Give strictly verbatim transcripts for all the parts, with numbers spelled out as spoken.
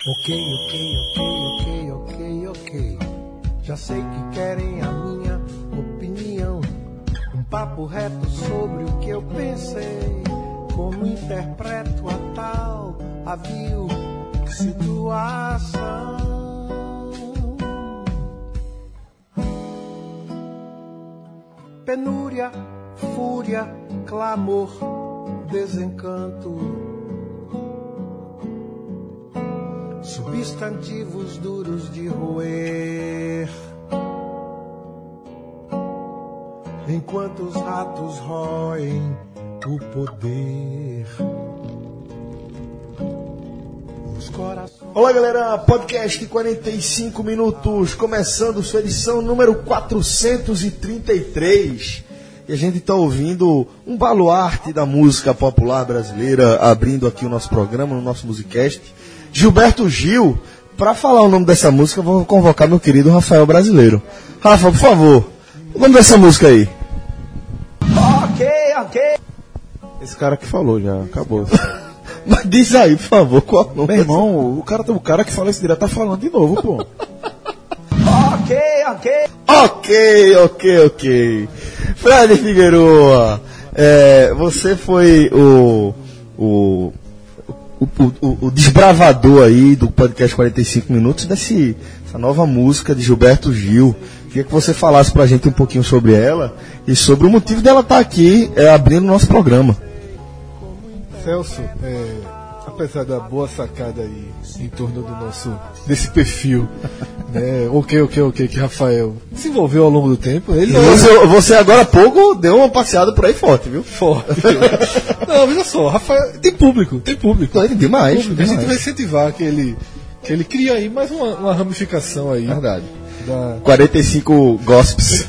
Ok, ok, ok, ok, ok, ok. Já sei que querem a minha opinião. Um papo reto sobre o que eu pensei. Como interpreto a tal, a vil situação. Penúria, fúria, clamor, desencanto. Substantivos duros de roer, enquanto os ratos roem o poder. Os corações... Olá galera, podcast quarenta e cinco minutos, começando sua edição número quatrocentos e trinta e três. E a gente está ouvindo um baluarte da música popular brasileira, abrindo aqui o nosso programa, no nosso Musicast. Gilberto Gil. Para falar o nome dessa música, eu vou convocar meu querido Rafael Brasileiro. Rafa, por favor, o nome dessa música aí. Ok, ok. Esse cara que falou já, acabou. Mas diz aí, por favor, qual o nome? Meu irmão, o cara, o cara que fala isso direto tá falando de novo, pô. Ok, ok. Ok, ok, ok. Fred Figueroa, é, você foi o, o, o, o, o desbravador aí do podcast quarenta e cinco minutos desse, dessa nova música de Gilberto Gil. Queria que você falasse pra gente um pouquinho sobre ela e sobre o motivo dela estar aqui é, abrindo o nosso programa. Celso, é, apesar da boa sacada aí em torno do nosso, desse perfil, né, ok, ok, ok, que Rafael se envolveu ao longo do tempo, ele Você, você agora há pouco deu uma passeada por aí forte, viu? forte. Não, veja só, Rafael tem público, tem público. Não, demais, Público. demais. A gente vai incentivar que ele, que ele crie aí mais uma, uma ramificação aí. Verdade. Da... quarenta e cinco gossips.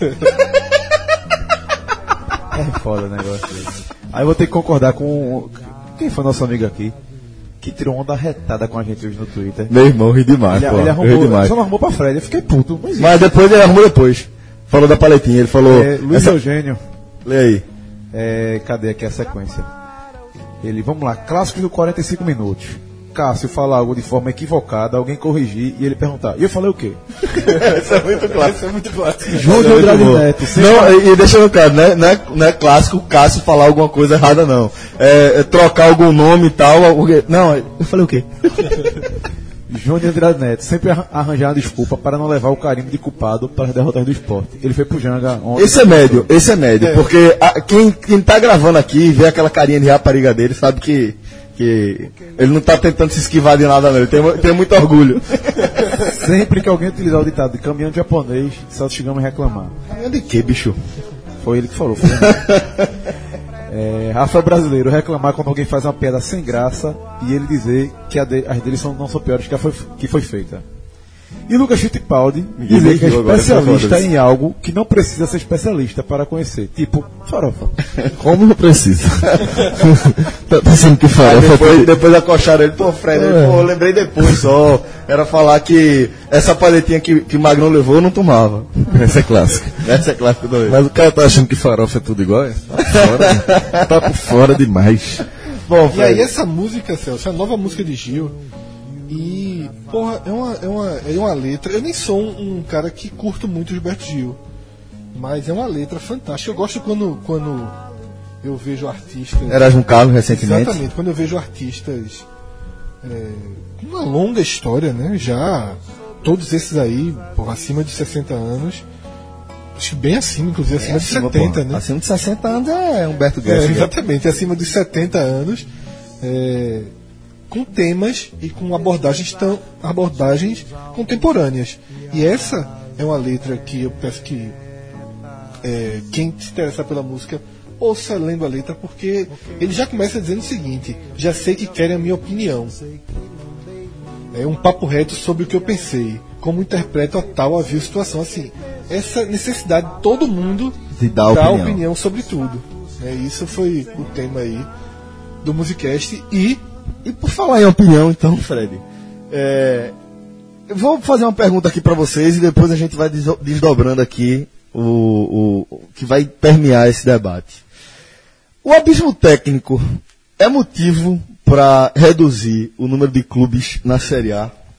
É foda o negócio aí. Aí eu vou ter que concordar com... Quem foi nosso amigo aqui? Que tirou onda retada com a gente hoje no Twitter. Meu irmão, ri demais, Ele, pô. ele ri arrumou, demais. só não arrumou pra Fred, eu fiquei puto. Mas, Mas depois ele arrumou depois. Falou da paletinha, ele falou... é, Luiz essa... Eugênio, Lê aí. é, cadê aqui a sequência? Ele, vamos lá, clássicos do quarenta e cinco minutos. Cássio fala algo de forma equivocada, alguém corrigir e ele perguntar, e eu falei o quê? Isso é muito clássico. Isso é muito clássico. Júlio Andrade Neto, sempre- Não, e, e deixa eu claro, não é, não, é, não é clássico o Cássio falar alguma coisa errada, não. É, é trocar algum nome e tal. Porque... Não, eu falei o quê? Júnior Andrade Neto sempre arran- arranjar uma desculpa para não levar o carimbo de culpado para as derrotas do esporte. Ele foi pro Janga ontem. Esse é médio, esse é médio. Porque a, quem, quem tá gravando aqui, vê aquela carinha de rapariga dele, sabe que, que ele não tá tentando se esquivar de nada, não. Ele tem, tem muito orgulho. Sempre que alguém utilizar o ditado de caminhão de japonês, só chegamos a reclamar. De que, bicho? Foi ele que falou. Foi ele. É, Rafa Brasileiro reclamar quando alguém faz uma piada sem graça e ele dizer que a de, as deles são, não são piores que a foi, que foi feita. E Lucas Fittipaldi dizer que é riu agora, especialista foda-se. em algo que não precisa ser especialista para conhecer, tipo farofa. Como não precisa? Tá pensando que farofa. Depois, depois acocharam ele, pô, Fred, ele, pô, eu lembrei depois só. Era falar que essa paletinha que, que Magrão levou eu não tomava. Essa é clássica. Essa é clássica do Mas o cara tá achando que farofa é tudo igual? É? Tá fora, tá por fora demais. Bom, E aí Fred, essa música, Celso, é a nova música de Gil. E, porra, é uma, é uma, é uma letra. Eu nem sou um, um cara que curto muito o Gilberto Gil, mas é uma letra fantástica. Eu gosto quando, quando eu vejo artistas. Erasmo Carlos recentemente. Exatamente, quando eu vejo artistas é, com uma longa história, né? Já todos esses aí, porra, acima de sessenta anos. Acho que bem acima, inclusive, acima de setenta, pô. né? Acima de sessenta anos é Humberto É, Guedes. exatamente, acima dos setenta anos, é, com temas e com abordagens, tão, abordagens contemporâneas. E essa é uma letra que eu peço que é, quem se interessar pela música ouça lendo a letra, porque ele já começa dizendo o seguinte: já sei que querem a minha opinião. É um papo reto sobre o que eu pensei, como interpreto a tal a vil situação. Assim, essa necessidade de todo mundo De dar dar opinião. opinião sobre tudo. É, isso foi o tema aí do Musicast. E E por falar em opinião, então, Fred, é, eu vou fazer uma pergunta aqui para vocês e depois a gente vai deso- desdobrando aqui o, o, o que vai permear esse debate. O abismo técnico é motivo para reduzir o número de clubes na Série A?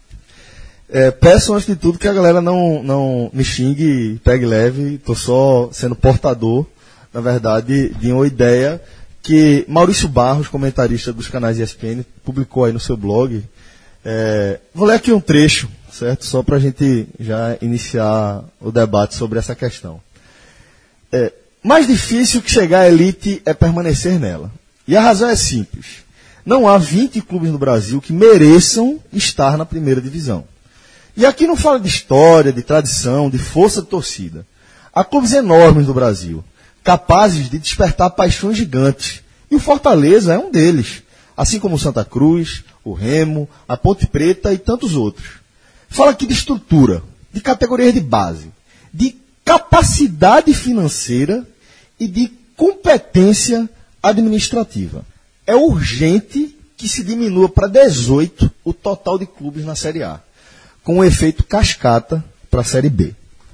É, peço antes de tudo que a galera não, não me xingue, pegue leve, estou só sendo portador, na verdade, de uma ideia que Maurício Barros, comentarista dos canais E S P N, publicou aí no seu blog. É, vou ler aqui um trecho, certo? Só para a gente já iniciar o debate sobre essa questão. É, mais difícil que chegar à elite é permanecer nela. E a razão é simples. Não há vinte clubes no Brasil que mereçam estar na primeira divisão. E aqui não fala de história, de tradição, de força de torcida. Há clubes enormes no Brasil, capazes de despertar paixões gigantes. E o Fortaleza é um deles. Assim como o Santa Cruz, o Remo, a Ponte Preta e tantos outros. Fala aqui de estrutura, de categorias de base, de capacidade financeira e de competência administrativa. É urgente que se diminua para dezoito o total de clubes na Série A, com um efeito cascata para a Série B.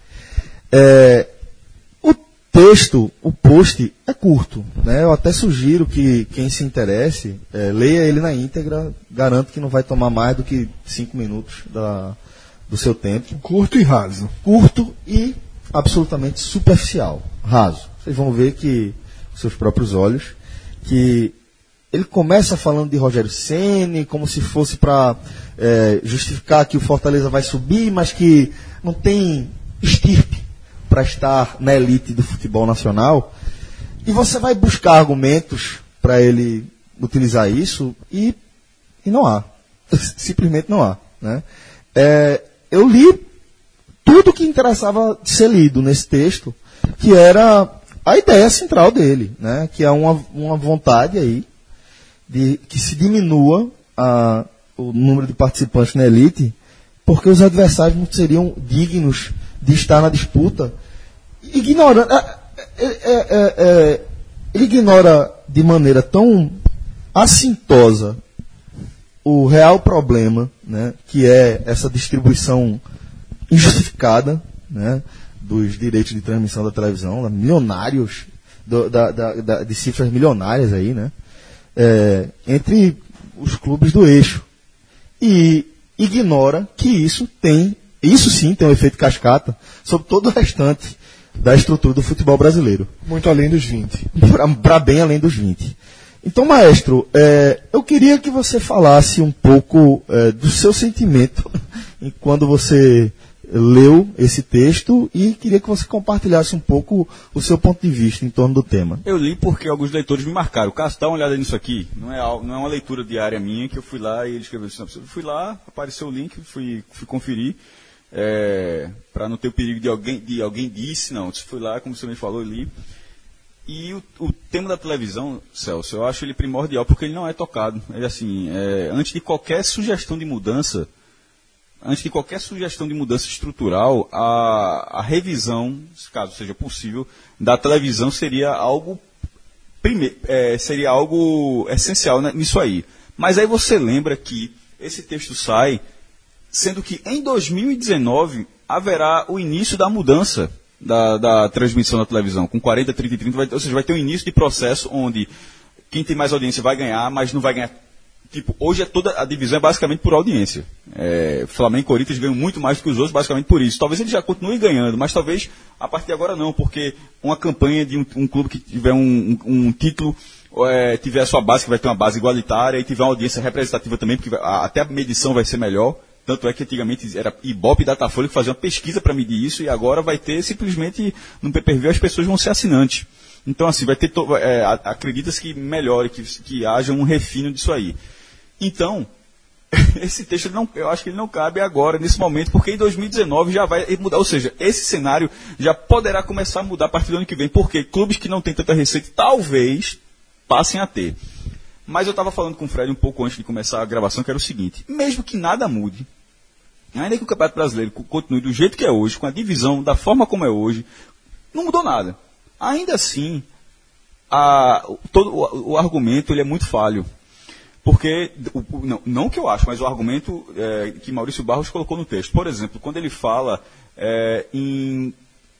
É, o texto, o post, é curto, né? Eu até sugiro que quem se interesse, é, leia ele na íntegra. Garanto que não vai tomar mais do que cinco minutos da, do seu tempo. Curto e raso. Curto e absolutamente superficial. Raso. Vocês vão ver que, com seus próprios olhos, que ele começa falando de Rogério Ceni como se fosse para é, justificar que o Fortaleza vai subir, mas que não tem estirpe para estar na elite do futebol nacional. E você vai buscar argumentos para ele utilizar isso e, e não há. Simplesmente não há. Né? É, eu li tudo que interessava ser lido nesse texto, que era a ideia central dele, né? Que é uma, uma vontade aí de que se diminua a, o número de participantes na elite, porque os adversários não seriam dignos de estar na disputa. Ignorando, é, é, é, é, ele ignora de maneira tão assintosa o real problema, né, que é essa distribuição injustificada, né, dos direitos de transmissão da televisão, milionários, do, da, da, da, de cifras milionárias aí, né? É, entre os clubes do eixo, e ignora que isso tem, isso sim tem um efeito cascata sobre todo o restante da estrutura do futebol brasileiro. Muito além dos vinte. Para bem além dos vinte. Então, maestro, é, eu queria que você falasse um pouco é, do seu sentimento quando você leu esse texto, e queria que você compartilhasse um pouco o seu ponto de vista em torno do tema. Eu li porque alguns leitores me marcaram. Cássio, dá uma olhada nisso aqui. Não é, não é uma leitura diária minha que eu fui lá e ele escreveu assim. Eu fui lá, apareceu o link, fui, fui conferir, é, para não ter o perigo de alguém, de alguém disse, não. Eu fui lá, como você me falou, eu li. E o, o tema da televisão, Celso, eu acho ele primordial porque ele não é tocado. Ele, assim, é, antes de qualquer sugestão de mudança, Antes de qualquer sugestão de mudança estrutural, a, a revisão, caso seja possível, da televisão seria algo, prime, é, seria algo essencial, né, nisso aí. Mas aí você lembra que esse texto sai, sendo que em dois mil e dezenove haverá o início da mudança da, da transmissão da televisão, com quarenta, trinta e trinta, vai, ou seja, vai ter um início de processo onde quem tem mais audiência vai ganhar, mas não vai ganhar. Tipo, hoje é toda a divisão é basicamente por audiência. É, Flamengo e Corinthians ganham muito mais do que os outros, basicamente por isso. Talvez ele já continue ganhando, mas talvez a partir de agora não, porque uma campanha de um, um clube que tiver um, um, um título, é, tiver a sua base, que vai ter uma base igualitária, e tiver uma audiência representativa também, porque vai, a, até a medição vai ser melhor. Tanto é que antigamente era Ibope e Datafolha que faziam uma pesquisa para medir isso, e agora vai ter simplesmente no pay-per-view as pessoas vão ser assinantes. Então, assim, vai ter to, é, acredita-se que melhore, que, que haja um refino disso aí. Então, esse texto, não, eu acho que ele não cabe agora, nesse momento, porque em dois mil e dezenove já vai mudar. Ou seja, esse cenário já poderá começar a mudar a partir do ano que vem, porque clubes que não têm tanta receita, talvez, passem a ter. Mas eu estava falando com o Fred um pouco antes de começar a gravação, que era o seguinte: mesmo que nada mude, ainda que o Campeonato Brasileiro continue do jeito que é hoje, com a divisão da forma como é hoje, não mudou nada. Ainda assim, a, todo, o, o argumento ele é muito falho. Porque, não, não que eu acho, mas o argumento é, que Maurício Barros colocou no texto. Por exemplo, quando ele fala é, em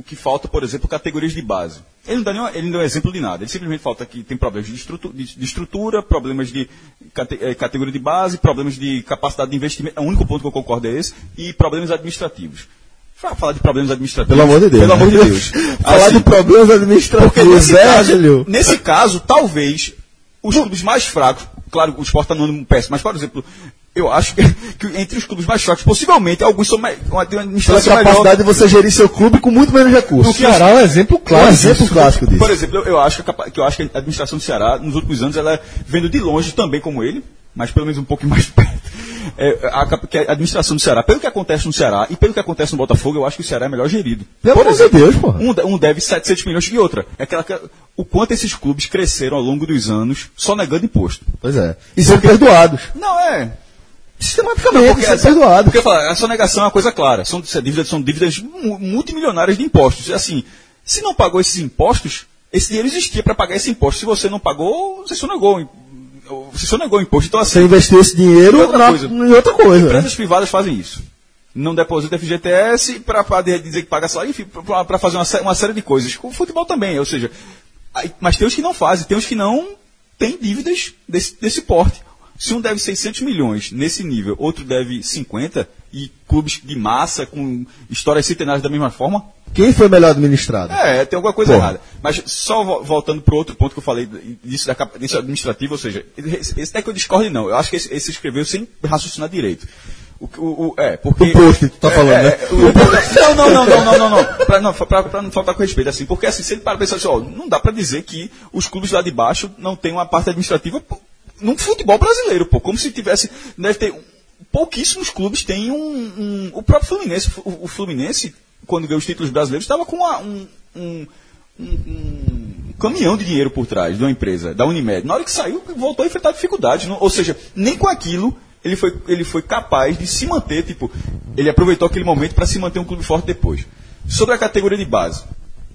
o que falta, por exemplo, categorias de base. Ele não dá nenhum, ele não dá um exemplo de nada. Ele simplesmente falta que tem problemas de estrutura, de, de estrutura problemas de cate, é, categoria de base, problemas de capacidade de investimento. O único ponto que eu concordo é esse. E problemas administrativos. Falar de problemas administrativos. Pelo amor de Deus. Pelo amor de Deus. Falar assim, de problemas administrativos. nesse, é, caso, nesse caso, talvez, os clubes mais fracos, claro, o Sport está num péssimo, mas, por exemplo, eu acho que, que entre os clubes mais fracos, possivelmente, alguns são mais, uma, tem uma administração a capacidade melhor. de você gerir seu clube com muito menos recursos. O Ceará é um exemplo claro. Um exemplo clássico disso. Por exemplo, eu, eu, acho que a, que eu acho que a administração do Ceará, nos últimos anos, ela vendo de longe também como ele, mas pelo menos um pouco mais perto. É, a, a administração do Ceará, pelo que acontece no Ceará e pelo que acontece no Botafogo, eu acho que o Ceará é melhor gerido. Pelo amor de Deus, porra. Um, um deve setecentos milhões e outra. É aquela, o quanto esses clubes cresceram ao longo dos anos só negando imposto. Pois é. E sendo perdoados. Não, é. Sistematicamente, Não, porque sendo essa, perdoados. Porque eu falo, a sonegação é uma coisa clara. São dívidas, são dívidas multimilionárias de impostos. Assim, se não pagou esses impostos, esse dinheiro existia para pagar esse imposto. Se você não pagou, você sonegou. Você sonegou o imposto. Então, assim, você investiu esse dinheiro em outra na, coisa. em outra coisa. Empresas né? privadas fazem isso. Não deposita F G T S para dizer que paga salário, enfim, para fazer uma, uma série de coisas. O futebol também, ou seja, aí, mas tem os que não fazem, tem os que não têm dívidas desse, desse porte. Se um deve seiscentos milhões nesse nível, outro deve cinquenta, e clubes de massa com histórias centenárias da mesma forma. Quem foi melhor administrado? É, tem alguma coisa Porra. errada. Mas só vo- voltando para o outro ponto que eu falei disso, da, capa- disso administrativo, ou seja, esse, esse não é que eu discordo, não. Eu acho que esse, esse escreveu sem raciocinar direito. O, o, o, é, porque. O post, tu tá é, falando, é, né? o- o- não, não, não, não, não, não, não. Pra não, pra, pra não faltar com respeito, assim, porque assim, se ele para pensar assim, ó, não dá para dizer que os clubes lá de baixo não têm uma parte administrativa pô, num futebol brasileiro, pô, como se tivesse. Deve ter. Pouquíssimos clubes têm um. um o próprio Fluminense, o, o Fluminense, quando ganhou os títulos brasileiros, estava com uma, um, um, um, um caminhão de dinheiro por trás de uma empresa, da Unimed. Na hora que saiu, voltou a enfrentar dificuldades. Não, ou seja, nem com aquilo ele foi, ele foi capaz de se manter. Tipo, ele aproveitou aquele momento para se manter um clube forte depois. Sobre a categoria de base.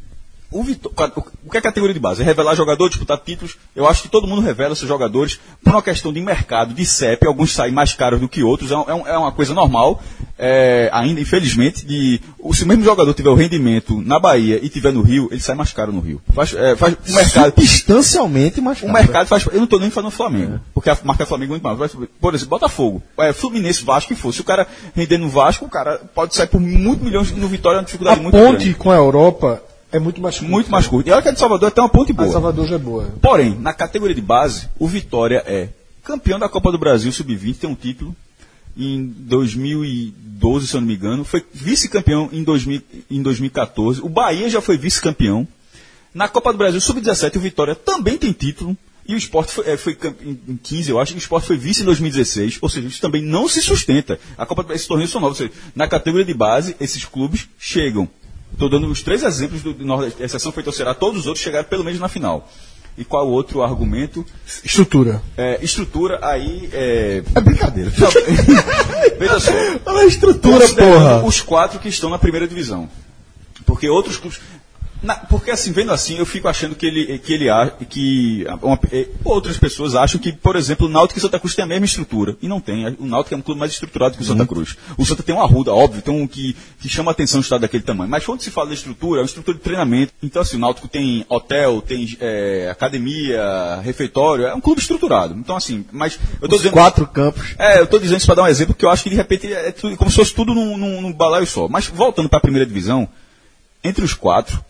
O, Vitó- o que é categoria de base? É revelar jogador, disputar títulos. Eu acho que todo mundo revela seus jogadores por uma questão de mercado, de C E P. Alguns saem mais caros do que outros. É, um, é uma coisa normal, é, ainda, infelizmente. De, se o mesmo jogador tiver o rendimento na Bahia e tiver no Rio, ele sai mais caro no Rio. Faz, é, faz o mercado. Substancialmente mais O caro. mercado faz. Eu não estou nem falando Flamengo, é. porque a marca Flamengo é muito mais. Por exemplo, Botafogo, é, Fluminense, Vasco, que for. Se o cara render no Vasco, o cara pode sair por muitos milhões no Vitória, é uma dificuldade A muito ponte grande. com a Europa é muito mais curta. Muito mais curta. E olha que a de Salvador é até uma ponte A boa. Salvador já é boa. Porém, na categoria de base, o Vitória é campeão da Copa do Brasil sub vinte, tem um título em dois mil e doze, se eu não me engano. Foi vice-campeão em, dois mil, em dois mil e quatorze. O Bahia já foi vice-campeão. Na Copa do Brasil sub dezessete, o Vitória também tem título. E o Sport foi, é, foi em quinze, eu acho, e o Sport foi vice em dois mil e dezesseis. Ou seja, isso também não se sustenta. A Copa do Brasil, esses torneios são novos. Ou seja, na categoria de base, esses clubes chegam. Estou dando os três exemplos do Nordeste, exceção feita ao Ceará, todos os outros chegaram pelo menos na final. E qual o outro argumento? Estrutura. É, estrutura, aí. É, É brincadeira. Não, veja só. Olha a estrutura, Considerando porra. os quatro que estão na primeira divisão. Porque outros clubes. Na, porque assim, vendo assim, eu fico achando que ele, que ele acha que uma, outras pessoas acham que, por exemplo, o Náutico e Santa Cruz tem a mesma estrutura. E não tem. O Náutico é um clube mais estruturado que o Santa Cruz. O Santa tem uma Arruda, óbvio, tem um que, que chama a atenção o estado daquele tamanho. Mas quando se fala de estrutura, é uma estrutura de treinamento. Então, assim, o Náutico tem hotel, tem é, academia, refeitório, é um clube estruturado. Então, assim, mas eu tô Os dizendo. quatro campos. É, eu estou dizendo isso para dar um exemplo, que eu acho que de repente é tudo, como se fosse tudo num, num, num balaio só. Mas voltando para a primeira divisão, entre os quatro,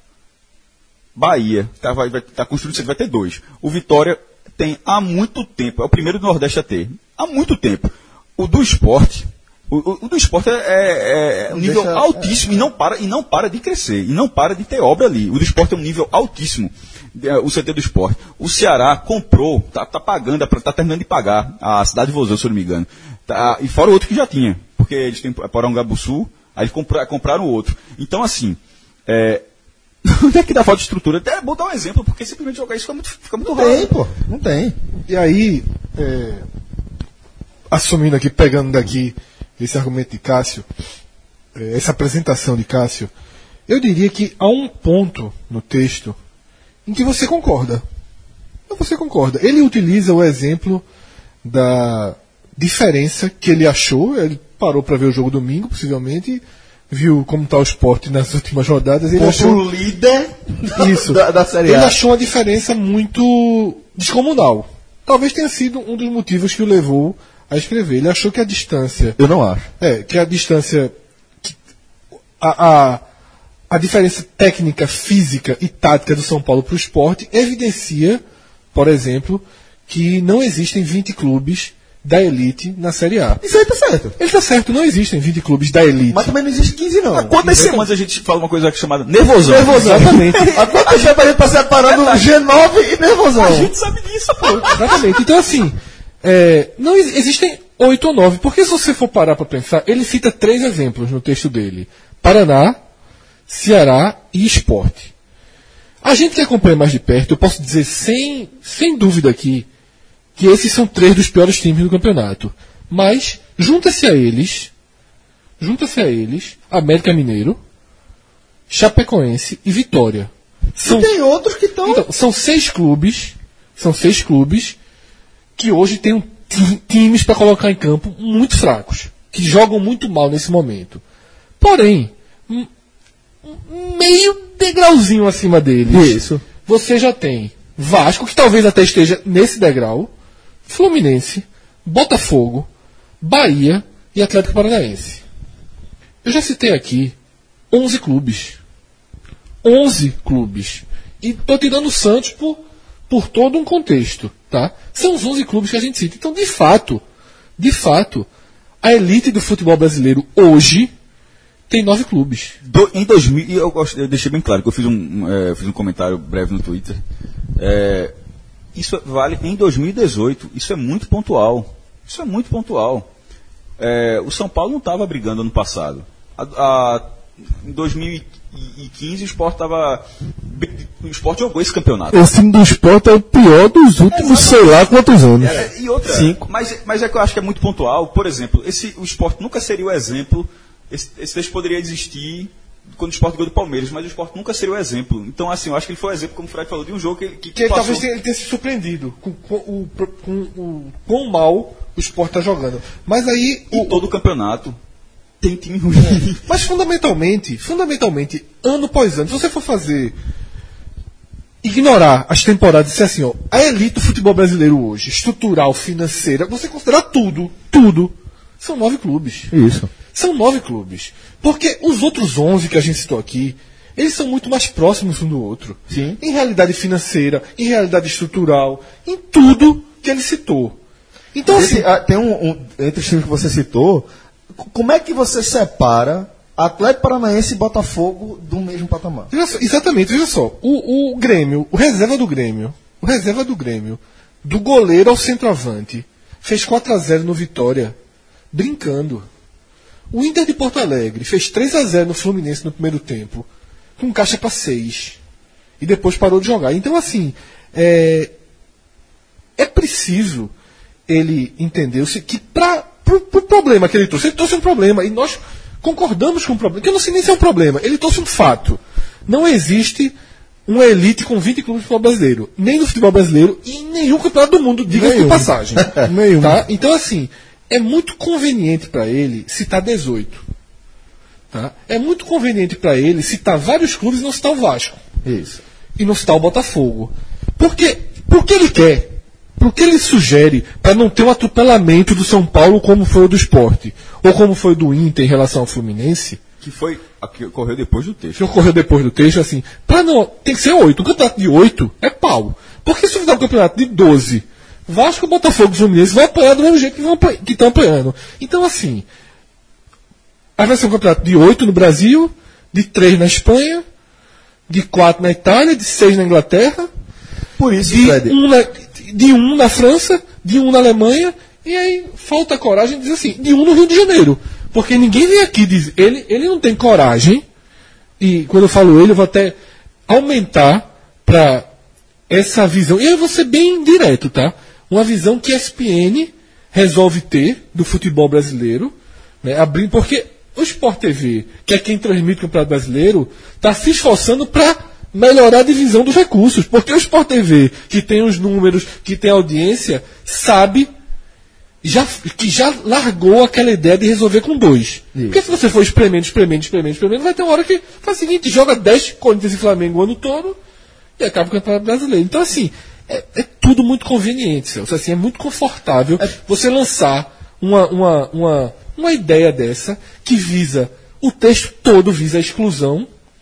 Bahia está tá construindo, você vai ter dois. O Vitória tem há muito tempo, é o primeiro do Nordeste a ter. Há muito tempo. O do Sport, o, o, o do Sport é, é, é um nível Deixa- altíssimo e não para e não para de crescer e não para de ter obra ali. O do Sport é um nível altíssimo. é, O C T do Sport. O Ceará comprou, está tá pagando, está terminando de pagar a cidade de Vozão, se eu não me engano. Tá, e fora o outro que já tinha, porque eles têm Porangabuçu, aí eles compra, compraram o outro. Então, assim, é, onde é que dá falta de estrutura? Até é bom dar um exemplo, porque simplesmente jogar isso fica muito, fica muito Não raro. tem, pô. Não tem. E aí, é, assumindo aqui, pegando daqui esse argumento de Cássio, é, essa apresentação de Cássio, eu diria que há um ponto no texto em que você concorda. Você concorda. Ele utiliza o exemplo da diferença que ele achou, ele parou para ver o jogo domingo, possivelmente, viu como está o Sport nas últimas rodadas, ele Contra achou o líder isso. da, da Série Ele A. achou uma diferença muito descomunal. Talvez tenha sido um dos motivos que o levou a escrever. Ele achou que a distância, Eu não acho. é, que a distância, que a, a, a diferença técnica, física e tática do São Paulo para o Sport evidencia, por exemplo, que não existem vinte clubes da elite na Série A. Isso aí tá certo. Ele tá certo, não existem vinte clubes da elite. Mas também não existe quinze, não. Há quantas semanas a gente fala uma coisa chamada nervosão? Nervosão. Exatamente. Há quantas vezes a gente tá separando G nove e nervosão? A gente sabe disso, pô. Exatamente. Então, assim, é, não ex- existem oito ou nove. Porque se você for parar para pensar, ele cita três exemplos no texto dele: Paraná, Ceará e Sport. A gente que acompanha mais de perto, eu posso dizer sem, sem dúvida aqui que esses são três dos piores times do campeonato. Mas, junta-se a eles, junta-se a eles, América Mineiro, Chapecoense e Vitória. São, E tem outros que estão... então, são seis clubes, são seis clubes que hoje têm um ti- times para colocar em campo muito fracos, que jogam muito mal nesse momento. Porém, um- um meio degrauzinho acima deles, Isso. você já tem Vasco, que talvez até esteja nesse degrau, Fluminense, Botafogo, Bahia e Atlético Paranaense. Eu já citei aqui onze clubes. onze clubes. E estou tirando o Santos por, por todo um contexto. Tá? São os onze clubes que a gente cita. Então, de fato, de fato, a elite do futebol brasileiro hoje tem nove clubes. Do- em dois mil, e eu, gosto, eu deixei bem claro que eu fiz um, um, é, fiz um comentário breve no Twitter. É, isso vale em dois mil e dezoito. Isso é muito pontual. Isso é muito pontual. É, o São Paulo não estava brigando ano passado. A- a- em dois mil e quinze o Sport estava. O Sport jogou esse campeonato. Esse time do Sport é o pior dos últimos, sei lá quantos anos. É, e outra, Cinco. Mas, mas é que eu acho que é muito pontual. Por exemplo, esse, o Sport nunca seria o exemplo. Esse, esse texto poderia existir quando o Sport ganhou do Palmeiras, mas o Sport nunca seria o exemplo. Então, assim, eu acho que ele foi o exemplo, como o Fred falou, de um jogo que, que, Que ele, passou. talvez tenha, ele tenha se surpreendido com, com o, com o quão mal o Sport está jogando. Mas aí. Em O, todo o campeonato tem time ruim. Mas fundamentalmente, fundamentalmente, ano após ano, se você for fazer. Ignorar as temporadas e dizer assim, ó, a elite do futebol brasileiro hoje, estrutural, financeira, você considerar tudo, tudo, são nove clubes. Isso. São nove clubes. Porque os outros onze que a gente citou aqui, eles são muito mais próximos um do outro. Sim. Em realidade financeira, em realidade estrutural, em tudo que ele citou. Então, assim, Esse, ah, tem um, um- entre os times que você citou, c- como é que você separa Atlético Paranaense e Botafogo do mesmo patamar? veja só, exatamente, veja só. O, o Grêmio, o reserva do Grêmio, o reserva do Grêmio, do goleiro ao centroavante, fez quatro a zero no Vitória, brincando. O Inter de Porto Alegre fez três a zero no Fluminense no primeiro tempo, com caixa para seis. E depois parou de jogar. Então, assim, é, é preciso ele entender o se- que para o pro problema que ele trouxe, ele trouxe um problema. E nós concordamos com o problema, que eu não sei nem se é um problema. Ele trouxe um fato. Não existe uma elite com vinte clubes de futebol brasileiro. Nem no futebol brasileiro e em nenhum campeonato do mundo, diga-se de Nenhum. passagem. Nenhum. Tá? Então, assim, é muito conveniente para ele citar dezoito. Tá? É muito conveniente para ele citar vários clubes e não citar o Vasco. Isso. E não citar o Botafogo. Por quê? Por que ele quer? Por que ele sugere para não ter um atropelamento do São Paulo como foi o do Sport? Ou como foi o do Inter em relação ao Fluminense? Que foi a que ocorreu depois do texto. Que ocorreu depois do texto, assim, para não. Tem que ser oito. Um campeonato de oito é pau. Porque se fizer um campeonato de doze, Vasco, Botafogo e Fluminense vão apanhar do mesmo jeito que vão apan- que estão apanhando. Então, assim, aí vai ser um campeonato de oito no Brasil, de três na Espanha, de quatro na Itália, de seis na Inglaterra, Por isso, de Fred, um, na, de um na França, de um na Alemanha, e aí falta coragem de dizer assim, de um no Rio de Janeiro. Porque ninguém vem aqui dizer. Ele, ele não tem coragem, e quando eu falo ele, eu vou até aumentar para essa visão. E eu vou ser bem direto, tá? Uma visão que a E S P N resolve ter do futebol brasileiro, né? Abrindo, porque o Sport T V, que é quem transmite o Campeonato Brasileiro, está se esforçando para melhorar a divisão dos recursos. Porque o Sport T V, que tem os números, que tem audiência, sabe já, que já largou aquela ideia de resolver com dois. Isso. Porque se você for espremendo, espremendo, espremendo, espremendo, vai ter uma hora que faz o seguinte, joga dez Corinthians e Flamengo o ano todo e acaba o Campeonato Brasileiro. Então, assim, é, é tudo muito conveniente, Celso. Assim, é muito confortável é. você lançar uma, uma, uma, uma ideia dessa que visa, o texto todo visa a exclusão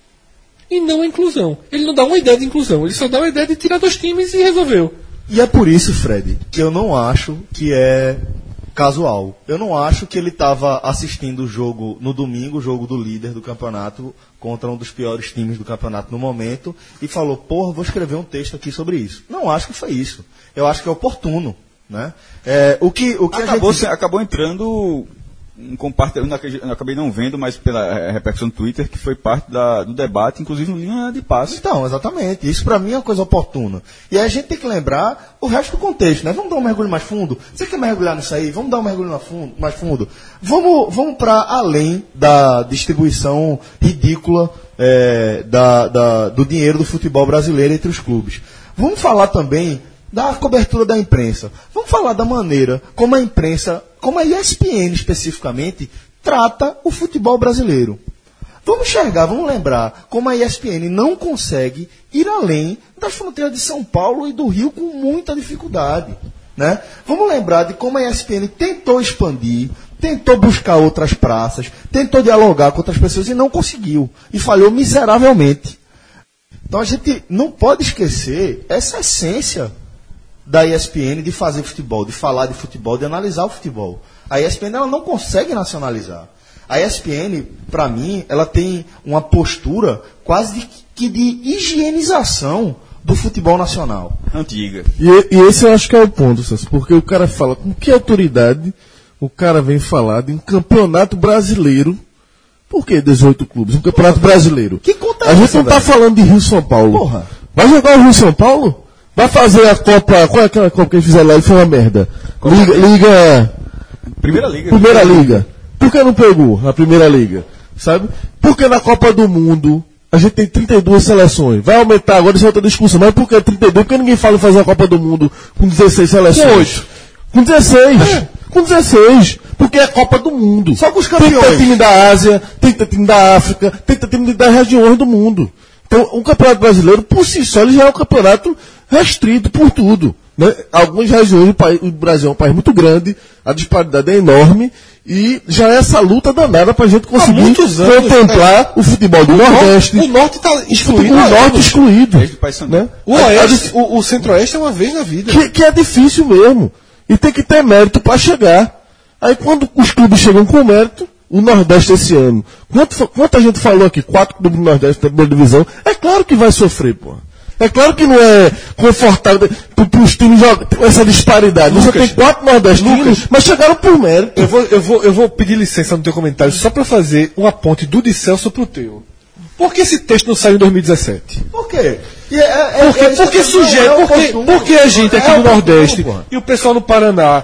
e não a inclusão. Ele não dá uma ideia de inclusão, ele só dá uma ideia de tirar dois times e resolveu. E é por isso, Fred, que eu não acho que é casual. Eu não acho que ele estava assistindo o jogo no domingo, o jogo do líder do campeonato, contra um dos piores times do campeonato no momento, e falou, porra, vou escrever um texto aqui sobre isso. Não acho que foi isso. Eu acho que é oportuno. Né? É, o que, o que acabou, a gente... acabou entrando... Um comparte... Eu não acabei não vendo, mas pela repercussão do Twitter, que foi parte da, do debate, inclusive no linha de passe. Então, exatamente. Isso para mim é uma coisa oportuna. E aí a gente tem que lembrar o resto do contexto, né? Vamos dar um mergulho mais fundo? Você quer mergulhar nisso aí? Vamos dar um mergulho mais fundo? Vamos, vamos para além da distribuição ridícula é, da, da, do dinheiro do futebol brasileiro entre os clubes. Vamos falar também da cobertura da imprensa. Vamos falar da maneira como a imprensa, como a E S P N especificamente, trata o futebol brasileiro. Vamos enxergar, vamos lembrar como a E S P N não consegue ir além das fronteiras de São Paulo e do Rio com muita dificuldade. Né? Vamos lembrar de como a E S P N tentou expandir, tentou buscar outras praças, tentou dialogar com outras pessoas e não conseguiu. E falhou miseravelmente. Então a gente não pode esquecer essa essência da E S P N de fazer futebol, de falar de futebol, de analisar o futebol. A E S P N ela não consegue nacionalizar. A E S P N, para mim, ela tem uma postura quase de, que de higienização do futebol nacional. Antiga. E, e esse eu acho que é o ponto, Celso, porque o cara fala, com que autoridade o cara vem falar de um campeonato brasileiro? Por que dezoito clubes? Um campeonato Porra, brasileiro. Que conta A gente essa, não está falando de Rio-São Paulo. Porra. Vai jogar o Rio-São Paulo? Vai fazer a Copa... Qual é aquela Copa que eles fizeram lá? E foi uma merda. Liga... Liga... Primeira Liga. Primeira Liga. Por que não pegou a Primeira Liga? Sabe? Porque na Copa do Mundo a gente tem trinta e duas seleções. Vai aumentar agora, isso é outra discussão. Mas por que trinta e dois? Porque ninguém fala em fazer a Copa do Mundo com dezesseis seleções. Com oito. Com dezesseis. É. Com dezesseis. Porque é a Copa do Mundo. Só com os campeões. Tem que ter time da Ásia, tem que ter time da África, tem que ter time das regiões do mundo. Então, o Campeonato Brasileiro, por si só, ele já é um campeonato restrito por tudo. Né? Algumas regiões do país, o Brasil é um país muito grande, a disparidade é enorme, e já é essa luta danada para a gente conseguir contemplar é. o futebol do o Nordeste. O Norte está excluído. O Norte excluído. Né? O, Oeste, o, o Centro-Oeste é uma vez na vida. Que, que é difícil mesmo. E tem que ter mérito para chegar. Aí quando os clubes chegam com mérito, o Nordeste esse ano, quanto, quanta gente falou aqui, quatro clubes do Nordeste da primeira divisão, é claro que vai sofrer, pô. É claro que não é confortável para os times jogar essa disparidade. Lucas, você tem quatro nordestinos, Lucas, mas chegaram por mérito. Eu vou, eu, vou, eu vou pedir licença no teu comentário só para fazer uma ponte do de Celso pro teu. Por que esse texto não saiu em dois mil e dezessete? Por quê? É, é, porque é, porque sujeito, é porque, porque a gente aqui é no Nordeste porra. e o pessoal no Paraná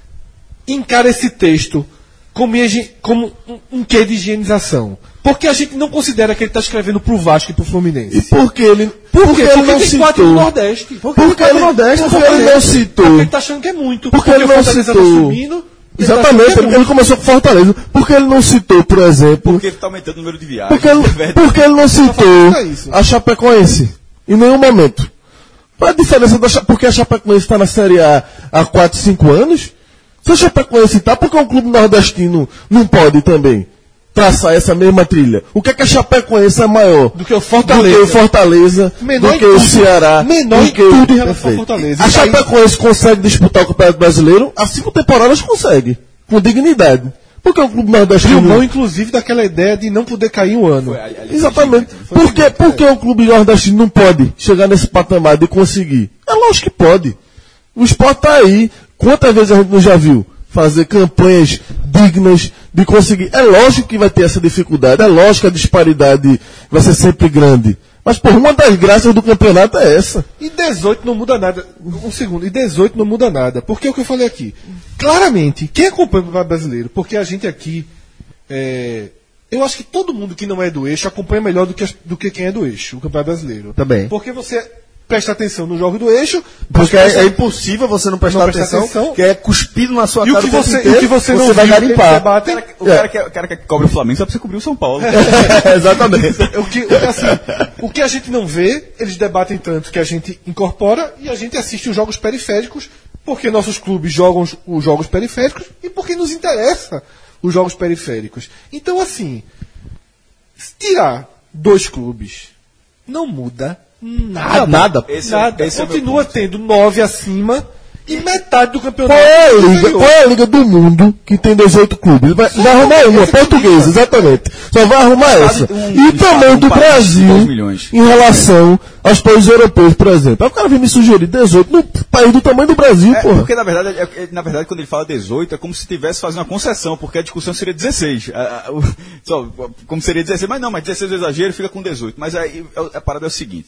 encara esse texto como, como um, um quê de higienização. Porque a gente não considera que ele está escrevendo pro Vasco e pro Fluminense. E por que ele, por porque porque ele não tem citou? Quatro no Nordeste. Porque, porque ele, Nordeste, porque ele não citou. Porque ele está achando que é muito. Porque, porque ele não citou. Tá subindo, Exatamente, ele, ele começou com Fortaleza. Por que ele não citou, por exemplo... Porque ele está aumentando o número de viagens. Porque ele, porque ele não citou a Chapecoense em nenhum momento. Qual a diferença da Chapecoense? Porque a Chapecoense está na Série A há quatro, cinco anos? Se a Chapecoense está, por que um clube nordestino não pode também traçar essa mesma trilha? O que é que a Chapecoense é maior? Do que o Fortaleza. Do que o Fortaleza, menor do que o tudo, Ceará. Menor do que em tudo em relação Perfeito. ao Fortaleza. A Chapecoense consegue disputar o Campeonato Brasileiro há cinco temporadas, consegue. Com dignidade. Porque o clube nordestino... Abriu mão, inclusive, daquela ideia de não poder cair um ano. Foi, ali, ali Exatamente. Foi por que, por que o clube nordestino não pode chegar nesse patamar de conseguir? É lógico que pode. O esporte está aí. Quantas vezes a gente não já viu fazer campanhas dignas de conseguir? É lógico que vai ter essa dificuldade. É lógico que a disparidade vai ser sempre grande. Mas, por uma das graças do campeonato é essa. E dezoito não muda nada. Um segundo. E dezoito não muda nada. Porque é o que eu falei aqui. Claramente, quem acompanha o Campeonato Brasileiro, porque a gente aqui. É, eu acho que todo mundo que não é do eixo acompanha melhor do que, do que quem é do eixo, o Campeonato Brasileiro. Também. Porque você presta atenção no jogo do eixo. Porque presta- é, é impossível você não prestar Não prestar atenção, atenção. que é cuspido na sua E o cara que tempo você, e inteiro, o que você não você vai viu que eles garimpar. debatem, O cara, que, o cara que cobre o Flamengo só precisa cobrir o São Paulo. Exatamente. o que, o- assim, o que a gente não vê, eles debatem tanto que a gente incorpora e a gente assiste os jogos periféricos, porque nossos clubes jogam os, os jogos periféricos e porque nos interessa os jogos periféricos. Então, assim, se tirar dois clubes, não muda nada. Nada. Esse é- nada. esse é o meu Continua ponto. tendo nove acima e metade do Qual campeonato. é a liga, ganhou. qual é a liga do mundo que tem dezoito clubes? Vai, vai arrumar uma, portuguesa, exatamente. Só vai arrumar essa. um- E o um tamanho estado, do um país de Brasil dez milhões. em relação aos países europeus, por exemplo. Aí o cara vem me sugerir dezoito no país do tamanho do Brasil, É, porra. porque na verdade, é- é- na verdade, quando ele fala dezoito, é como se estivesse fazendo uma concessão, porque a discussão seria dezesseis. A- a- o- só, como seria dezesseis, mas não, mas dezesseis é exagero, fica com dezoito. Mas aí a, a parada é o seguinte: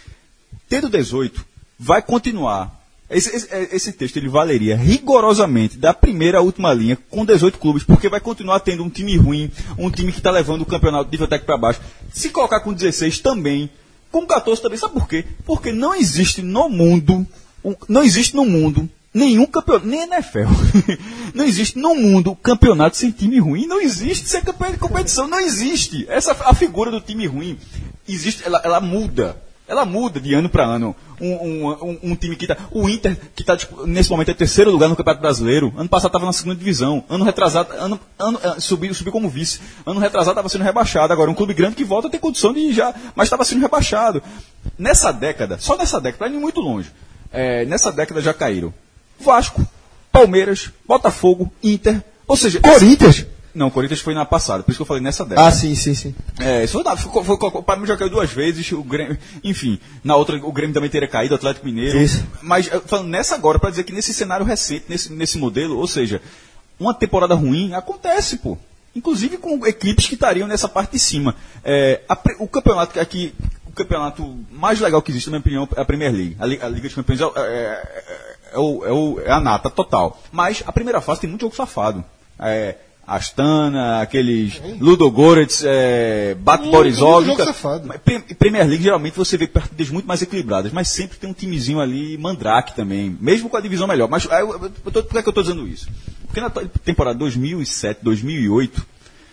tendo dezoito, vai continuar. Esse, esse, esse texto ele valeria rigorosamente da primeira à última linha com dezoito clubes, porque vai continuar tendo um time ruim, um time que está levando o campeonato de nível técnico para baixo. Se colocar com dezesseis também, com quatorze também, sabe por quê? Porque não existe no mundo, um- não existe no mundo nenhum campeonato, nem N F L, não existe no mundo campeonato sem time ruim, não existe sem campeonato de competição, não existe. Essa, a figura do time ruim, existe, ela, ela muda. Ela muda de ano para ano. Um, um, um, um time que está. O Inter, que está nesse momento é terceiro lugar no Campeonato Brasileiro. Ano passado estava na segunda divisão. Ano retrasado, ano, ano, eh, subiu, subiu como vice. Ano retrasado estava sendo rebaixado. Agora, um clube grande que volta tem condição de ir já, mas estava sendo rebaixado. Nessa década, só nessa década, para ir muito longe, eh, nessa década já caíram Vasco, Palmeiras, Botafogo, Inter. Ou seja. Corinthians? Não, o Corinthians foi na passada, por isso que eu falei nessa década. Ah, sim, sim, sim. É, isso foi, nada, foi, foi, o Palmeiras já caiu duas vezes, o Grêmio, enfim, na outra o Grêmio também teria caído, o Atlético Mineiro. Isso. Mas eh, falando nessa agora, para dizer que nesse cenário recente, nesse, nesse modelo, ou seja, uma temporada ruim acontece, pô. Inclusive com equipes que estariam nessa parte de cima. É, a pre- o campeonato aqui, o campeonato mais legal que existe, na minha opinião, é a Premier League. A, Li- a Liga dos Campeões é, é, é, é, o, é, o, é a nata total. Mas a primeira fase tem muito jogo safado. É, Astana, aqueles Ludogorets, é, Bat Hum, Borisov. muito jogo nunca- safado. Mas Pre- Premier League geralmente você vê partidas muito mais equilibradas, mas sempre tem um timezinho ali, Mandrake também, mesmo com a divisão melhor. Mas aí, eu, eu, eu tô- por que, é que eu estou dizendo isso? Porque na to- temporada dois mil e sete, dois mil e oito,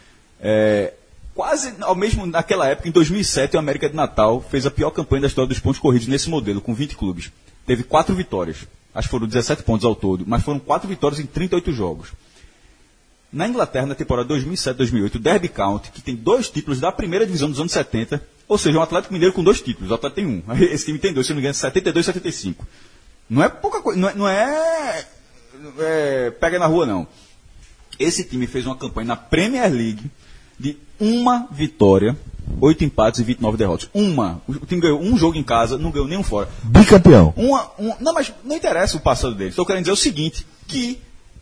é, quase ao mesmo naquela época, em dois mil e sete, o América de Natal fez a pior campanha da história dos pontos corridos nesse modelo, com vinte clubes. Teve quatro vitórias. Acho que foram dezessete pontos ao todo, mas foram quatro vitórias em trinta e oito jogos. Na Inglaterra, na temporada dois mil e sete, dois mil e oito, o Derby County, que tem dois títulos da primeira divisão dos anos setenta, ou seja, um Atlético Mineiro com dois títulos, o Atlético tem um. Esse time tem dois, se não me engano, setenta e dois e setenta e cinco. Não é pouca coisa, não é, não é, é pega na rua, não. Esse time fez uma campanha na Premier League de uma vitória, oito empates e vinte e nove derrotas. Uma. O time ganhou um jogo em casa, não ganhou nenhum fora. Bicampeão. Uma, um, não, mas não interessa o passado dele. Estou querendo dizer o seguinte, que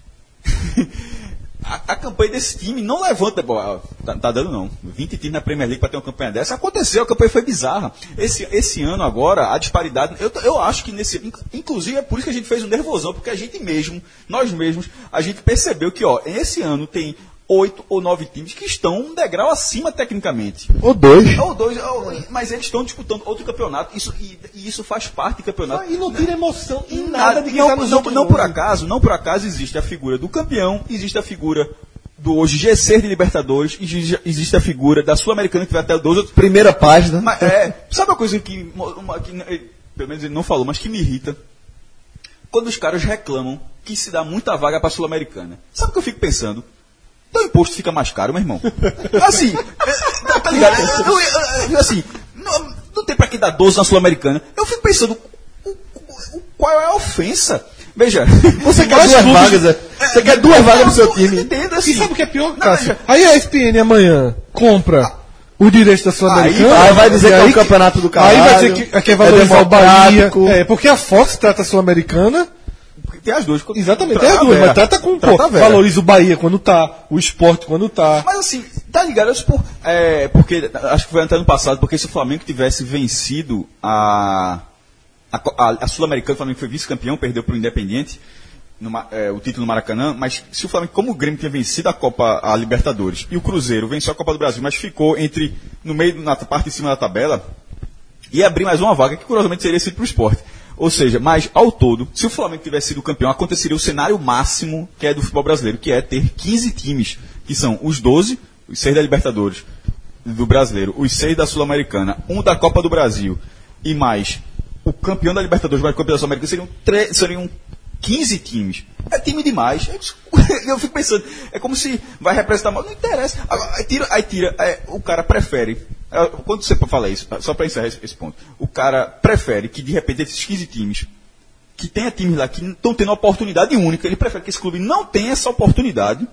a, a campanha desse time não levanta. Bom, ah, tá, tá dando não. vinte times na Premier League para ter uma campanha dessa. Aconteceu, a campanha foi bizarra. Esse, esse ano agora, a disparidade. Eu, eu acho que nesse. Inclusive é por isso que a gente fez um nervosão, porque a gente mesmo, nós mesmos, a gente percebeu que, ó, esse ano tem oito ou nove times que estão um degrau acima tecnicamente. Ou dois. Ou dois, ou- mas eles estão disputando outro campeonato. Isso, e, e isso faz parte do campeonato. E não tira emoção em Nada, nada de quem não, tá nos não, outros não por jogos. acaso, não por acaso existe a figura do campeão, existe a figura do hoje G C de Libertadores, existe, existe a figura da Sul-Americana que vai até doze. Primeira página. Mas, é, sabe uma coisa que, uma, que, eh, pelo menos ele não falou, mas que me irrita? Quando os caras reclamam que se dá muita vaga para a Sul-Americana. Sabe o que eu fico pensando? Teu imposto fica mais caro, meu irmão. Assim, é, tá ligado? Eu, eu, eu, assim, não, não tem pra que dar doze na Sul-Americana. Eu fico pensando, o, o, qual é a ofensa? Veja, Você quer nós duas clubes- vagas, é? Você quer duas vagas no seu time? Entendo, assim. E sabe o que é pior, Não, Cássio? veja, Aí a E S P N amanhã compra o direito da Sul-Americana. Aí vai dizer e que é aí o campeonato do Aí vai caralho, dizer que, que é valorizar é o Bahia. democrático. É, porque a Fox trata a Sul-Americana. tem as duas. Exatamente, Trata tem as duas, a Vera. mas trata com, Trata pô, a Vera. valoriza o Bahia quando tá, o esporte quando tá. Mas assim, tá ligado? Isso por, é, porque, acho que foi até ano passado, porque se o Flamengo tivesse vencido a, a, a, a Sul-Americana, o Flamengo foi vice-campeão, perdeu para o Independiente, no, Ma- é, o título no Maracanã, mas se o Flamengo, como o Grêmio tinha vencido a Copa, a Libertadores, e o Cruzeiro venceu a Copa do Brasil, mas ficou entre, no meio, na parte de cima da tabela, e abrir mais uma vaga, que curiosamente seria sido para o Sport. Ou seja, mas ao todo, se o Flamengo tivesse sido campeão, aconteceria o cenário máximo que é do futebol brasileiro, que é ter quinze times, que são os doze, os seis da Libertadores do Brasileiro, os seis da Sul-Americana, um da Copa do Brasil e mais o campeão da Libertadores, mais o campeão da Sul-Americana, seriam, tre- seriam quinze times. É time demais. Eu fico pensando, é como se vai representar mal. Não interessa. Aí tira, aí tira é, o cara prefere. É, quando você fala isso, só para encerrar esse, esse ponto, o cara prefere que de repente esses quinze times, que tenha times lá que estão tendo uma oportunidade única, ele prefere que esse clube não tenha essa oportunidade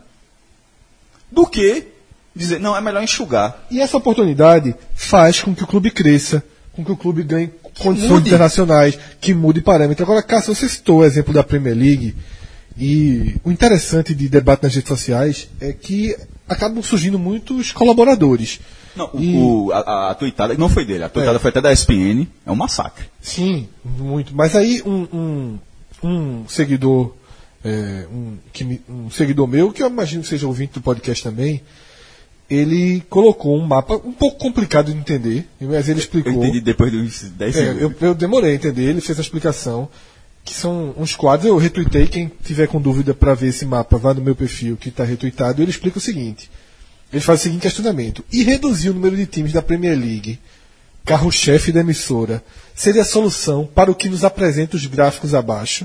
do que dizer, não, é melhor enxugar. E essa oportunidade faz com que o clube cresça, com que o clube ganhe condições mude. internacionais, que mude parâmetro. Agora, Cássio, você citou o exemplo da Premier League, e o interessante de debate nas redes sociais é que acabam surgindo muitos colaboradores. Não, E- o, o- a, a tuitada não foi dele, a tuitada É. foi até da E S P N, é um massacre. Sim, muito. Mas aí um, um, um seguidor, é, um, que me- um seguidor meu, que eu imagino que seja ouvinte do podcast também, ele colocou um mapa um pouco complicado de entender, mas ele explicou. Eu entendi depois de uns dez É, segundos. eu, eu demorei a entender, ele fez a explicação, que são uns quadros, eu retuitei, quem tiver com dúvida para ver esse mapa, vá no meu perfil que está retuitado, ele explica o seguinte, ele faz o seguinte questionamento, e reduzir o número de times da Premier League, carro-chefe da emissora, seria a solução para o que nos apresenta os gráficos abaixo?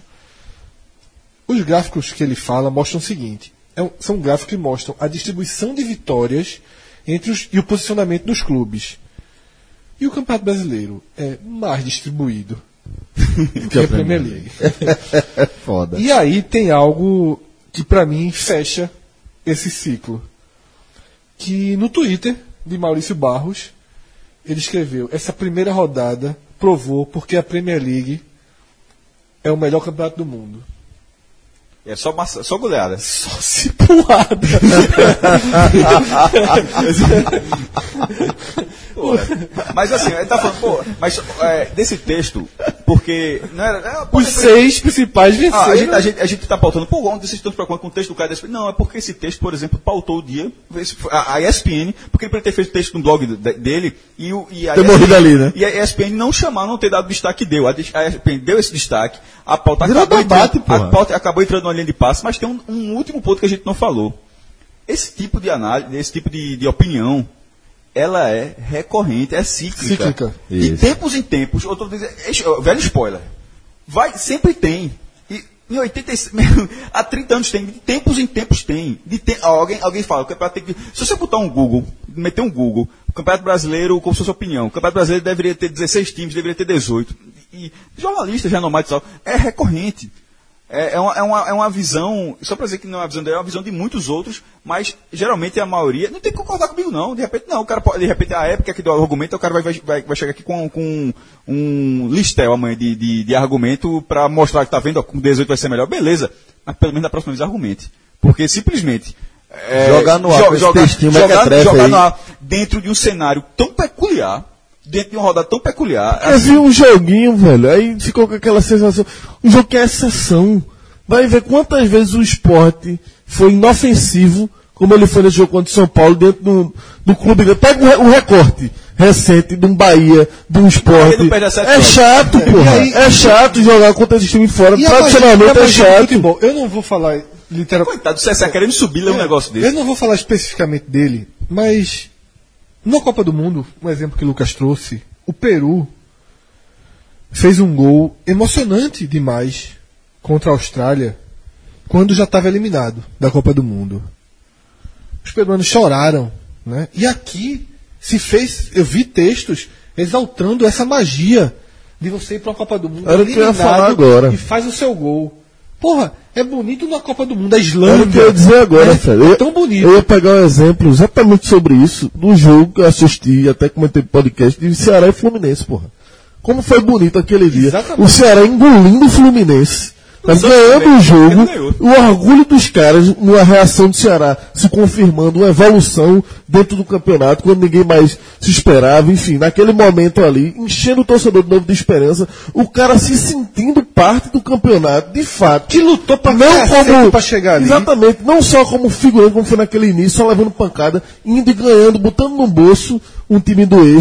Os gráficos que ele fala mostram o seguinte, é um- são gráficos que mostram a distribuição de vitórias entre os, e o posicionamento dos clubes. E o Campeonato Brasileiro é mais distribuído que a Premier League. Foda. E aí tem algo que pra mim fecha esse ciclo. Que no Twitter de Maurício Barros, ele escreveu: essa primeira rodada provou porque a Premier League é o melhor campeonato do mundo. É só, massa, só goleada. Só se porrada. Pô, mas assim, ele tá falando, pô, mas é, desse texto, porque. Não era, é, Os seis principais venceram. Ah, a, gente, a, gente, a gente tá pautando, pô, onde vocês estão se preocupando com o texto do cara da E S P N? Não, é porque esse texto, por exemplo, pautou o dia, a, a E S P N, porque ele poderia ter feito o texto no blog de- dele e, o, e a Ter E S P N morrido ali, né? E a E S P N não chamar, não ter dado o destaque que deu. A, a E S P N deu esse destaque, a pauta, Virou acabou debate, entrando, porra. a pauta acabou entrando numa linha de passe, mas tem um, um último ponto que a gente não falou. Esse tipo de análise, esse tipo de, de opinião, ela é recorrente, é cíclica. Cíclica. De Isso. tempos em tempos, eu tô dizendo, é, velho spoiler, vai, sempre tem. E em oitenta e seis, há trinta anos tem, de tempos em tempos tem. De te, alguém, alguém fala, o campeonato tem que. Se você botar um Google, meter um Google, o Campeonato Brasileiro, como se fosse opinião, o Campeonato Brasileiro deveria ter dezesseis times, deveria ter dezoito. E, e jornalistas renomados e tal, é recorrente. É, é, uma, é, uma, é uma visão, só para dizer que não é uma visão dele, é uma visão de muitos outros, mas geralmente a maioria, não tem que concordar comigo não, de repente não, o cara pode, de repente a época que do argumento, o cara vai, vai, vai chegar aqui com, com um listel amanhã de, de, de argumento para mostrar que tá vendo, ó, com dezoito vai ser melhor, beleza, mas pelo menos na próxima vez argumente, porque simplesmente é, Jogar no ar com esse jogar, textinho jogar, mequetrefe jogar aí. no ar dentro de um cenário tão peculiar, dentro de uma rodada tão peculiar, Eu vi um joguinho, velho, aí ficou com aquela sensação. Um jogo que é exceção. Vai ver quantas vezes o esporte foi inofensivo, como ele foi nesse jogo contra o São Paulo, dentro do, do clube. Pega o, re- o recorte recente de um Bahia, de um esporte. não perde a sete É jogos. chato, porra. aí- É chato jogar contra esse time fora. E a magia- Tradicionalmente e a é magia do chato. futebol? Eu não vou falar literalmente. coitado do C S A querendo subir ler um negócio desse. Eu não vou falar especificamente dele, mas na Copa do Mundo, um exemplo que o Lucas trouxe, o Peru fez um gol emocionante demais contra a Austrália quando já estava eliminado da Copa do Mundo. Os peruanos choraram, né? E aqui se fez, eu vi textos exaltando essa magia de você ir para a Copa do Mundo Era o que eu ia eliminado falar agora. e faz o seu gol. Porra, é bonito na Copa do Mundo, a Era Islândia. o que eu ia dizer agora, é, velho. Eu, é tão bonito. eu ia pegar um exemplo exatamente sobre isso, do jogo que eu assisti, até comentei no podcast, de Ceará e Fluminense, porra. Como foi bonito aquele dia. Exatamente. O Ceará engolindo o Fluminense. Tá Só ganhando que o jogo, ele ganhou. o orgulho dos caras, uma reação do Ceará se confirmando, uma evolução dentro do campeonato, quando ninguém mais se esperava, enfim, naquele momento ali, enchendo o torcedor de novo de esperança, o cara se sentindo parte do campeonato, de fato. Que lutou pra não cacete como pra chegar ali. Exatamente, não só como figurante, como foi naquele início, só levando pancada, indo e ganhando, botando no bolso um time do eixo,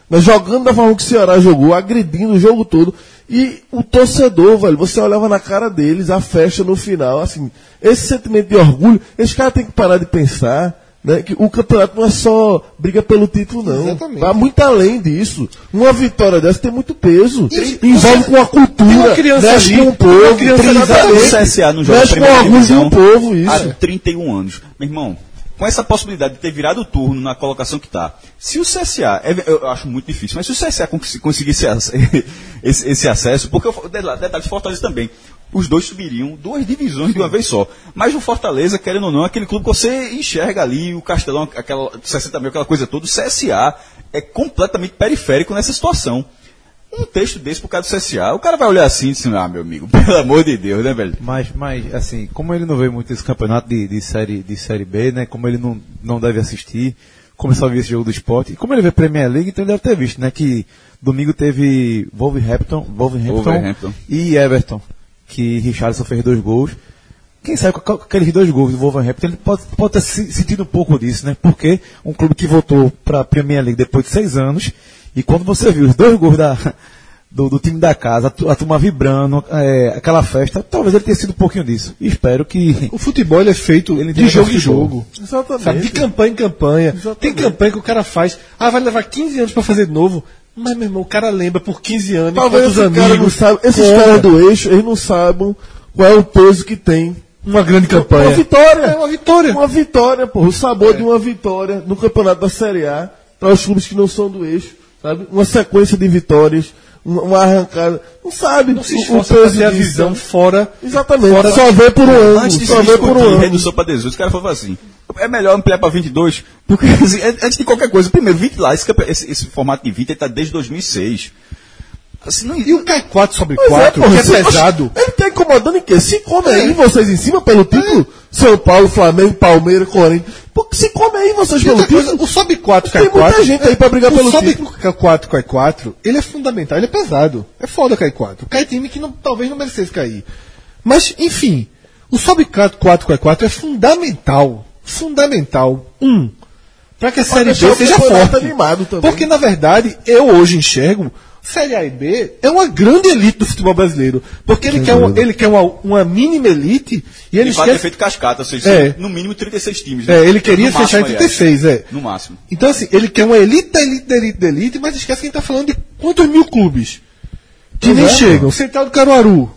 Mas jogando da forma que o Ceará jogou, agredindo o jogo todo. E o torcedor, velho, você olhava na cara deles, a festa no final, assim, esse sentimento de orgulho, esses caras têm que parar de pensar, né, que o campeonato não é só briga pelo título, não. Exatamente. Vai muito além disso. Uma vitória dessa tem muito peso. E, envolve com a cultura, tem uma criança mexe ali, com o povo, uma criança ali, exatamente. O C S A não joga mexe com o primeira orgulho de divisão um povo, isso. há trinta e um anos. Meu irmão, com essa possibilidade de ter virado o turno na colocação que está, se o C S A, é- eu acho muito difícil, mas se o C S A cons- conseguisse esse, esse, esse acesso, porque o detalhe de Fortaleza também, os dois subiriam duas divisões de uma vez só. Mas o Fortaleza, querendo ou não, é aquele clube que você enxerga ali, o Castelão, aquela sessenta mil, aquela coisa toda, o C S A é completamente periférico nessa situação. Um texto desse por causa do C S A, o cara vai olhar assim e dizer, ah, meu amigo, pelo amor de Deus, né, velho? Mas, mas, assim, como ele não vê muito esse campeonato de, de, série, de série B, né? Como ele não, não deve assistir, como só viu esse jogo do esporte, e como ele vê Premier League, então ele deve ter visto, né? Que domingo teve Wolverhampton, Wolverhampton, Wolverhampton. e Everton, que Richarlison fez dois gols. Quem sabe com aqueles dois gols do Wolverhampton, ele pode, pode ter sentido um pouco disso, né? Porque um clube que voltou para a Premier League depois de seis anos, e quando você viu os dois gols da, do, do time da casa, a, tu- a turma vibrando, é, aquela festa, talvez ele tenha sido um pouquinho disso. E espero que... O futebol ele é feito Ele de entende jogo em futebol. jogo. Exatamente. Sabe? De campanha em campanha. Exatamente. Tem campanha que o cara faz. Ah, vai levar quinze anos pra fazer de novo. Mas, meu irmão, o cara lembra por quinze anos. Talvez enquanto os esse cara não amigos. saiba, esses conta. caras do eixo, eles não saibam qual é o peso que tem. Uma grande campanha. Uma vitória. É uma vitória. Uma vitória, pô. O sabor de uma vitória no campeonato da Série A para os clubes que não são do eixo, sabe? Uma sequência de vitórias, uma, uma arrancada. Não sabe Não se o- o esforça peso pra ter a disso, visão né? fora. Exatamente. fora Só vê por um ângulo. Antes de Só se vê por um discutir ângulo. redução para dezoito, os caras falaram assim, é melhor ampliar para vinte e dois, porque assim, an- antes de qualquer coisa, primeiro, vinte lá, esse, campe- esse, esse formato de vinte está desde dois mil e seis. Assim, não, E o cai quatro sobre Pois quatro, é, pô, que é você- pesado. Ele tá incomodando em quê? Se come aí vocês em cima pelo título. São Paulo, Flamengo, Palmeiras, Corinthians. Pô, se come aí vocês E pelo outra coisa, título. o sobe quatro Tem cai muita quatro. gente aí pra brigar o pelo sobe título. quatro cai quatro, ele é fundamental, ele é pesado. É foda cair quatro. Cai time que não, talvez não merecesse cair. Mas, enfim, o sobe quatro cai quatro é fundamental. Fundamental. Um. Pra que a Série deixar B o seja campeonato forte. animado também. Porque, na verdade, eu hoje enxergo Série A e B é uma grande elite do futebol brasileiro. Porque ele quer, uma, ele quer uma, uma mínima elite e ele ele vai ter esquece. feito cascata, ou seja, É. no mínimo trinta e seis times. É, ele queria No fechar em máximo, trinta e seis, é. No máximo. Então, assim, ele quer uma elite da elite da elite da elite, mas esquece que a gente tá falando de quantos mil clubes que Pois nem é, chegam. Central do Caruaru,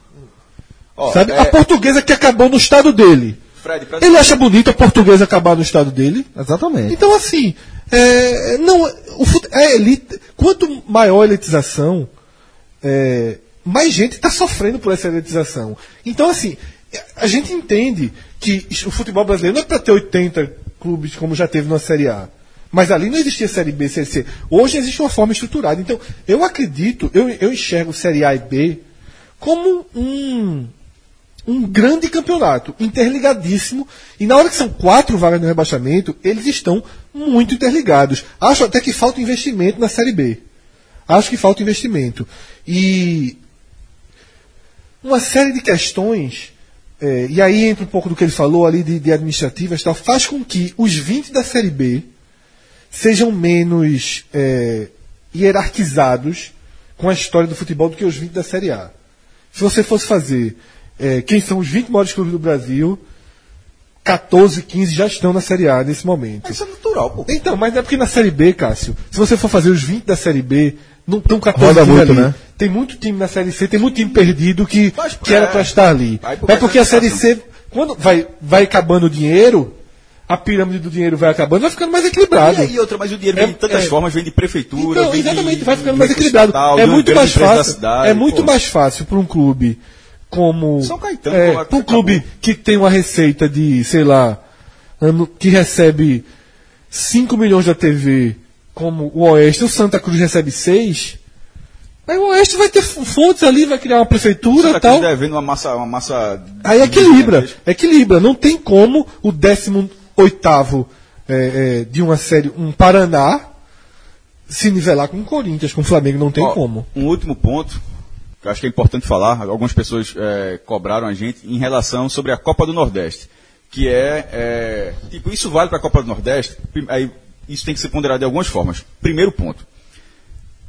Ó, sabe? é, A portuguesa que acabou no estado dele. Fred, pra- Ele acha bonito a portuguesa acabar no estado dele. Exatamente. Então, assim, é, não, o fute- a elite, quanto maior a elitização, é, mais gente está sofrendo por essa elitização. Então, assim, a gente entende que o futebol brasileiro não é para ter oitenta clubes como já teve na Série A. Mas ali não existia Série B, Série C. Hoje existe uma forma estruturada. Então, eu acredito, eu, eu enxergo Série A e B como um, um grande campeonato, interligadíssimo. E na hora que são quatro vagas no rebaixamento, eles estão muito interligados. Acho até que falta investimento na Série B. Acho que falta investimento. E uma série de questões, é, e aí entra um pouco do que ele falou ali de, de administrativas e tal, faz com que os vinte da Série B sejam menos é, hierarquizados com a história do futebol do que os vinte da Série A. Se você fosse fazer é, quem são os vinte maiores clubes do Brasil, catorze, quinze já estão na Série A nesse momento. Isso é natural, pô. Então, mas não é porque na Série B, Cássio, se você for fazer os vinte da Série B, não estão catorze Roda times muito, ali. né? Tem muito time na Série C, tem muito time perdido que, Mas, que era é, para estar ali. vai por É porque a Série classificação. C, quando vai, vai acabando o dinheiro, a pirâmide do dinheiro vai acabando, vai ficando mais equilibrado. E, e outra, mas o dinheiro É- vem de tantas é- formas, vem de prefeitura, Então, vem de- exatamente, vai ficando de mais recurso equilibrado. estatal, É de uma muito grande mais empresa da fácil. cidade, É muito pô. mais fácil para um clube como São Caetano, é, como a- pra um clube acabou. que tem uma receita de, sei lá, ano, que recebe cinco milhões da T V, como o Oeste, o Santa Cruz recebe seis. Aí o Oeste vai ter fontes ali, vai criar uma prefeitura e Santa tal. Cruz devendo uma massa, uma massa. Aí equilibra, equilibra. Não tem como o décimo oitavo é, é, de uma série, um Paraná, se nivelar com o Corinthians, com o Flamengo, não tem Ó, como. Um último ponto, que eu acho que é importante falar, algumas pessoas é, cobraram a gente em relação sobre a Copa do Nordeste, que é, é tipo, isso vale para a Copa do Nordeste, Prim- aí, isso tem que ser ponderado de algumas formas. Primeiro ponto,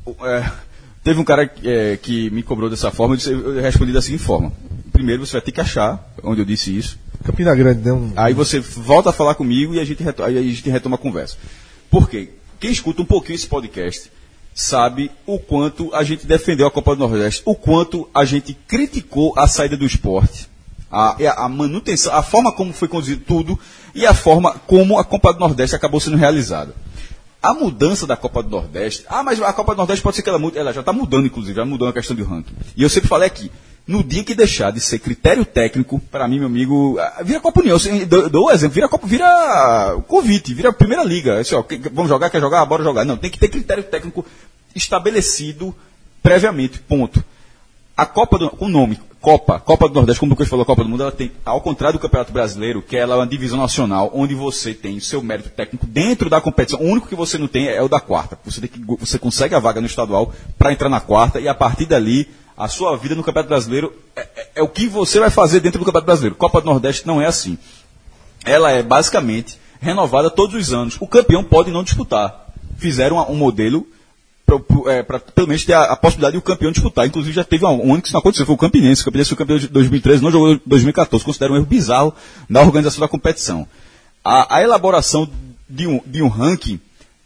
É, teve um cara é, que me cobrou dessa forma, eu, disse, eu respondi da seguinte forma. Primeiro você vai ter que achar onde eu disse isso. Campina Grande, né? Um... Aí você volta a falar comigo e a gente, reto- aí a gente retoma a conversa. Por quê? Quem escuta um pouquinho esse podcast sabe o quanto a gente defendeu a Copa do Nordeste, o quanto a gente criticou a saída do esporte, a, a manutenção, a forma como foi conduzido tudo e a forma como a Copa do Nordeste acabou sendo realizada. A mudança da Copa do Nordeste, ah, mas a Copa do Nordeste pode ser que ela mude, ela já está mudando, inclusive, já mudou a questão de ranking. E eu sempre falei aqui, no dia que deixar de ser critério técnico, para mim, meu amigo, vira Copa União. Eu dou, dou um exemplo, vira Copa, vira convite, vira Primeira Liga. Assim, ó, vamos jogar, quer jogar? Bora jogar. Não, tem que ter critério técnico estabelecido previamente, ponto. A Copa do, com o nome, Copa, Copa do Nordeste, como o Lucas falou, Copa do Mundo, ela tem, ao contrário do Campeonato Brasileiro, que ela é uma divisão nacional, onde você tem o seu mérito técnico dentro da competição. O único que você não tem é o da quarta. Você, tem que, você consegue a vaga no estadual para entrar na quarta e a partir dali a sua vida no Campeonato Brasileiro é, é, é o que você vai fazer dentro do Campeonato Brasileiro. Copa do Nordeste não é assim. Ela é basicamente renovada todos os anos. O campeão pode não disputar. Fizeram um modelo para é, pelo menos ter a, a possibilidade de o campeão disputar. Inclusive já teve um, um ano que isso não aconteceu, foi o Campinense. O Campinense foi o campeão de dois mil e treze, não jogou em dois mil e catorze. Considera um erro bizarro na organização da competição. A, a elaboração de um, de um ranking,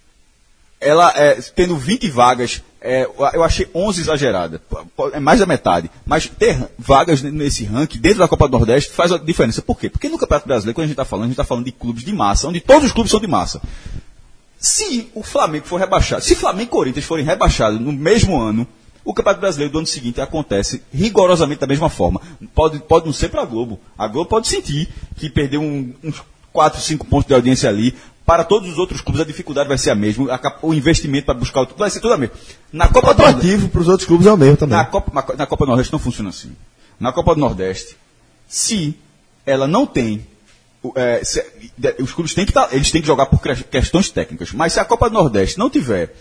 ela é, tendo vinte vagas, é, eu achei onze exagerada, é mais da metade, mas ter vagas nesse ranking dentro da Copa do Nordeste faz a diferença. Por quê? Porque no Campeonato Brasileiro, quando a gente está falando, a gente está falando de clubes de massa, onde todos os clubes são de massa. Se o Flamengo for rebaixado, se Flamengo e Corinthians forem rebaixados no mesmo ano, o Campeonato Brasileiro do ano seguinte acontece rigorosamente da mesma forma. Pode, pode não ser para a Globo. A Globo pode sentir que perdeu um, uns quatro, cinco pontos de audiência ali. Para todos os outros clubes a dificuldade vai ser a mesma, a, o investimento para buscar o tudo vai ser tudo a mesma. Na Copa o atrativo para os outros clubes é o mesmo também. Na Copa, na, na Copa do Nordeste não funciona assim. Na Copa do Nordeste, se ela não tem, é, se, os clubes têm que tá, eles têm que jogar por questões técnicas, mas se a Copa do Nordeste não tiver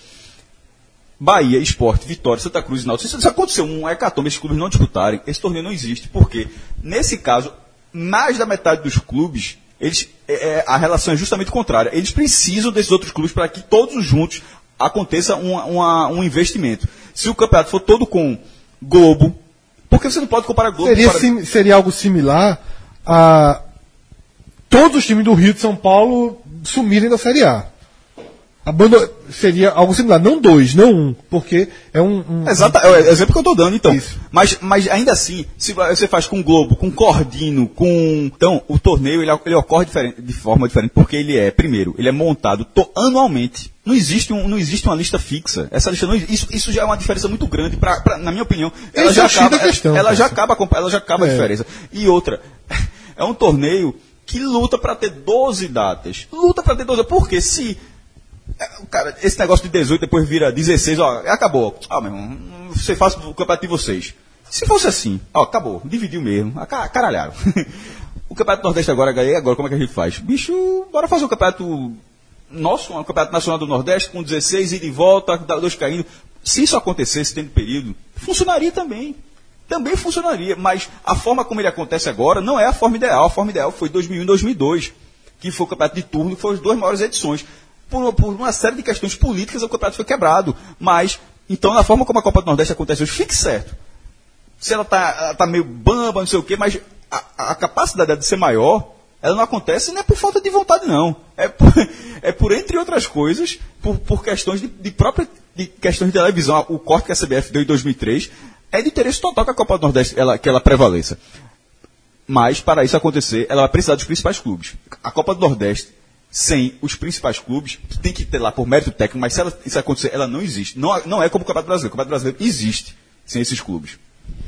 Bahia, Sport, Vitória, Santa Cruz e Náutico, se, se acontecer um hecatombe, esses clubes não disputarem, esse torneio não existe, porque nesse caso, mais da metade dos clubes eles, é, a relação é justamente contrária. Eles precisam desses outros clubes para que todos juntos aconteça um, uma, um investimento. Se o campeonato for todo com Globo, porque você não pode comparar Globo... Seria, para... sim, seria algo similar a todos os times do Rio de São Paulo sumirem da Série A. Abando... Seria algo similar, não dois, não um, porque é um... um... Exato, é o exemplo que eu estou dando, então. Isso. Mas, mas ainda assim, se você faz com Globo, com Cordino, com... Então, o torneio, ele, ele ocorre diferente, de forma diferente, porque ele é, primeiro, ele é montado to... anualmente. Não existe, um, não existe uma lista fixa. Essa lista não isso, isso já é uma diferença muito grande, pra, pra, na minha opinião. Ela já, acaba, questão, ela, já acaba, ela já acaba é. a diferença. E outra, é um torneio que luta para ter doze datas. Luta para ter doze. Porque se... Cara, esse negócio de dezoito depois vira dezesseis, ó, acabou. Ah, meu irmão, você faz o campeonato de vocês. Se fosse assim, ó, acabou, dividiu mesmo, caralharam. O campeonato do Nordeste agora, e agora como é que a gente faz? Bicho, bora fazer um campeonato nosso, um campeonato nacional do Nordeste com dezesseis, ida e volta, dois caindo. Se isso acontecesse tendo período, funcionaria também. Também funcionaria, mas a forma como ele acontece agora não é a forma ideal. A forma ideal foi dois mil e um e dois mil e dois, que foi o campeonato de turno, que foram as duas maiores edições. Por, por uma série de questões políticas, o campeonato foi quebrado. Mas, então, na forma como a Copa do Nordeste acontece hoje, fique certo. Se ela está tá meio bamba, não sei o quê, mas a, a capacidade de ser maior, ela não acontece não é por falta de vontade, não. É por, é por entre outras coisas, por, por questões de, de própria de questões de televisão. O corte que a C B F deu em dois mil e três é de interesse total que a Copa do Nordeste ela, que ela prevaleça. Mas, para isso acontecer, ela vai precisar dos principais clubes. A Copa do Nordeste, sem os principais clubes, que tem que ter lá por mérito técnico, mas se ela, isso acontecer, ela não existe. Não, não é como o Campeonato Brasileiro. O Campeonato Brasileiro existe sem esses clubes.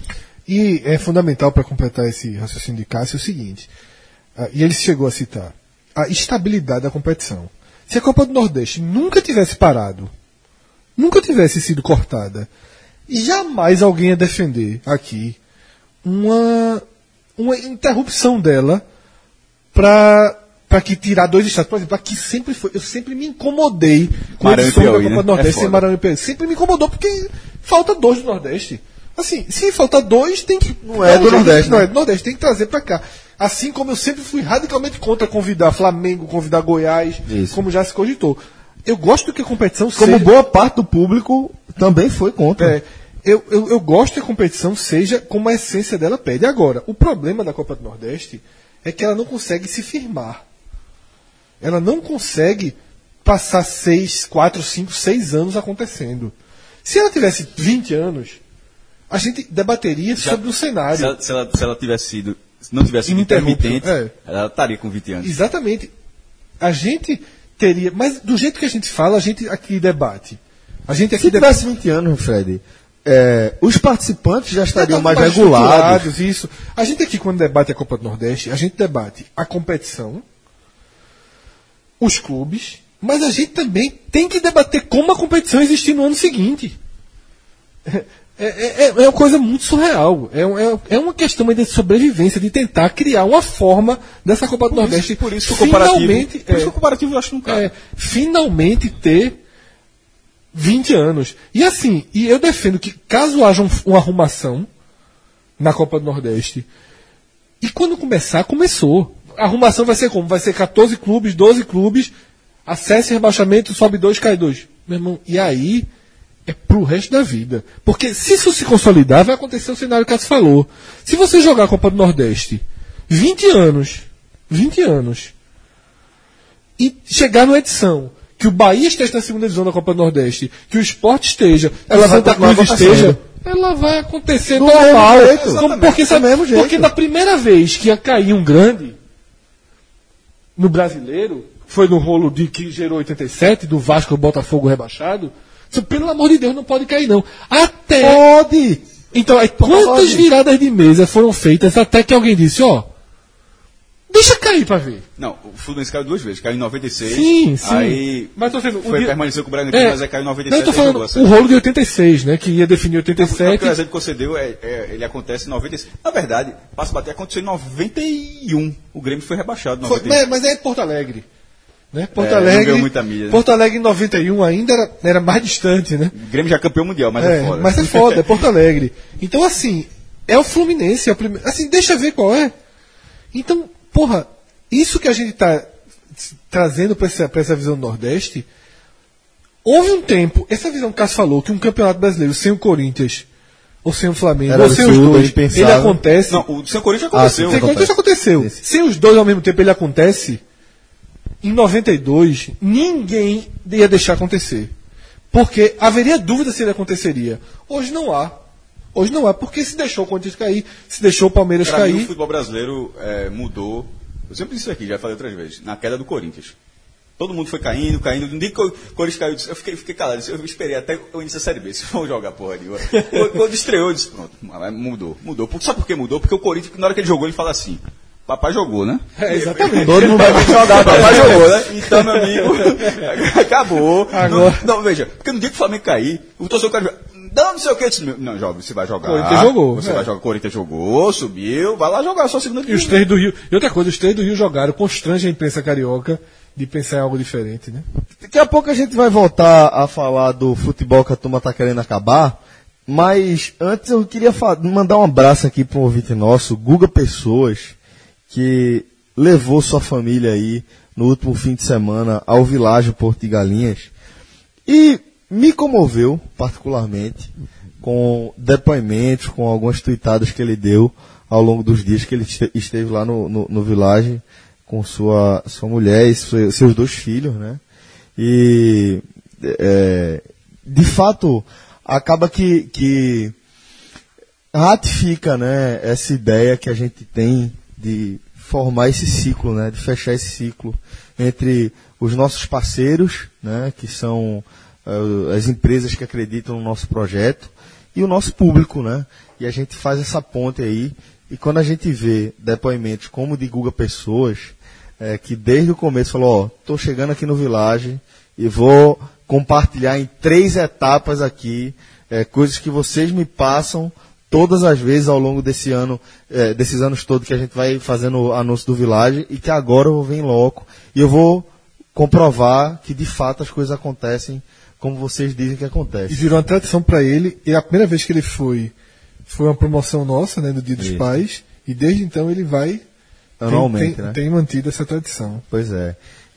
E é fundamental para completar esse raciocínio de Cássio o seguinte, uh, e ele chegou a citar, a estabilidade da competição. Se a Copa do Nordeste nunca tivesse parado, nunca tivesse sido cortada, jamais alguém ia defender aqui uma, uma interrupção dela para para que tirar dois estados. Por exemplo, aqui sempre foi. Eu sempre me incomodei com a edição da Copa né? do Nordeste é sem Maranhão e Piauí. Sempre me incomodou, porque falta dois do Nordeste. Assim, se falta dois, tem que. Não é, é do jeito, Nordeste. Não né? é do Nordeste, tem que trazer para cá. Assim como eu sempre fui radicalmente contra convidar Flamengo, convidar Goiás, Isso. como já se cogitou. eu gosto que a competição Como seja... boa parte do público também foi contra. É, eu, eu, eu gosto que a competição seja como a essência dela pede. Agora, o problema da Copa do Nordeste é que ela não consegue se firmar. Ela não consegue passar seis, quatro, cinco, seis anos acontecendo. Se ela tivesse vinte anos, a gente debateria Já- sobre o cenário. Se ela, se ela, se ela tivesse sido. Se não tivesse sido Ininterrupto, intermitente, é. ela estaria com vinte anos. Exatamente. A gente teria... Mas do jeito que a gente fala, a gente aqui debate. A gente aqui Se debate... tivesse vinte anos, Fred, é, os participantes já estariam Já mais estavam regulados. estruturados, Isso. A gente aqui, quando debate a Copa do Nordeste, a gente debate a competição, os clubes, mas a gente também tem que debater como a competição existir no ano seguinte. É, é, é, é uma coisa muito surreal. É, é, é uma questão aí de sobrevivência, de tentar criar uma forma dessa Copa do Por Nordeste. isso, por isso que o comparativo. finalmente, Por isso é, que o comparativo eu acho que não cabe. é, finalmente ter vinte anos. E assim, e eu defendo que caso haja um, uma arrumação na Copa do Nordeste, e quando começar, começou. A arrumação vai ser como? Vai ser catorze clubes, doze clubes, acesso e rebaixamento, sobe dois, cai dois. Meu irmão, e aí é pro resto da vida. Porque se isso se consolidar, vai acontecer o cenário que a Cássio falou. Se você jogar a Copa do Nordeste vinte anos, vinte anos, e chegar numa edição que o Bahia esteja na segunda divisão da Copa do Nordeste, que o Sport esteja, Ela que o vai Santa continuar Cruz acontecendo. esteja, ela vai acontecer Do normal. mesmo jeito, Como- exatamente, porque, do sabe, mesmo jeito. porque na primeira vez que ia cair um grande no brasileiro, foi no rolo de que gerou oitenta e sete, do Vasco e Botafogo rebaixado, disse, pelo amor de Deus, não pode cair não. Até... Pode! Então, aí, quantas viradas de mesa foram feitas até que alguém disse, ó, deixa cair pra ver. Não, o Fluminense caiu duas vezes. Caiu em noventa e seis. Sim, sim. Aí Mas tô dizendo, o foi, dia- permaneceu com o Bragantino, É, mas aí caiu em noventa e não, sete. eu tô aí falando jogou a o rolo de oitenta e seis, né, que ia definir oitenta e Porque sete. o exemplo que você deu, é, é- ele acontece em noventa e seis. Na verdade, passa bater aconteceu em noventa e um. O Grêmio foi rebaixado em Foi, noventa e um. mas, mas é Porto Alegre. Né? Porto É, não Alegre. ganhou muita mídia, né? Porto Alegre em noventa e um ainda era, era mais distante, né? O Grêmio já é campeão mundial, mas é, É, foda. mas é foda, é Porto Alegre. Então, assim, é o Fluminense, é o primeiro. Assim, deixa ver qual é. Então, porra, isso que a gente tá trazendo pra essa, pra essa visão do Nordeste, houve um tempo, essa visão que o Cássio falou, que um campeonato brasileiro sem o Corinthians, ou sem o Flamengo, Era ou sem os absurdo, dois, impensável. ele acontece. Não, o São Corinthians Ah, aconteceu. sim, Sem acontece. Corinthians aconteceu. Esse. Se os dois ao mesmo tempo ele acontece, em noventa e dois, ninguém ia deixar acontecer. Porque haveria dúvida se ele aconteceria. Hoje não há. Hoje não há, porque se deixou o Corinthians cair, se deixou o Palmeiras Pra mim, o cair. futebol brasileiro é, mudou. Eu sempre disse isso aqui, já falei outras vezes. Na queda do Corinthians. Todo mundo foi caindo, caindo. No dia que o Corinthians caiu, eu fiquei, fiquei calado. Eu esperei até o início da Série B. Se vão jogar porra de ouro. Quando estreou, eu disse: pronto, mudou. Mudou. Por- Sabe por que mudou? Porque o Corinthians, na hora que ele jogou, ele fala assim: papai jogou, né? É, exatamente. Todo mundo vai jogar, Papai jogou, né? Então, meu amigo, acabou. Agora- Não, não, veja, porque no dia que o Flamengo cair, o torcedor cara, não, não sei o que. Eu disse, não, jovem, você vai jogar. Corinthians jogou, Você é. vai jogar. O Corinthians jogou, subiu, vai lá jogar só a segunda E os três do Rio. E outra coisa, os três do Rio jogaram, constrange a imprensa carioca de pensar em algo diferente, né? Daqui a pouco a gente vai voltar a falar do futebol que a turma tá querendo acabar, mas antes eu queria fa- mandar um abraço aqui para um ouvinte nosso, Guga Pessoas, que levou sua família aí no último fim de semana ao Világio Porto de Galinhas e me comoveu particularmente com depoimentos, com algumas tuitadas que ele deu ao longo dos dias que ele este- esteve lá no, no, no Világio com sua, sua mulher e seu- seus dois filhos, né? E, é, de fato, acaba que, que ratifica, né, essa ideia que a gente tem de formar esse ciclo, né, de fechar esse ciclo entre os nossos parceiros, né, que são eh, as empresas que acreditam no nosso projeto, e o nosso público, né? E a gente faz essa ponte aí, e quando a gente vê depoimentos como o de Guga Pessoas, eh, que desde o começo falou, ó, tô chegando aqui no Village e vou compartilhar em três etapas aqui, eh, coisas que vocês me passam todas as vezes ao longo desse ano, eh, desses anos todos que a gente vai fazendo o anúncio do Village, e que agora eu vou vir em loco e eu vou comprovar que de fato as coisas acontecem como vocês dizem que E acontece. virou uma tradição para ele. E a primeira vez que ele foi, foi uma promoção nossa, né, do Dia dos Isso. Pais. E desde então ele vai. Anualmente, tem, tem, né? tem mantido essa tradição. Pois é.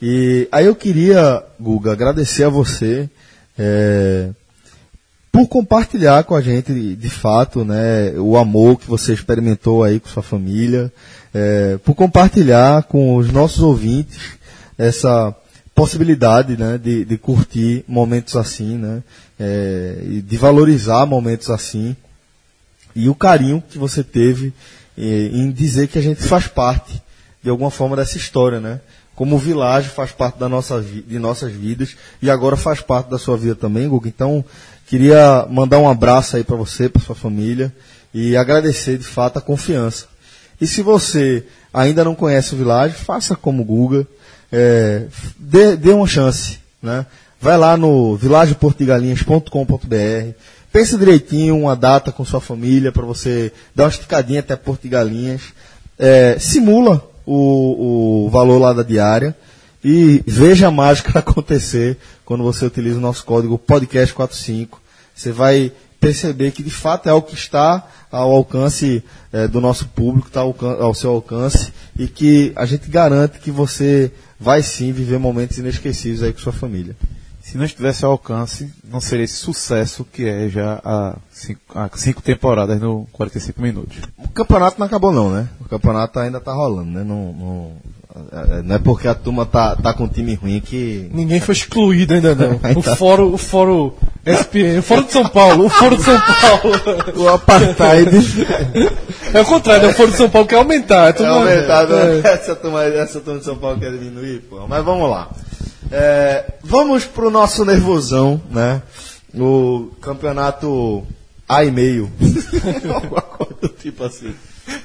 E aí eu queria, Guga, agradecer a você é, por compartilhar com a gente, de fato, né, o amor que você experimentou aí com sua família, é, por compartilhar com os nossos ouvintes essa possibilidade, né, de, de curtir momentos assim, né, é, e de valorizar momentos assim, e o carinho que você teve é, em dizer que a gente faz parte, de alguma forma, dessa história, né? Como o Village faz parte da nossa, de nossas vidas e agora faz parte da sua vida também, Guga. Então, queria mandar um abraço aí para você, para sua família e agradecer, de fato, a confiança. E se você ainda não conhece o Village, faça como o Guga, é, dê, dê uma chance, né? Vai lá no village porto de galinhas ponto com ponto b r, pense direitinho uma data com sua família para você dar uma esticadinha até Porto de Galinhas, é, simula O, o valor lá da diária e veja a mágica acontecer quando você utiliza o nosso código podcast quarenta e cinco. Você vai perceber que de fato é algo que está ao alcance é, do nosso público, está ao, ao seu alcance e que a gente garante que você vai sim viver momentos inesquecíveis aí com sua família. Se não estivesse ao alcance, não seria esse sucesso que é já há cinco, há cinco temporadas no quarenta e cinco minutos. O campeonato não acabou não, né? O campeonato ainda tá rolando, né? Não, não, não é porque a turma tá, tá com um time ruim que... Ninguém foi excluído ainda não. O fórum, o fórum S P N, o fórum de São Paulo, o fórum de São Paulo. O apartheid. É o contrário, é o fórum de São Paulo que é aumentar. É, turma, é aumentar, é. Essa, turma, essa turma de São Paulo quer diminuir, pô. Mas vamos lá. É, vamos pro nosso nervosão, né? O campeonato A e meio. Alguma coisa do tipo assim.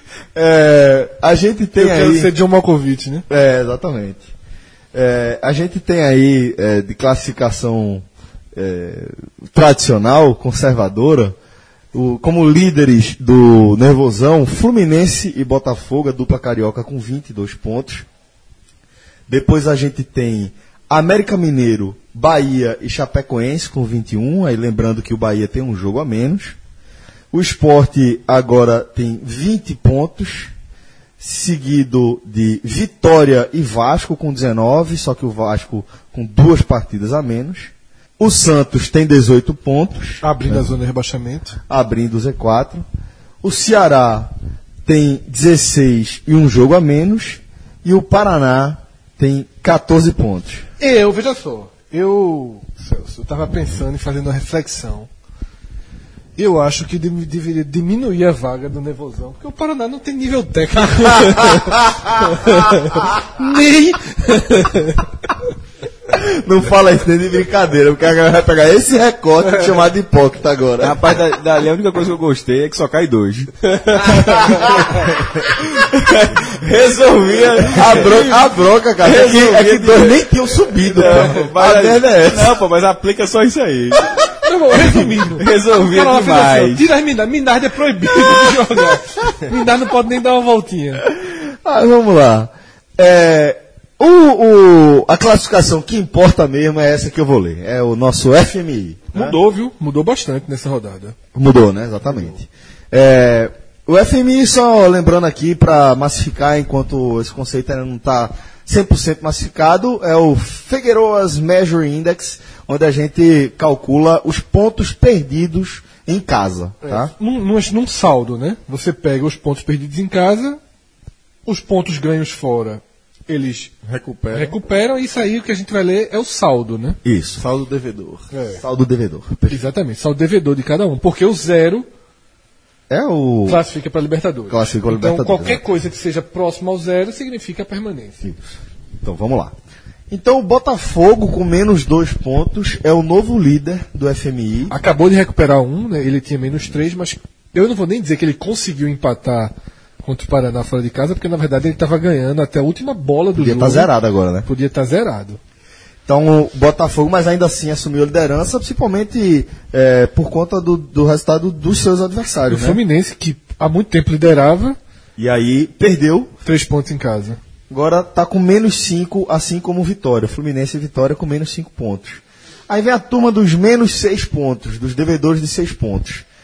É, a gente tem Eu aí. quero ser John Malkovich, né? É, exatamente. É, a gente tem aí é, de classificação é, tradicional, conservadora, o, como líderes do nervosão, Fluminense e Botafogo, a dupla carioca com vinte e dois pontos. Depois a gente tem América Mineiro, Bahia e Chapecoense com vinte e um, aí lembrando que o Bahia tem um jogo a menos. O Sport agora tem vinte pontos, seguido de Vitória e Vasco com dezenove, só que o Vasco com duas partidas a menos. O Santos tem dezoito pontos. Abrindo né? a zona de rebaixamento. Abrindo o Z quatro. O Ceará tem dezesseis e um jogo a menos. E o Paraná tem quatorze pontos. Eu, veja só, eu, Celso, eu estava pensando e fazendo uma reflexão. Eu acho que de, deveria diminuir a vaga do Nervosão, porque o Paraná não tem nível técnico. Nem. Não fala isso nem de brincadeira, porque a galera vai pegar esse recorte e chamar de hipócrita agora. Rapaz, da, dali a única coisa que eu gostei é que só cai dois. Resolvia a bronca, a bronca cara. É que, é que dois nem tinham subido. Não, pô. Mas, a merda é essa. Não, pô, mas aplica só isso aí. Não, resumindo. Resolvia Cara, demais. Assim, tira as Minardi. Minardi é proibido de jogar. Minardi não pode nem dar uma voltinha. Ah, vamos lá. É, o, o, a classificação que importa mesmo é essa que eu vou ler. É o nosso F M I. Mudou, né? Viu? Mudou bastante nessa rodada. Mudou, né? Exatamente. É, o F M I, só lembrando aqui para massificar, enquanto esse conceito ainda não está cem por cento massificado, é o Figueroa's Measure Index, onde a gente calcula os pontos perdidos em casa. Tá? É, num, num, num saldo, né? Você pega os pontos perdidos em casa, os pontos ganhos fora, eles Recupera. recuperam, e isso aí o que a gente vai ler é o saldo, né? Isso. Saldo devedor. É. Saldo devedor. Exatamente, saldo devedor de cada um, porque o zero é o classifica para Libertadores. Classifica para então, Libertadores, qualquer né? coisa que seja próximo ao zero significa permanência. Isso. Então, vamos lá. Então, o Botafogo, com menos dois pontos, é o novo líder do F M I. Acabou de recuperar um, né? Ele tinha menos três, mas eu não vou nem dizer que ele conseguiu empatar contra o Paraná fora de casa, porque na verdade ele estava ganhando até a última bola do Podia jogo. estar zerado agora, né? Podia estar zerado. Então, o Botafogo, mas ainda assim assumiu a liderança, principalmente é, por conta do, do resultado dos seus adversários. O né? Fluminense, que há muito tempo liderava, E aí perdeu. três pontos em casa. Agora está com menos cinco, assim como o Vitória. Fluminense e Vitória com menos cinco pontos. Aí vem a turma dos menos seis pontos, dos devedores de seis pontos.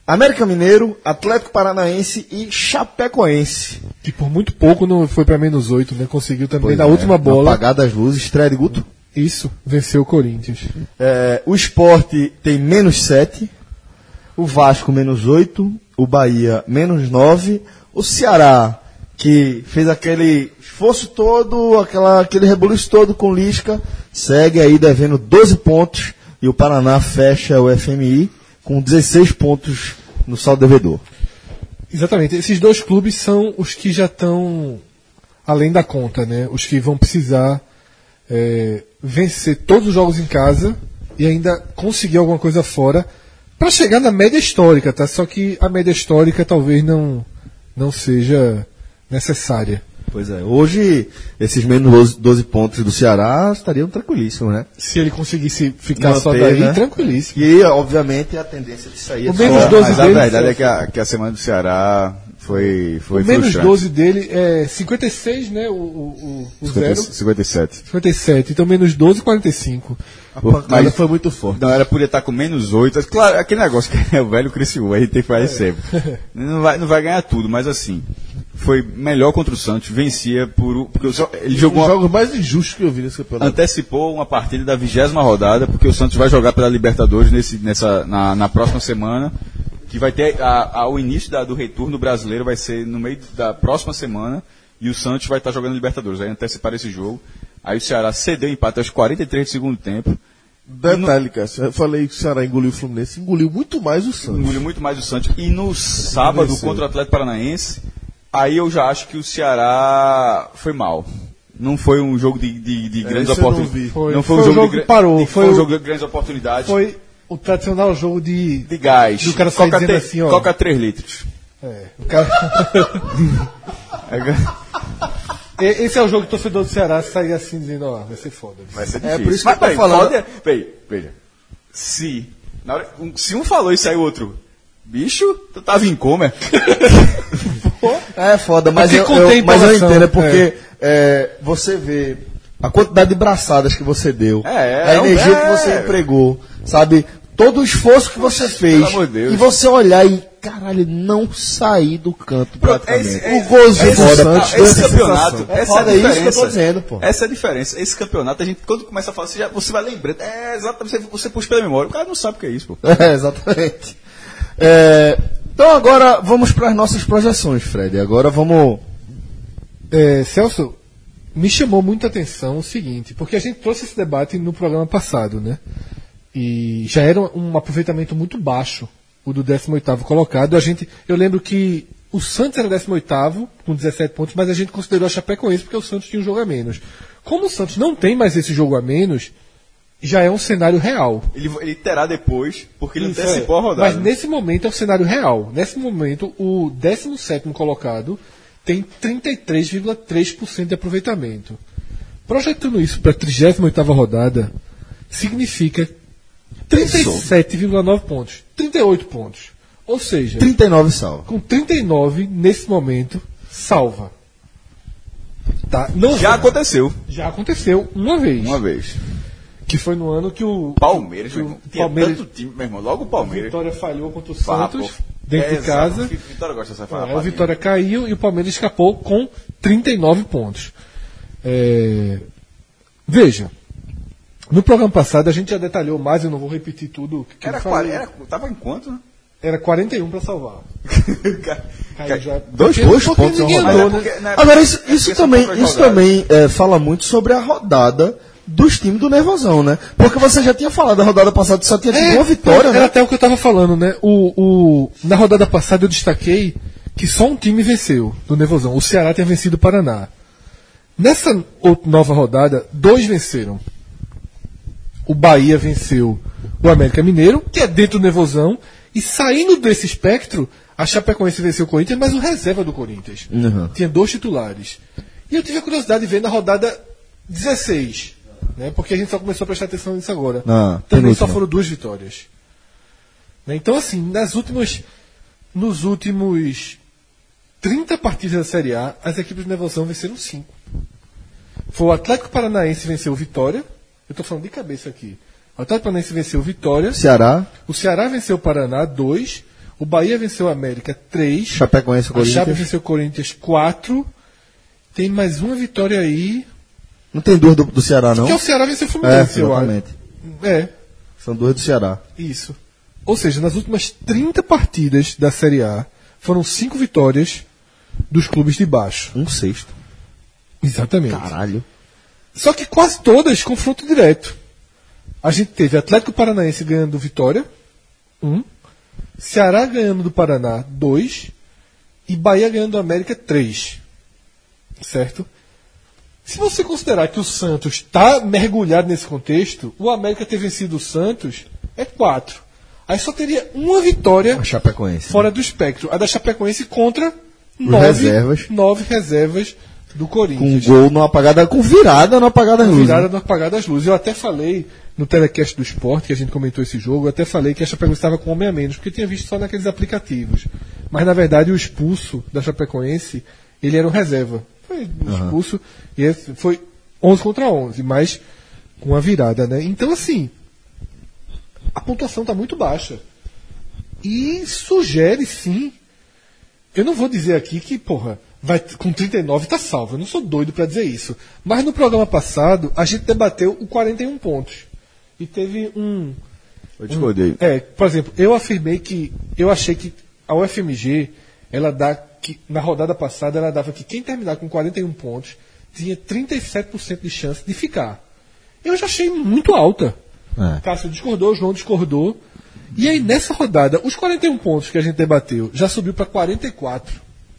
América Mineiro, Atlético Paranaense e Chapecoense. Que por muito pouco não foi para menos oito, né? Conseguiu também Pois na é, última bola. Apagar das luzes, estreia de Guto. Isso, venceu o Corinthians. É, o Sport tem menos sete, o Vasco menos oito, o Bahia menos nove, o Ceará, que fez aquele esforço todo, aquela, aquele rebuliço todo com Lisca, segue aí devendo doze pontos, e o Paraná fecha o F M I com dezesseis pontos no saldo devedor. Exatamente, esses dois clubes são os que já estão além da conta, né? Os que vão precisar é, vencer todos os jogos em casa e ainda conseguir alguma coisa fora para chegar na média histórica, tá? Só que a média histórica talvez não, não seja necessária. Pois é, hoje esses menos doze pontos do Ceará estariam tranquilíssimos, né? Se ele conseguisse ficar Manter, só daí, né? tranquilíssimo. E, obviamente, a tendência de sair O é menos só- doze Mas a dele- verdade é que a, que a semana do Ceará foi, foi O menos frustrante. doze dele é cinquenta e seis, né? O, o, o, o zero. cinquenta e sete. cinquenta e sete. Então menos doze, quarenta e cinco. A pancada Mas- foi muito forte. Não, ela podia estar com menos oito. Claro, aquele negócio que é o velho Criciúma, a gente tem que fazer sempre. Não vai, não vai ganhar tudo, mas assim, foi melhor contra o Santos, vencia por. Porque o, San- ele Um jogou dos uma, jogos mais injustos que eu vi nesse campeonato. antecipou uma partida da vigésima rodada, porque o Santos vai jogar pela Libertadores nesse, nessa, na, na próxima semana, que vai ter a, a, o início da, do retorno brasileiro vai ser no meio da próxima semana, e o Santos vai estar jogando Libertadores. Aí anteciparam esse jogo. Aí o Ceará cedeu o empate aos quarenta e três do segundo tempo. Detalhe, Cássio, eu falei que o Ceará engoliu o Fluminense, engoliu muito mais o Santos. Engoliu muito mais o Santos. E no sábado, Venceu. contra o Atlético Paranaense, aí eu já acho que o Ceará foi mal. Não foi um jogo de, de, de grandes esse eu não oportunidades. vi. Foi. Não Foi foi, um um jogo, jogo de, que gra- parou, de- foi foi um o- jogo de grandes oportunidades. Foi o tradicional jogo de. De gás. Do cara sair Coca, dizendo te- assim, ó. Coca três litros. É, o cara... E- Esse é o jogo que o torcedor do Ceará sair assim dizendo, ó, vai ser foda. Vai ser É, difícil. por isso que Mas, eu tô peraí, falando- foda é- peraí, veja. Se, na hora- um- se um falou e saiu outro, bicho, tu tava em coma. É foda, mas Porque eu, contém eu, mas eu empolgação, entendo, é porque é, você vê a quantidade de braçadas que você deu, É, a é um- energia é. que você empregou, sabe? Todo o esforço que você fez. amor de Deus. E você olhar e, caralho, não sair do canto Pronto, praticamente. esse- é- o golzinho esse- do ah, Santos deu esse essa campeonato, sensação. essa é a foda, é isso que eu diferença. tô dizendo, pô. Essa é a diferença. Esse campeonato, a gente, quando começa a falar, você, já, você vai lembrando. É, exatamente, você, você puxa pela memória. O cara não sabe o que é isso, pô. É, exatamente. É, então agora vamos para as nossas projeções, Fred. Agora vamos... É, Celso, me chamou muita atenção o seguinte, porque a gente trouxe esse debate no programa passado, né? E já era um aproveitamento muito baixo, o do décimo oitavo colocado. A gente, eu lembro que o Santos era décimo oitavo com dezessete pontos, mas a gente considerou a Chapecoense porque o Santos tinha um jogo a menos. Como o Santos não tem mais esse jogo a menos, já é um cenário real. Ele, ele terá depois, porque ele Isso, antecipou é. a rodada. Mas nesse momento é o cenário real. Nesse momento, o décimo sétimo colocado tem trinta e três vírgula três por cento de aproveitamento. Projetando isso para a trigésima oitava rodada, significa trinta e sete vírgula nove pontos. trinta e oito pontos. Ou seja, trinta e nove salva. com trinta e nove, nesse momento, salva. Tá? Não Já aconteceu, já aconteceu uma vez. uma vez. Que foi no ano que o Palmeiras, que meu o irmão. Tinha Palmeiras tanto time, meu irmão. Logo o Palmeiras. Vitória falhou contra o Fala, Santos, pô. dentro É, de exato. casa. Vitória gosta dessa É, fala. o Vitória caiu e o Palmeiras escapou com trinta e nove pontos. É, Veja, no programa passado a gente já detalhou mais, eu não vou repetir tudo. Que Era, eu falei. era, tava em quanto, né? Era quarenta e um para salvar. Caiu já. Dois Porque- dois porque pontos ninguém na andou, rodada. né? Porque, né, Agora, isso, é isso porque são também, poucas isso rodadas. também é, fala muito sobre a rodada dos times do Nervosão, né? Porque você já tinha falado, na rodada passada só tinha tido uma vitória, era né? até o que eu estava falando, né? O, o, na rodada passada eu destaquei que só um time venceu do Nervosão. O Ceará tinha vencido o Paraná. Nessa o- nova rodada, dois venceram. O Bahia venceu o América Mineiro, que é dentro do Nervosão, e saindo desse espectro, a Chapecoense venceu o Corinthians, mas o reserva do Corinthians. Uhum. Tinha dois titulares. E eu tive a curiosidade de ver na rodada dezesseis, né? Porque a gente só começou a prestar atenção nisso agora. Ah, Também penúltima. só foram duas vitórias. Né? Então, assim, nas últimas, nos últimos trinta partidas da Série A, as equipes do Nervosão venceram cinco. Foi o Atlético Paranaense que venceu o Vitória. Eu estou falando de cabeça aqui. O Atlético Paranaense venceu o Vitória. Ceará, O Ceará venceu o Paraná, dois. O Bahia venceu o América três. Chapecoense, A Corinthians. Chape venceu o Corinthians quatro. Tem mais uma vitória aí. Não tem duas do, do Ceará, não? Que é o Ceará venceu o É, Fluminense, eu acho. exatamente. É, São duas do Ceará. isso. Ou seja, nas últimas trinta partidas da Série A, foram cinco vitórias dos clubes de baixo. Um sexto. Exatamente. Caralho. Só que quase todas confronto direto. A gente teve Atlético Paranaense ganhando do Vitória, um. Ceará ganhando do Paraná, dois. E Bahia ganhando do América, três. Certo? Se você considerar que o Santos está mergulhado nesse contexto, o América ter vencido o Santos é quatro. Aí só teria uma vitória A Chapecoense. fora do espectro. A da Chapecoense contra nove reservas. nove reservas do Com Corinthians. gol no apagada, com virada no apagada luz. Virada no apagar das luzes. Eu até falei no telecast do esporte, que a gente comentou esse jogo, eu até falei que a Chapecoense estava com um homem a menos, porque eu tinha visto só naqueles aplicativos. Mas na verdade o expulso da Chapecoense, ele era um reserva. Foi expulso e esse foi onze contra onze, mas com a virada, né? Então assim, a pontuação está muito baixa. E sugere sim. Eu não vou dizer aqui que, porra, vai, com trinta e nove tá salvo. Eu não sou doido para dizer isso. Mas no programa passado, a gente debateu o quarenta e um pontos. E teve um. Eu discordei. É, por exemplo, eu afirmei que. Eu achei que a U F M G, ela dá. Que, na rodada passada, ela dava que quem terminar com quarenta e um pontos tinha trinta e sete por cento de chance de ficar. Eu já achei muito alta. É. Cássio discordou, João discordou. E aí, nessa rodada, os quarenta e um pontos que a gente debateu já subiu para quarenta e quatro.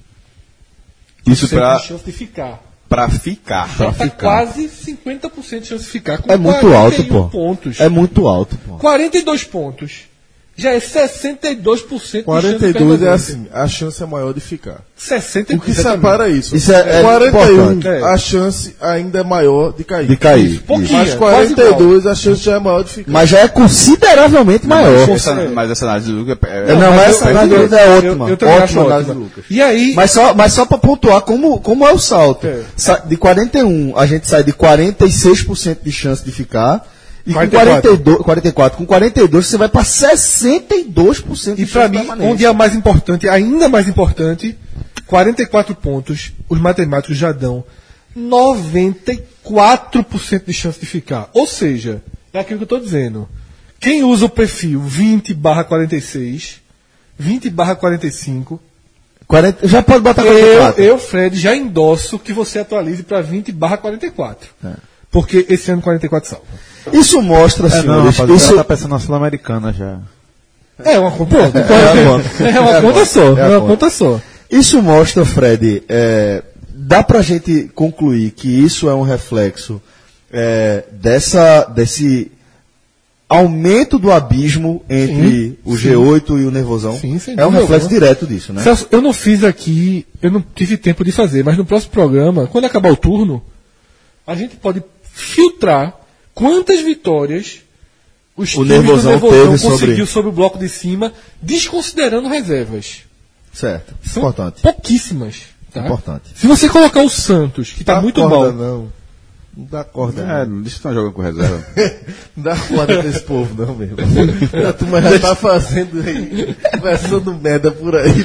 Isso pra, de chance de ficar. pra ficar. Já tá quase cinquenta por cento de chance de ficar com É muito quarenta e um alto, pô. pontos. É muito alto, pô. quarenta e dois pontos. Já é sessenta e dois por cento de quarenta e chance dois é permanente. assim, a chance é maior de ficar. sessenta e dois O que separa isso? Isso é- é quarenta e um, importante. É. a chance ainda é maior de cair. De cair. pouquinho. Mas Isso. quarenta e dois, a chance já é maior de ficar. Mas já é consideravelmente maior. Mas essa, mas essa análise do Lucas é, É, não, mas essa análise eu- do Lucas é eu- ótima. eu também acho Ótima análise ótima. do Lucas. E aí, Mas só, mas só para pontuar como, como é o salto. É. Sa- De quarenta e um, a gente sai de quarenta e seis por cento de chance de ficar. E quarenta e com quatro. quarenta e dois, quarenta e quatro, com quarenta e dois você vai para sessenta e dois por cento de e pra chance mim, permanente. onde é a mais importante, ainda mais importante, quarenta e quatro pontos, os matemáticos já dão noventa e quatro por cento de chance de ficar. Ou seja, é aquilo que eu estou dizendo. Quem usa o perfil vinte barra quarenta e seis, vinte barra quarenta e cinco, quarenta, já pode botar quarenta e eu, quatro. eu, Fred, já endosso que você atualize para vinte barra quarenta e quatro. Porque esse ano quarenta e quatro salva. Isso mostra, É, não, senhores. rapaz, o isso cara tá pensando na Sul-Americana já. É uma conta, é a conta. é uma É a conta conta. só. É a É uma conta. conta só. Isso mostra, Fred, é, dá pra gente concluir que isso é um reflexo é, dessa, desse aumento do abismo entre Sim, o sim. G oito e o Nervosão. Sim, sem é um dúvida reflexo alguma. direto disso, né? Celso, eu não fiz aqui, eu não tive tempo de fazer, mas no próximo programa, quando acabar o turno, a gente pode filtrar quantas vitórias os O times Nervosão do Nervosão teve conseguiu sobre- sobre o bloco de cima, desconsiderando reservas. Certo. São Importante. pouquíssimas. Tá? Importante. Se você colocar o Santos, que está Dá muito corda, bom, não. Não dá corda, É, não. não deixa que estão jogando com reserva. Não dá corda desse povo, não, mesmo. A turma já tá fazendo aí, conversando merda por aí.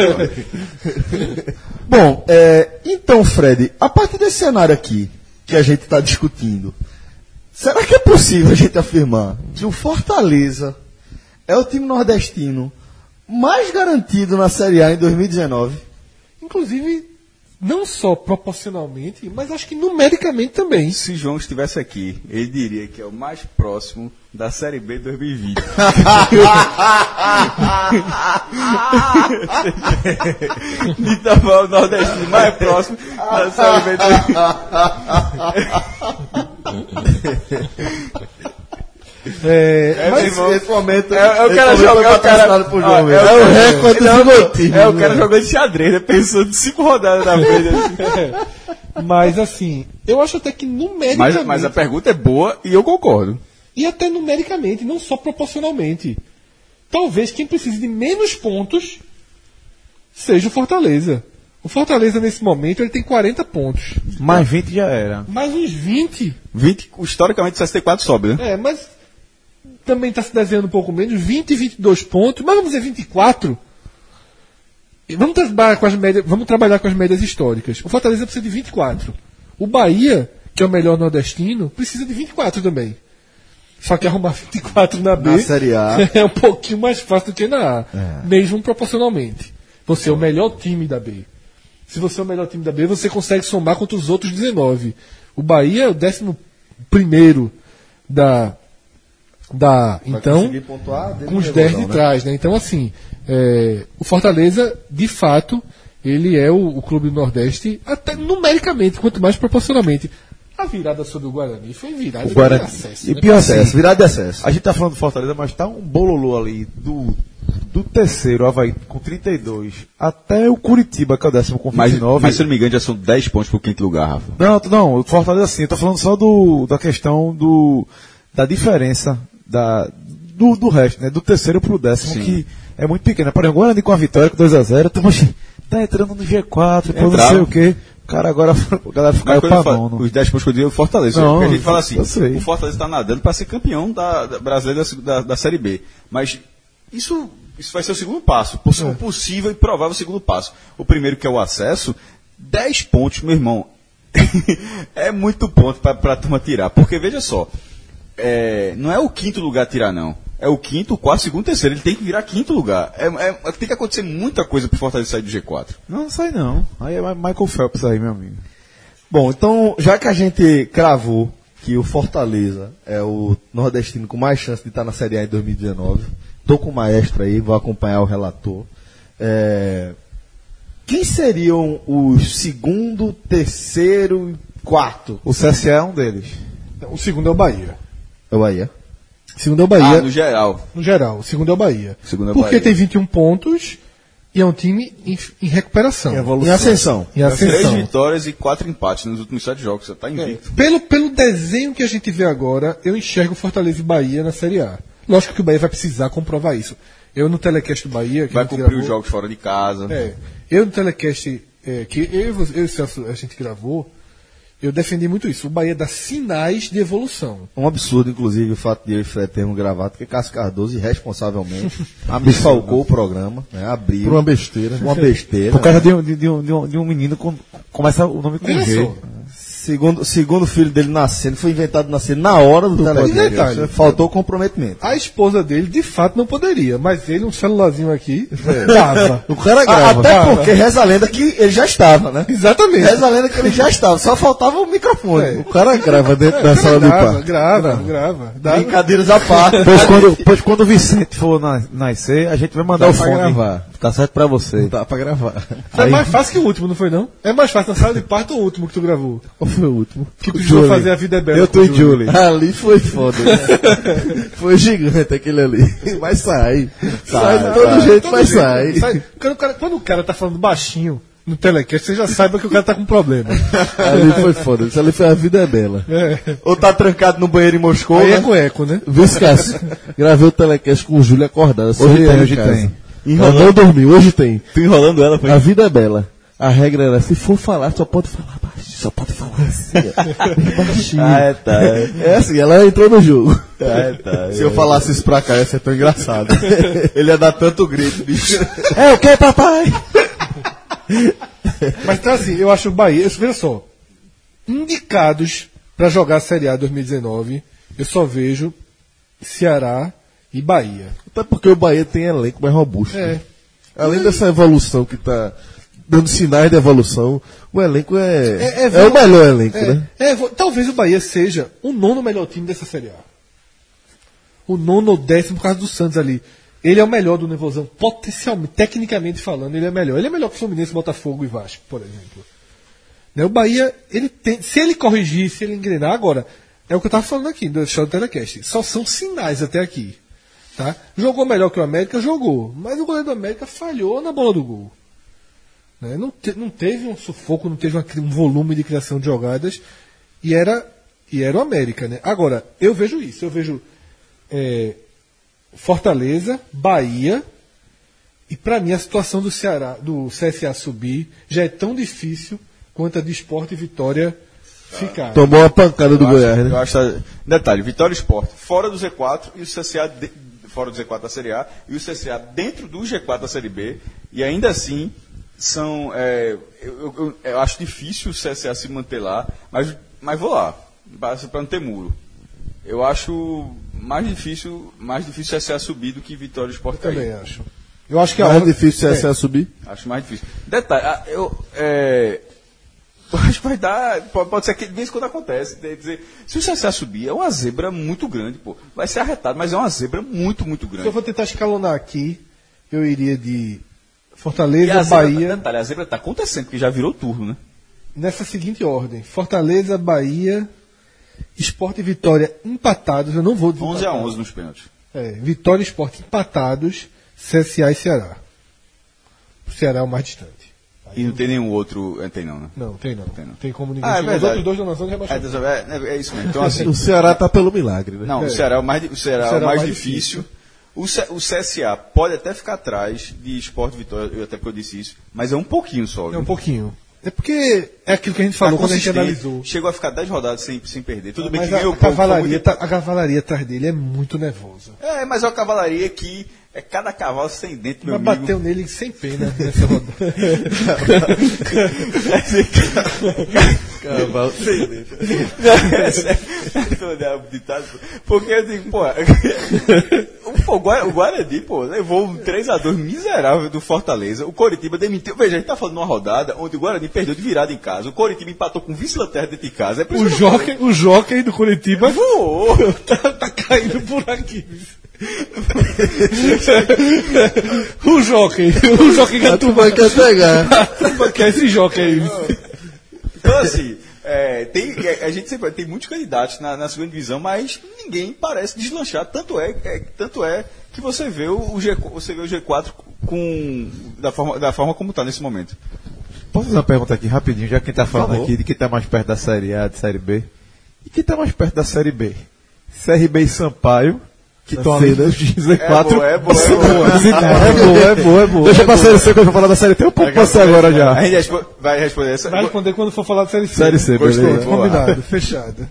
Bom, é, então, Fred, a partir desse cenário aqui que a gente está discutindo, será que é possível a gente afirmar que o Fortaleza é o time nordestino mais garantido na Série A em dois mil e dezenove? inclusive, não só proporcionalmente, mas acho que numericamente também. Se João estivesse aqui, ele diria que é o mais próximo da Série B de dois mil e vinte. Então, foi o nordestino mais próximo da Série B de dois mil e vinte. É, Mas, Esse, esse momento. É, eu esse quero momento jogar foi o cara. patrocinado por João Ó, mesmo. é, É o é, recorde não, do Gotinho. É o cara jogando xadrez, né? Pensando cinco rodadas na frente. assim. mas assim, eu acho até que numericamente. Mas, mas a pergunta é boa e eu concordo. E até numericamente, não só proporcionalmente. Talvez quem precise de menos pontos seja o Fortaleza. O Fortaleza, nesse momento, ele tem quarenta pontos. Mais vinte já era. Mais uns vinte. vinte, historicamente, sessenta e quatro sobe, né? É, mas também está se desenhando um pouco menos, vinte, vinte e dois pontos, mas vamos dizer vinte e quatro. E vamos trabalhar com as médias, vamos trabalhar com as médias históricas. O Fortaleza precisa de vinte e quatro. O Bahia, que é o melhor nordestino, precisa de vinte e quatro também. Só que arrumar vinte e quatro na B Na Série A. é um pouquinho mais fácil do que na A, É. mesmo proporcionalmente. Você é o melhor time da B. Se você é o melhor time da B, você consegue somar contra os outros dezenove. O Bahia é o décimo primeiro da... da então, conseguir pontuar dentro com os do dez negócio, de né? trás. Né? Então, assim, é, o Fortaleza, de fato, ele é o, o clube do Nordeste, até numericamente, quanto mais proporcionalmente. A virada sobre o Guarani foi virada O Guarani- de acesso. e né? pior Acesso, assim, virada de acesso. a gente tá falando do Fortaleza, mas tá um bololô ali do, do terceiro, Avaí, com trinta e dois, até o Curitiba, que é o décimo com Mas, vinte e nove. mas se eu não me engano, já são dez pontos pro quinto lugar, Rafa. Não, t- não, o Fortaleza sim, eu tô falando só do, da questão do, da diferença da, do, do resto, né? Do terceiro pro décimo, Sim. que é muito pequena. Por exemplo, o Guarani com a vitória, com dois a zero, tá, mas tá entrando no G quatro, pô, não Entrava. sei o quê. Cara, agora a galera Mas caiu quando eu pra falo, nono. os dez pontos que eu digo é o Fortaleza. Não, Porque a gente fala assim, eu sei. o Fortaleza está nadando para ser campeão da, da brasileira da, da, da Série B. Mas isso, isso vai ser o segundo passo. Poss- O possível e provável segundo passo. O primeiro, que é o acesso, dez pontos, meu irmão. É muito ponto para a turma tirar. Porque, veja só, é, não é o quinto lugar tirar, não. É o quinto, o quarto, segundo, terceiro. Ele tem que virar quinto lugar. É, é- tem que acontecer muita coisa para o Fortaleza sair do G quatro. Não, não sai não. Aí é Michael Phelps aí, meu amigo. Bom, então, já que a gente cravou que o Fortaleza é o nordestino com mais chance de estar na Série A em dois mil e dezenove, tô com o maestro aí, vou acompanhar o relator. É, quem seriam os segundo, terceiro e quarto? O C S A é um deles. O segundo é o Bahia. É o Bahia. O segundo é o Ah, Bahia, no geral. no geral. O segundo é o Bahia. O segundo é o Porque Bahia. tem vinte e um pontos e é um time em, em recuperação. Em ascensão. Em Três ascensão. vitórias e quatro empates nos últimos sete jogos. Você tá É, invicto. pelo, pelo desenho que a gente vê agora, eu enxergo Fortaleza e Bahia na Série A. Lógico que o Bahia vai precisar comprovar isso. Eu no telecast do Bahia... Que Vai a gente cumprir gravou, os jogos fora de casa. É, eu no telecast é, que eu, e você- eu e o Celso a gente gravou, eu defendi muito isso. O Bahia dá sinais de evolução. Um absurdo, inclusive, o fato de eu e Fred termos gravado, porque Cássio Cardoso, irresponsavelmente, desfalcou o programa, né, abriu. Por uma besteira. Uma besteira. Por causa de, um- de, de um, de, um, de um menino com, começa o nome com Olha G. só. Segundo, segundo o filho dele nascendo, foi inventado nascer na hora do E telecast. detalhe. Faltou comprometimento. A esposa dele, de fato, não poderia, mas ele, um celularzinho aqui, dava. O cara A- grava. Até porque reza a lenda que ele já estava, né? Exatamente. Reza a lenda que ele já estava, só faltava o microfone. O cara grava dentro da É, sala do grava, parque. grava, grava. Dava. Brincadeiras à parte. Pois quando, pois quando o Vicente for na- nascer, a gente vai mandar Dá o pra fone. gravar. Tá certo pra você. Dá pra gravar. Foi mais fácil que o último, não foi não? É mais fácil na sala de parto ou o último que tu gravou? Qual foi o último? Que precisou fazer A Vida é Bela. Eu com tô o em Julie. Ali foi foda. né? Foi gigante aquele ali. Mas sai. Sai de todo jeito, Todo mas jeito, sai. sai. Quando, o cara, quando o cara tá falando baixinho no telecast, você já saiba que o cara tá com problema. Ali foi foda. Isso ali foi A Vida é Bela. Ou tá trancado no banheiro em Moscou, Aí né? é com eco, né? Viu, Cássio? Gravei o telecast com o Júlio acordado. Hoje sorrindo tem, em hoje casa. tem. Ela não dormiu, hoje tem. Tô enrolando ela, foi. A vida é bela. A regra era, se for falar, só pode falar baixo. Só pode falar assim. ó. Baixinho. Ah, é, tá. É assim, ela entrou no jogo. É, tá. Se eu falasse isso pra cá, ia ser tão engraçado. Ele ia dar tanto grito, bicho. É o que, papai? Mas então assim, eu acho o Bahia, veja só, indicados para jogar a Série A dois mil e dezenove, eu só vejo Ceará e Bahia. Até porque o Bahia tem elenco mais robusto. É. Além dessa evolução que tá dando sinais de evolução, o elenco é, É- é, é o melhor elenco, É, né? é, vo- talvez o Bahia seja o nono melhor time dessa Série A. O nono ou décimo por causa do Santos ali. Ele é o melhor do Nevozão, potencialmente, tecnicamente falando, ele é melhor. Ele é melhor que o Fluminense, Botafogo e Vasco, por exemplo. Né, o Bahia, ele tem, se ele corrigir, se ele engrenar, agora, é o que eu estava falando aqui, do show do Telecast. Só são sinais até aqui. Tá? Jogou melhor que o América, jogou. Mas o goleiro do América falhou na bola do gol. Né? Não, te- não teve um sufoco, não teve uma cri- um volume de criação de jogadas. E era, e era o América. Né? Agora, eu vejo isso. Eu vejo é, Fortaleza, Bahia. E para mim a situação do Ceará, do C S A subir já é tão difícil quanto a de Sport e Vitória Ficar. Tomou uma pancada do Eu Goiás, acho, né? eu acho, detalhe, Vitória Sport fora do Z quatro e o C S A de, fora do Z quatro da Série A e o C S A dentro do G quatro da Série B, e ainda assim são é, eu, eu, eu acho difícil o C S A se manter lá, mas, mas vou lá, para não ter muro. Eu acho mais difícil, mais difícil o C S A subir do que Vitória Sport cair. Também acho. Eu acho que a Mais hora... difícil o C S A subir. Acho mais difícil. Detalhe, ah, eu, é, eu acho que vai dar. Pode, pode ser que de vez em quando acontece. Quer dizer, se o C S A subir, é uma zebra muito grande, pô. Vai ser arretado, mas é uma zebra muito, muito Se eu grande. vou tentar escalonar aqui, eu iria de E Fortaleza, a zebra, Bahia, detalhe, a zebra tá acontecendo, porque já virou turno, né? nessa seguinte ordem. Fortaleza, Bahia, Sport e Vitória empatados. Eu não vou onze a desempatar. onze nos pênaltis. É, Vitória e Sport empatados, C S A e Ceará. O Ceará é o mais distante. E não tem nenhum outro. é, Tem não, né? Não, tem não. Tem não. Tem como ninguém. Ah, é chegar. Os verdade. outros dois da nação de É, rebaixamento. é, é isso mesmo. Então, assim. O Ceará tá pelo milagre, né? Não, É. o Ceará é o mais, di- o Ceará é o Ceará mais, mais difícil. O, C, o C S A pode até ficar atrás de Sport e Vitória, eu até porque eu disse isso, mas é um pouquinho só. É viu? um pouquinho. É porque é aquilo que a gente falou Tá quando a gente consistente, analisou. Chegou a ficar dez rodadas sem, sem perder. Tudo bem Mas que a, ganhou a pouco, foi cavalaria, muito- tá- a cavalaria atrás dele é muito nervosa. É, mas é uma cavalaria que é cada cavalo sem dente, meu Mas amigo. bateu nele sem pena nessa rodada. Cavalo sem dente. Porque eu digo, pô, o, o Gua- o Guarani, pô, levou um três a dois miserável do Fortaleza. O Coritiba demitiu. Veja, a gente tá falando de uma rodada onde o Guarani perdeu de virada em casa. O Coritiba empatou com o vice-lanterna dentro de casa. É por O isso que eu falei, jockey, o jockey do Curitiba voou. tá, tá caindo por aqui. O jockey, o jockey que a Tu turma vai quer pegar. a turma quer esse jockey aí. Então, assim, é, tem, a gente sempre tem muitos candidatos na, na segunda divisão, mas ninguém parece deslanchar. Tanto é, é, tanto é que você vê o, o G, você vê o G quatro com, da, forma, da forma como está nesse momento. Posso fazer uma pergunta aqui rapidinho, já que quem está falando favor. aqui de quem está mais perto da Série A, de Série B. E quem está mais perto da Série B? C R B e Sampaio, que estão ali C, né? nos Z quatro. É boa, é boa, é boa. É boa, é boa, é boa. Deixa pra Série C que eu vou falar da Série T um pouco pra você agora já. A gente respo- vai responder essa. Vai responder quando for falar de Série C. Série C, Gostou. beleza. Boa. Combinado, fechado.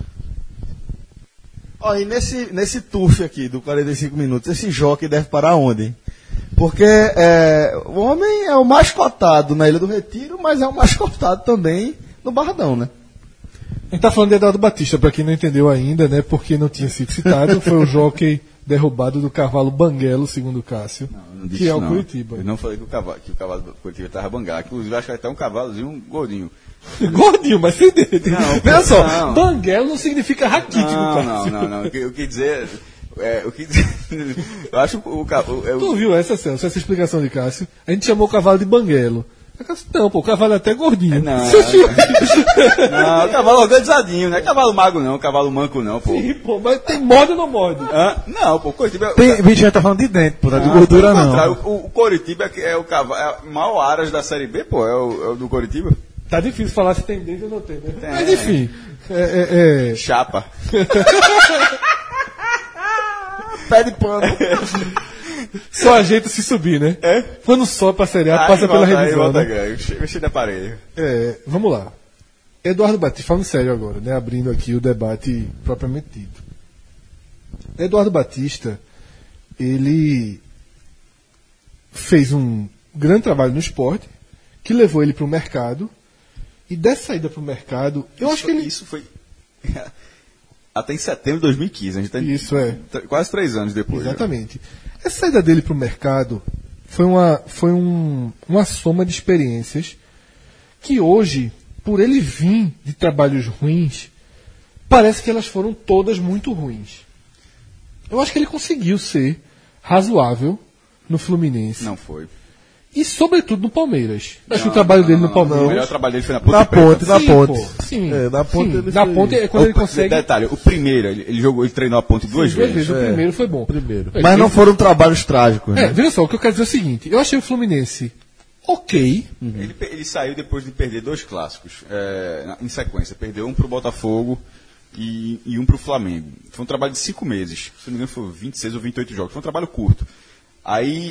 Ó, e nesse, nesse turf aqui do quarenta e cinco minutos, esse jockey deve parar onde, hein? Porque é, o homem é o mais cotado na Ilha do Retiro, mas é o mais cotado também no Barradão, né? A gente tá falando de Eduardo Batista, pra quem não entendeu ainda, né? Porque não tinha sido citado, foi o jockey derrubado do cavalo Banguelo, segundo o Cássio, Não disse que é o não. Curitiba. Eu não falei que o cavalo, que o cavalo do Curitiba estava bangado. Inclusive, acho que até um cavalozinho um gordinho. Gordinho, mas sem dedo. Não, Veja só, não. Banguelo não significa raquítico, Não, Cássio. não, não, não. O que eu quis dizer. É, o que eu acho o cavalo. É, Tu o- ouviu essa, Celso, essa explicação de Cássio? A gente chamou o cavalo de Banguelo. A Cássio, não, pô, o cavalo é até gordinho. Não. Você viu? não, cavalo organizadinho, não é cavalo mago, não. Cavalo manco, não, pô. Sim, pô, mas tem morde ou não morde? Hã? Não, pô, Curitiba. Tem, a gente já tá falando de dentro, pô, não é de gordura pelo não. contrário, O, o Coritiba é, que é o cavalo. É o maior aras da Série B, pô, é o, é o do Coritiba. Tá difícil falar se tem dente ou não tem, né? Tem. Mas enfim. É, é, é, Chapa. Pé de pano. só ajeita se subir, né? É? Quando sobe pra Série A, Aí passa pela volta- aí revisão. volta Né? ganho. Mexi da parede. É, vamos lá. Eduardo Batista, falando sério agora, né? Abrindo aqui o debate propriamente dito. Eduardo Batista, ele fez um grande trabalho no esporte, que levou ele para o mercado, e dessa saída para o mercado, eu isso, acho que ele... Isso foi. Até em setembro de dois mil e quinze. A gente tá em- Isso, é. t- quase três anos depois. né? Exatamente. Essa saída dele para o mercado foi, uma, foi um, uma soma de experiências que hoje, por ele vir de trabalhos ruins, parece que elas foram todas muito ruins. Eu acho que ele conseguiu ser razoável no Fluminense. Não foi. E sobretudo no Palmeiras. Acho que o Não, trabalho não, dele não, no não. O Palmeiras. melhor trabalho dele foi na Ponte Na Preta. ponte, na Sim, ponte. pô, sim. É, na ponte Sim, ele na foi- ponte é quando ele consegue. Detalhe, o primeiro, ele, ele jogou, ele treinou a ponte duas duas vezes. vezes. O primeiro foi bom. Primeiro. Ele Mas não fez- foram trabalhos trágicos, É, né? veja só, o que eu quero dizer é o seguinte: eu achei o Fluminense ok. Ele, pe- ele saiu depois de perder dois clássicos é, na- em sequência. Perdeu um pro Botafogo e, e um pro Flamengo. Foi um trabalho de cinco meses. Se não me engano, foi vinte e seis ou vinte e oito jogos. Foi um trabalho curto. Aí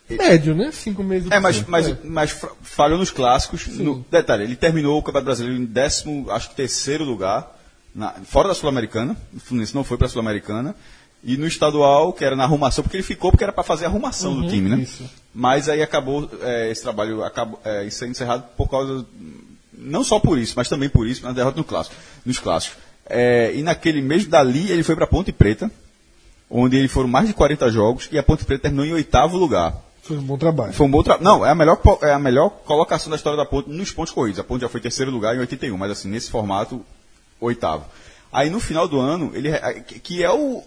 Médio, né? Cinco meses. É, mas, mas, É. mas fa- falhou nos clássicos. No, detalhe, ele terminou o Campeonato Brasileiro em décimo, acho que terceiro lugar, na, fora da Sul-Americana. O Fluminense não foi para a Sul-Americana. E no estadual, que era na arrumação, porque ele ficou porque era para fazer a arrumação Uhum, do time, né? isso. Mas aí acabou, é, esse trabalho acabou é, sendo encerrado por causa, não só por isso, mas também por isso, na derrota no clássico, nos clássicos. É, e naquele mês dali, ele foi para Ponte Preta, onde ele foram mais de quarenta jogos, e a Ponte Preta terminou em oitavo lugar. Foi um bom trabalho. Foi um bom tra... Não, é a, melhor, po- é a melhor colocação da história da Ponte nos pontos corridos. A Ponte já foi terceiro lugar em oitenta e um, mas assim, nesse formato, oitavo. Aí no final do ano, ele que que é o.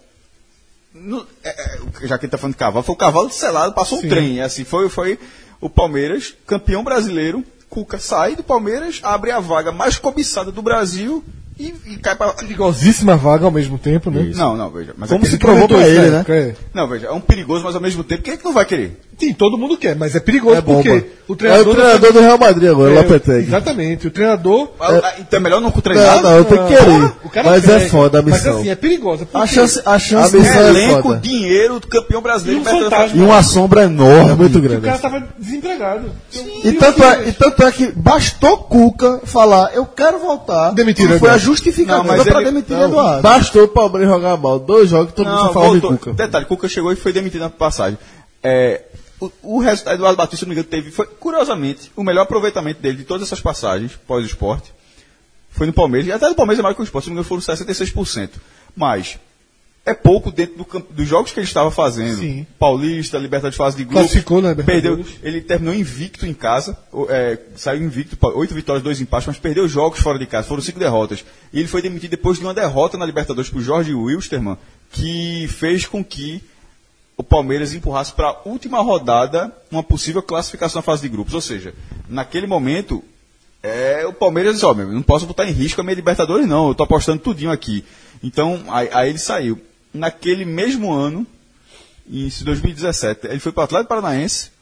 no- é- é, já que ele está falando de cavalo, foi o cavalo de selado, passou um Sim. trem. É assim, foi, foi o Palmeiras, campeão brasileiro. Cuca sai do Palmeiras, abre a vaga mais cobiçada do Brasil e, e cai para. Perigosíssima vaga ao mesmo tempo, né? Não, não, veja. Mas Como aquele- se provou pra Comentou isso ele, na né? época, é. Não, veja, é um perigoso, mas ao mesmo tempo, quem é que não vai querer? Sim, todo mundo quer, mas é perigoso É bomba. porque o É treinador. o treinador do Real Madrid agora, o É, Lopetegui. Exatamente, o treinador. Ah, Então é melhor não treinar? Não, não, tem que querer. O cara Mas quer, é foda a missão. Mas assim, é perigosa. A chance, a A chance missão é, é Elenco, foda. dinheiro, campeão brasileiro. E um Libertadores. fantasma. e uma sombra enorme. É muito O grande. cara tava desempregado. E tanto, é, e tanto é que bastou Cuca falar, eu quero voltar. Demitiram e foi a Eduardo. justificativa Não, mas para ele- demitir Não, Eduardo. bastou o Palmeiras jogar mal. Dois jogos, todo mundo Não, só falava em voltou. Cuca. Detalhe, Cuca chegou e foi demitido na passagem. É, o, o resultado, Eduardo Batista, se não me engano, teve, foi, curiosamente, o melhor aproveitamento dele de todas essas passagens pós-esporte foi no Palmeiras. E até no Palmeiras é mais que o esporte, se não me engano, foram sessenta e seis por cento. Mas é pouco dentro do campo, dos jogos que ele estava fazendo. Sim. Paulista, Libertadores de fase de grupo. Classificou na Perdeu. Libertadores. Ele terminou invicto em casa, o- é, saiu invicto, pa- oito vitórias, dois empates, mas perdeu jogos fora de casa, foram cinco derrotas. E ele foi demitido depois de uma derrota na Libertadores para o Jorge Wilstermann, que fez com que o Palmeiras empurrasse para a última rodada uma possível classificação na fase de grupos. Ou seja, naquele momento, é, o Palmeiras disse, ó, meu, não posso botar em risco a minha Libertadores, não, eu estou apostando tudinho aqui. Então, aí, aí ele saiu. Naquele mesmo ano, em dois mil e dezessete, ele foi para o Atlético Paranaense,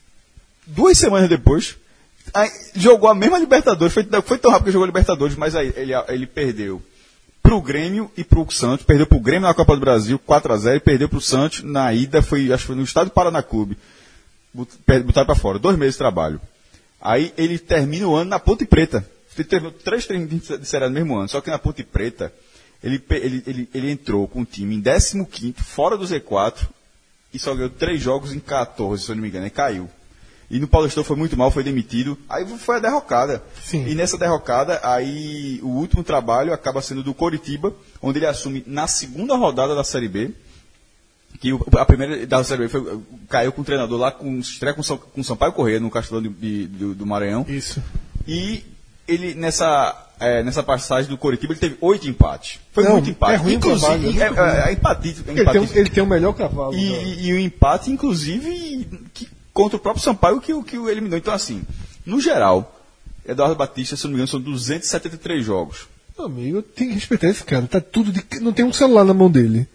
duas semanas depois, aí, jogou a mesma Libertadores, foi, foi tão rápido que jogou a Libertadores, mas aí ele, ele perdeu pro Grêmio e pro Santos, perdeu pro Grêmio na Copa do Brasil, quatro a zero, e perdeu pro Santos na ida, foi, acho que foi no Estádio Paraná Clube, Bot- per- botaram para fora, dois meses de trabalho. Aí ele termina o ano na Ponte Preta, ele teve três treinos de Série A no mesmo ano, só que na Ponte Preta, ele, pe- ele, ele, ele entrou com o time em décimo quinto, fora do Z quatro, e só ganhou três jogos em quatorze, se eu não me engano, e caiu. E no Paulistão foi muito mal, foi demitido. Aí foi a derrocada. Sim. E nessa derrocada, aí o último trabalho acaba sendo do Coritiba, onde ele assume na segunda rodada da Série B, que o- a primeira da Série B foi, caiu com o treinador lá, com estreia com, São- com Sampaio Corrêa, no Castelão de, de- do, do Maranhão. Isso. E ele, nessa, é, nessa passagem do Coritiba, ele teve oito empates. Foi Não, muito empate. é ruim o trabalho, Inclusive, é é, muito ruim. é, é empatite- é Ele tem, um, empatite- ele tem o melhor cavalo. e, né? e, e o empate, inclusive, que, contra o próprio Sampaio que, o- que o eliminou. Então, assim, no geral, Eduardo Batista, se não me engano, são duzentos e setenta e três jogos. Meu amigo, tem que respeitar esse cara. Tá tudo de... Não tem um celular na mão dele.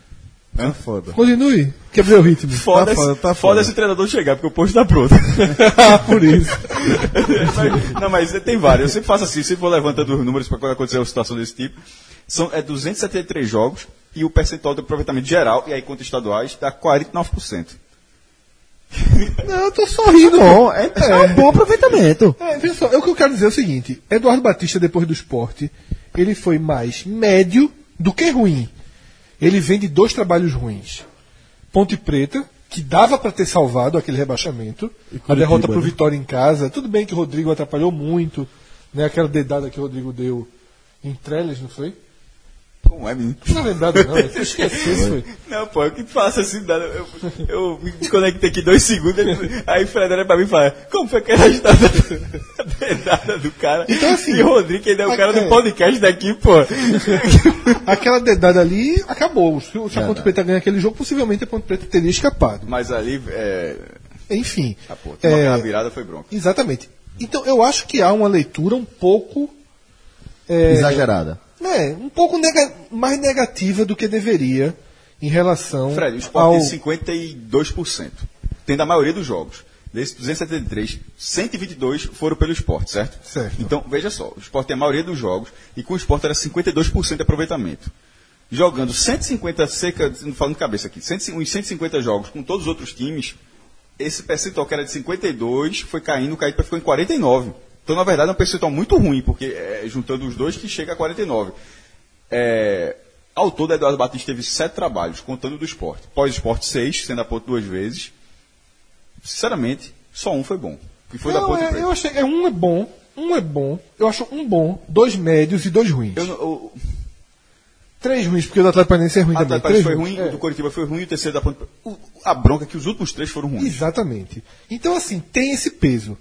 Tá foda. Continue. Quebrei o ritmo. Foda, foda, esse, tá foda foda. esse treinador chegar, porque o posto tá pronto. Por isso. Mas- não, mas tem vários. Eu sempre faço assim, sempre vou levantando os números para quando acontecer uma situação desse tipo. São é, duzentos e setenta e três jogos e o percentual de aproveitamento geral, e aí contra estaduais, dá quarenta e nove por cento. Não, eu tô sorrindo. Bom, é, é um bom aproveitamento. É, veja só, o que eu quero dizer é o seguinte: Eduardo Batista, depois do esporte, ele foi mais médio do que ruim. Ele vem de dois trabalhos ruins. Ponte Preta, que dava para ter salvado aquele rebaixamento, a derrota pro né? Vitória em casa. Tudo bem que o Rodrigo atrapalhou muito, né? Aquela dedada que o Rodrigo deu em Trellis, não foi? Como é, menino? Não é lembrado, não. Eu esqueci, foi. Não, pô, eu que faço assim, dá- eu, eu me desconectei aqui dois segundos, ele, aí o Fred olha pra mim e fala, como foi que era a história da dedada do cara? Então, assim, e o Rodrigo, que ainda é o cara é. do podcast daqui, pô. Aquela dedada ali acabou. Se, se a Ponte Preta ganhar aquele jogo, possivelmente a Ponte Preta teria escapado. Mas ali, é... Enfim. Ah, pô, é, a virada foi bronca. Exatamente. Então, eu acho que há uma leitura um pouco. é, Exagerada. É, um pouco nega- mais negativa do que deveria em relação Fred, o Sport ao. tem cinquenta e dois por cento. Tem da maioria dos jogos. Desses duzentos e setenta e três, cento e vinte e dois foram pelo Sport, certo? Certo. Então, veja só, o Sport tem a maioria dos jogos e com o Sport era cinquenta e dois por cento de aproveitamento. Jogando cento e cinquenta, cerca, não falando de cabeça aqui, cem, uns cento e cinquenta jogos com todos os outros times, esse percentual que era de cinquenta e dois foi caindo, caindo para ficou em quarenta e nove. Então, na verdade, é um percentual muito ruim, porque é, juntando os dois que chega a quarenta e nove. É, ao todo, Eduardo Batista teve sete trabalhos, contando do esporte. Pós-esporte, seis, sendo a ponte duas vezes. Sinceramente, só um foi bom. Que foi Não, da ponte é, preta. eu achei, é, um é bom, um é bom. Eu acho um bom, dois médios e dois ruins. Eu, eu, Três ruins, porque o do Atlético Paranaense é ruim a também. Atlético Três foi ruim, é. o do Coritiba foi ruim, o terceiro da ponte preta. O- A bronca é que os últimos três foram ruins. Exatamente. Então, assim, tem esse peso.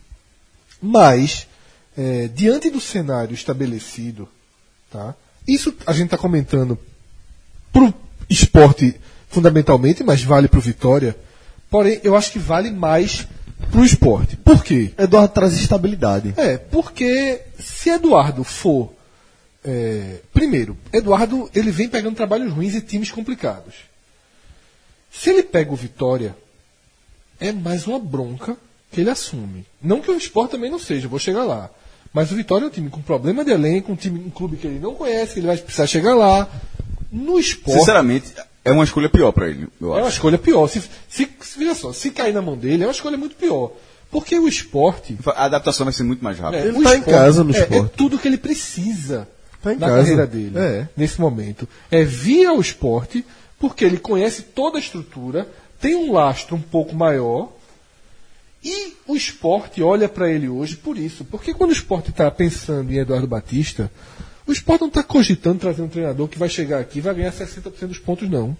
Mas, é, diante do cenário estabelecido, tá? Isso a gente está comentando pro esporte fundamentalmente, mas vale pro Vitória. Porém, eu acho que vale mais pro esporte. Por quê? Eduardo traz estabilidade. É, porque se Eduardo for... é, primeiro, Eduardo ele vem pegando trabalhos ruins e times complicados. Se ele pega o Vitória, é mais uma bronca que ele assume. Não que o Sport também não seja, eu vou chegar lá. Mas o Vitória é um time com problema de elenco, um time, um clube que ele não conhece, que ele vai precisar chegar lá. No Sport... Sinceramente, é uma escolha pior para ele, eu É acho. uma escolha pior. Se, se, se, veja só, se cair na mão dele, é uma escolha muito pior. Porque o esporte. A adaptação vai ser muito mais rápida. É, Ele o tá em casa no é, esporte. é tudo que ele precisa Tá em na casa. carreira dele, É. nesse momento. É vir ao esporte, porque ele conhece toda a estrutura, tem um lastro um pouco maior. E o esporte olha para ele hoje por isso. Porque quando o esporte está pensando em Eduardo Batista, o esporte não está cogitando trazer um treinador que vai chegar aqui e vai ganhar sessenta por cento dos pontos, não.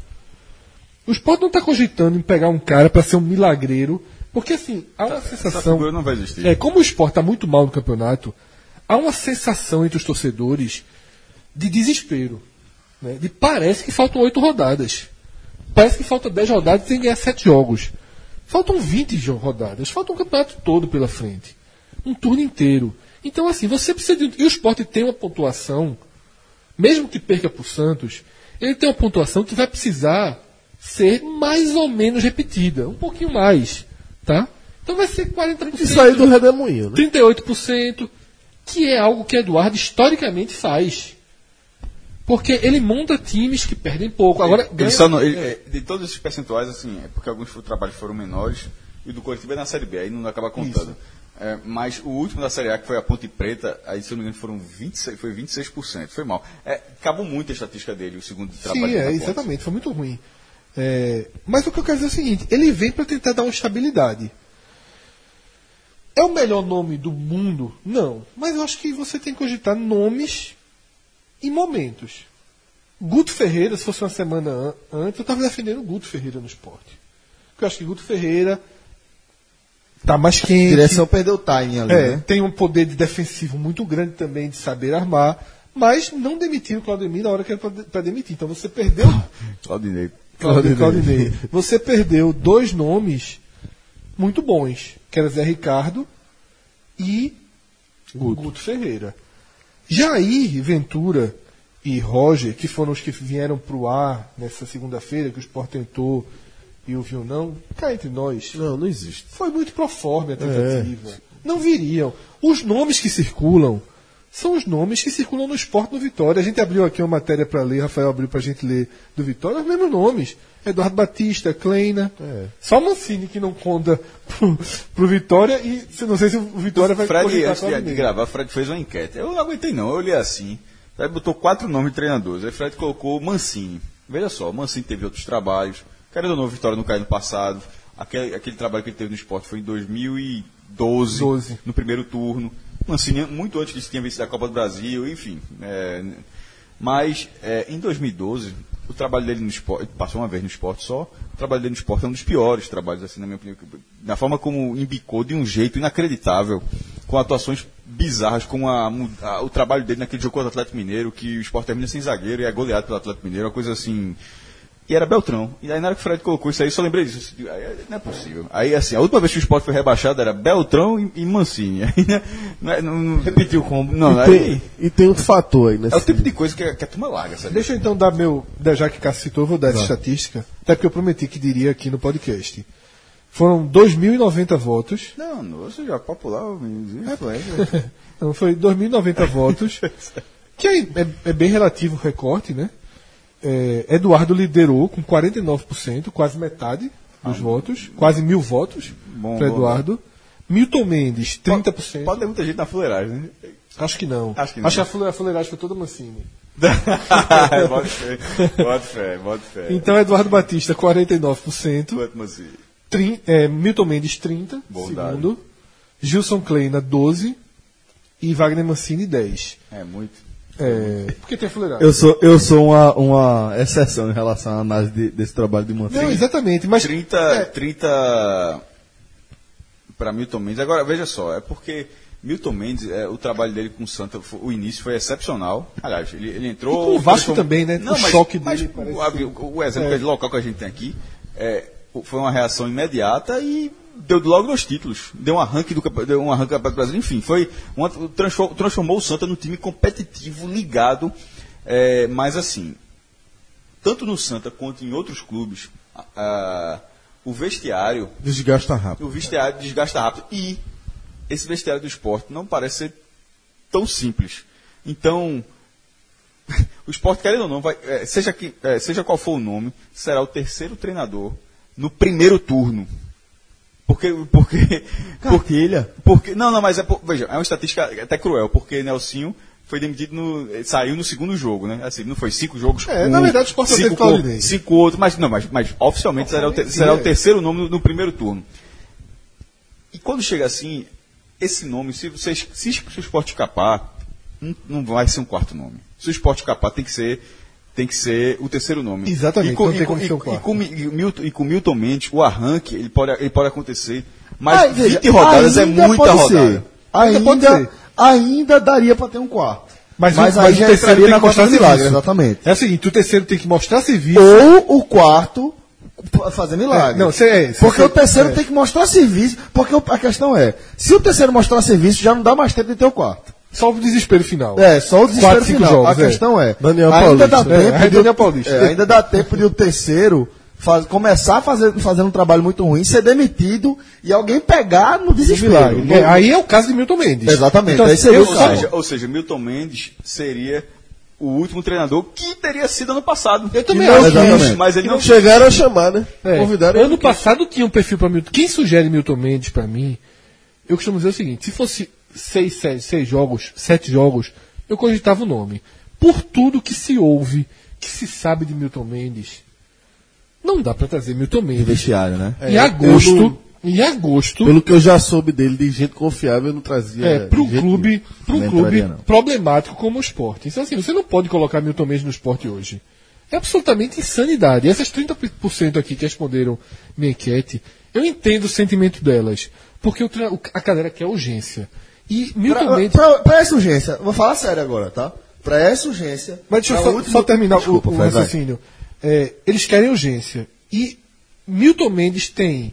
O esporte não está cogitando em pegar um cara para ser um milagreiro. Porque assim, há uma Essa sensação. figura não vai existir. É, como o esporte está muito mal no campeonato, há uma sensação entre os torcedores de desespero. Né? De parece que faltam oito rodadas. Parece que faltam dez rodadas e tem que ganhar sete jogos. Faltam vinte jo- rodadas. Falta um campeonato todo pela frente. Um turno inteiro. Então, assim, você precisa de. E o esporte tem uma pontuação, mesmo que perca para o Santos, ele tem uma pontuação que vai precisar ser mais ou menos repetida. Um pouquinho mais. Tá? Então vai ser quarenta por cento. E sair do redemoinho, né? trinta e oito por cento, que é algo que Eduardo historicamente faz. Porque ele monta times que perdem pouco. Agora, Ele ganha- só não- ele- é, de todos esses percentuais, assim, é porque alguns trabalhos foram menores e o do Coritiba é na Série B, aí não acaba contando. É, mas o último da Série A, que foi a Ponte Preta, aí se eu não me engano foram vinte e seis, foi vinte e seis por cento, foi mal. É, acabou muito a estatística dele, o segundo trabalho. Sim, da é, Ponte. exatamente, foi muito ruim. É, mas o que eu quero dizer é o seguinte: ele vem para tentar dar uma estabilidade. É o melhor nome do mundo? Não. Mas eu acho que você tem que cogitar nomes e momentos. Guto Ferreira, se fosse uma semana an- antes, eu estava defendendo o Guto Ferreira no esporte. Porque eu acho que Guto Ferreira tá mais A quente. direção perdeu o timing ali, É, né? tem um poder de defensivo muito grande também de saber armar, mas não demitiu o Claudemir na hora que era para demitir. Então você perdeu. Claudinei. Claudinei. Claudinei. Você perdeu dois nomes muito bons, que era Zé Ricardo e Guto, Guto Ferreira. Jair Ventura e Roger, que foram os que vieram para o ar nessa segunda-feira, que o Sport tentou e o viu não, cá entre nós. Não, não existe. Foi muito proforme a tentativa. Não viriam. Os nomes que circulam são os nomes que circulam no esporte no Vitória. A gente abriu aqui uma matéria para ler, Rafael abriu para a gente ler do Vitória, os mesmos nomes. Eduardo Batista, Kleina. É. Só o Mancini que não conta pro, pro Vitória e se- não sei se o Vitória vai Fred, cogitar antes de, de Claudinei. gravar, o Fred fez uma enquete. Eu não aguentei não, eu olhei assim. Fred botou quatro nomes de treinadores. Aí Fred colocou Mancini. Veja só, o Mancini teve outros trabalhos. Querendo ou não, Vitória não caiu no passado. Aquele, aquele trabalho que ele teve no esporte foi em dois mil e doze, doze. no primeiro turno. Mancini, muito antes disso, tinha vencido a Copa do Brasil, enfim. É, mas, é, em dois mil e doze, o trabalho dele no esporte, passou uma vez no esporte só, o trabalho dele no esporte é um dos piores trabalhos, assim, na minha opinião. Na forma como embicou de um jeito inacreditável, com atuações bizarras, como a, a, o trabalho dele naquele jogo contra o Atlético Mineiro, que o esporte termina sem zagueiro e é goleado pelo Atlético Mineiro, uma coisa assim. E era Beltrão. E aí na hora que o Fred colocou isso aí, eu só lembrei disso. Aí, não é possível. Aí assim, a última vez que o esporte foi rebaixado era Beltrão e, e Mancini. Aí, né, não, é- não, não repetiu o combo. Não, e, aí, tem, e tem outro fator aí, né? é o tipo de coisa que, a- que a turma larga, sabe? Deixa eu então dar meu. Já que Cássio citou, eu vou dar essa estatística. Até porque eu prometi que diria aqui no podcast. Foram dois mil e noventa votos. Não, nossa, já popular, influência. Não, foi dois mil e noventa votos. Que é, é, é bem relativo o recorte, né? É, Eduardo liderou com quarenta e nove por cento, quase metade dos votos, quase mil votos Bom, para bom, Eduardo. Milton Mendes, trinta por cento. Pode ter muita gente na fuleiragem, né? Acho que não. Acho que não. Acho que a fule- a fuleiragem foi toda Mancini. Bota fé, bota fé, bota fé. Então, Eduardo Batista, quarenta e nove por cento. Quanto, Mancini? Trin- é, Milton Mendes, trinta Bom segundo. Gilson Kleina, doze. E Wagner Mancini, dez. É, muito. É, porque tem fuleiragem. Eu sou, eu sou uma, uma exceção em relação à análise de- desse trabalho de Mancini. Não, exatamente. Mas trinta, é, trinta para Milton Mendes. Agora, veja só, é porque Milton Mendes, é, o trabalho dele com o Santa, foi- o início foi excepcional. Aliás, ele, ele entrou... E com o Vasco transformou- também, né? Não, O mas, choque mas dele o, parece- o, o exemplo é. local que a gente tem aqui é, foi uma reação imediata e deu logo dois títulos. Deu um arranque do campe- deu um arranque do Campeonato Brasileiro. Enfim, foi uma, transformou, transformou o Santa num time competitivo, ligado. É, mas assim, tanto no Santa quanto em outros clubes, a- a- o vestiário Desgasta rápido. o vestiário desgasta rápido. E esse vestiário do esporte não parece ser tão simples. Então, o esporte, querendo ou não, vai, é, seja, que, é, seja qual for o nome, será o terceiro treinador no primeiro turno. Porque. porque Cartilha. porque não, não, mas é. por- Veja, é uma estatística até cruel, porque Nelsinho foi demitido no. eh, Saiu no segundo jogo, né? Assim, não foi cinco jogos. É, um, na verdade, o Sport só cinco, teve Claudinei. cinco outros, mas não, mas, mas oficialmente será o, te- será o terceiro nome no, no primeiro turno. E quando chega assim, esse nome, se, vocês, se, se o Sport escapar, não, não vai ser um quarto nome. Se o Sport escapar, tem que ser, tem que ser o terceiro nome. Exatamente, E com, não tem e, com, como e, ser um e quarto. com, Mi- e Milton, e com Milton Mendes, o arranque, ele pode, ele pode acontecer. Mas Ai, veja, vinte rodadas é ainda muita pode rodada. ser. Ainda pode Ainda, ser. ainda daria para ter um quarto. Mas, Mas o, aí mas já o terceiro entraria tem na que mostrar conta do milagre, serviço. exatamente. É o seguinte, o terceiro tem que mostrar serviço. Ou o quarto p- fazer milagre. É, não, cê- é, cê- porque cê- o terceiro é. tem que mostrar serviço. Porque o- a questão é, se o terceiro mostrar serviço, já não dá mais tempo de ter o quarto. Só o desespero final. É, só o desespero Quatro, cinco final. jogos, a é. questão é, Daniel ainda Paulista. dá É, tempo é de, Daniel Paulista. é, ainda dá tempo de o terceiro faz- começar a fazer, fazendo um trabalho muito ruim, ser demitido e alguém pegar no desespero. Milagre. É, aí é o caso de Milton Mendes. Exatamente, Então, aí seria eu o Ou caso. seja, ou seja, Milton Mendes seria o último treinador que teria sido ano passado. Eu também Que não acho. quis, Exatamente. mas ele não Chegaram a chamar, né? É, Convidaram ano ele. passado tinha um perfil para Milton. Quem sugere Milton Mendes para mim, eu costumo dizer o seguinte: se fosse seis, seis, seis jogos, sete jogos, eu cogitava o nome. Por tudo que se ouve, que se sabe de Milton Mendes, não dá para trazer Milton Mendes. Vestiário, né? Em agosto, em agosto, Pelo que eu já soube dele, de gente confiável, eu não trazia. é, para um de jeito clube, pra um Não clube entraria, não. problemático como o Sport. Então, assim, você não pode colocar Milton Mendes no Sport hoje. É absolutamente insanidade. E essas trinta por cento aqui que responderam minha enquete, eu entendo o sentimento delas. Porque o tre- o- a galera quer urgência. E Milton Pra, Mendes. pra, pra essa urgência, vou falar sério agora, tá? Pra essa urgência. Mas deixa eu pra só, última- só terminar o- Desculpa, o, vai, vai. raciocínio. É, eles querem urgência. E Milton Mendes tem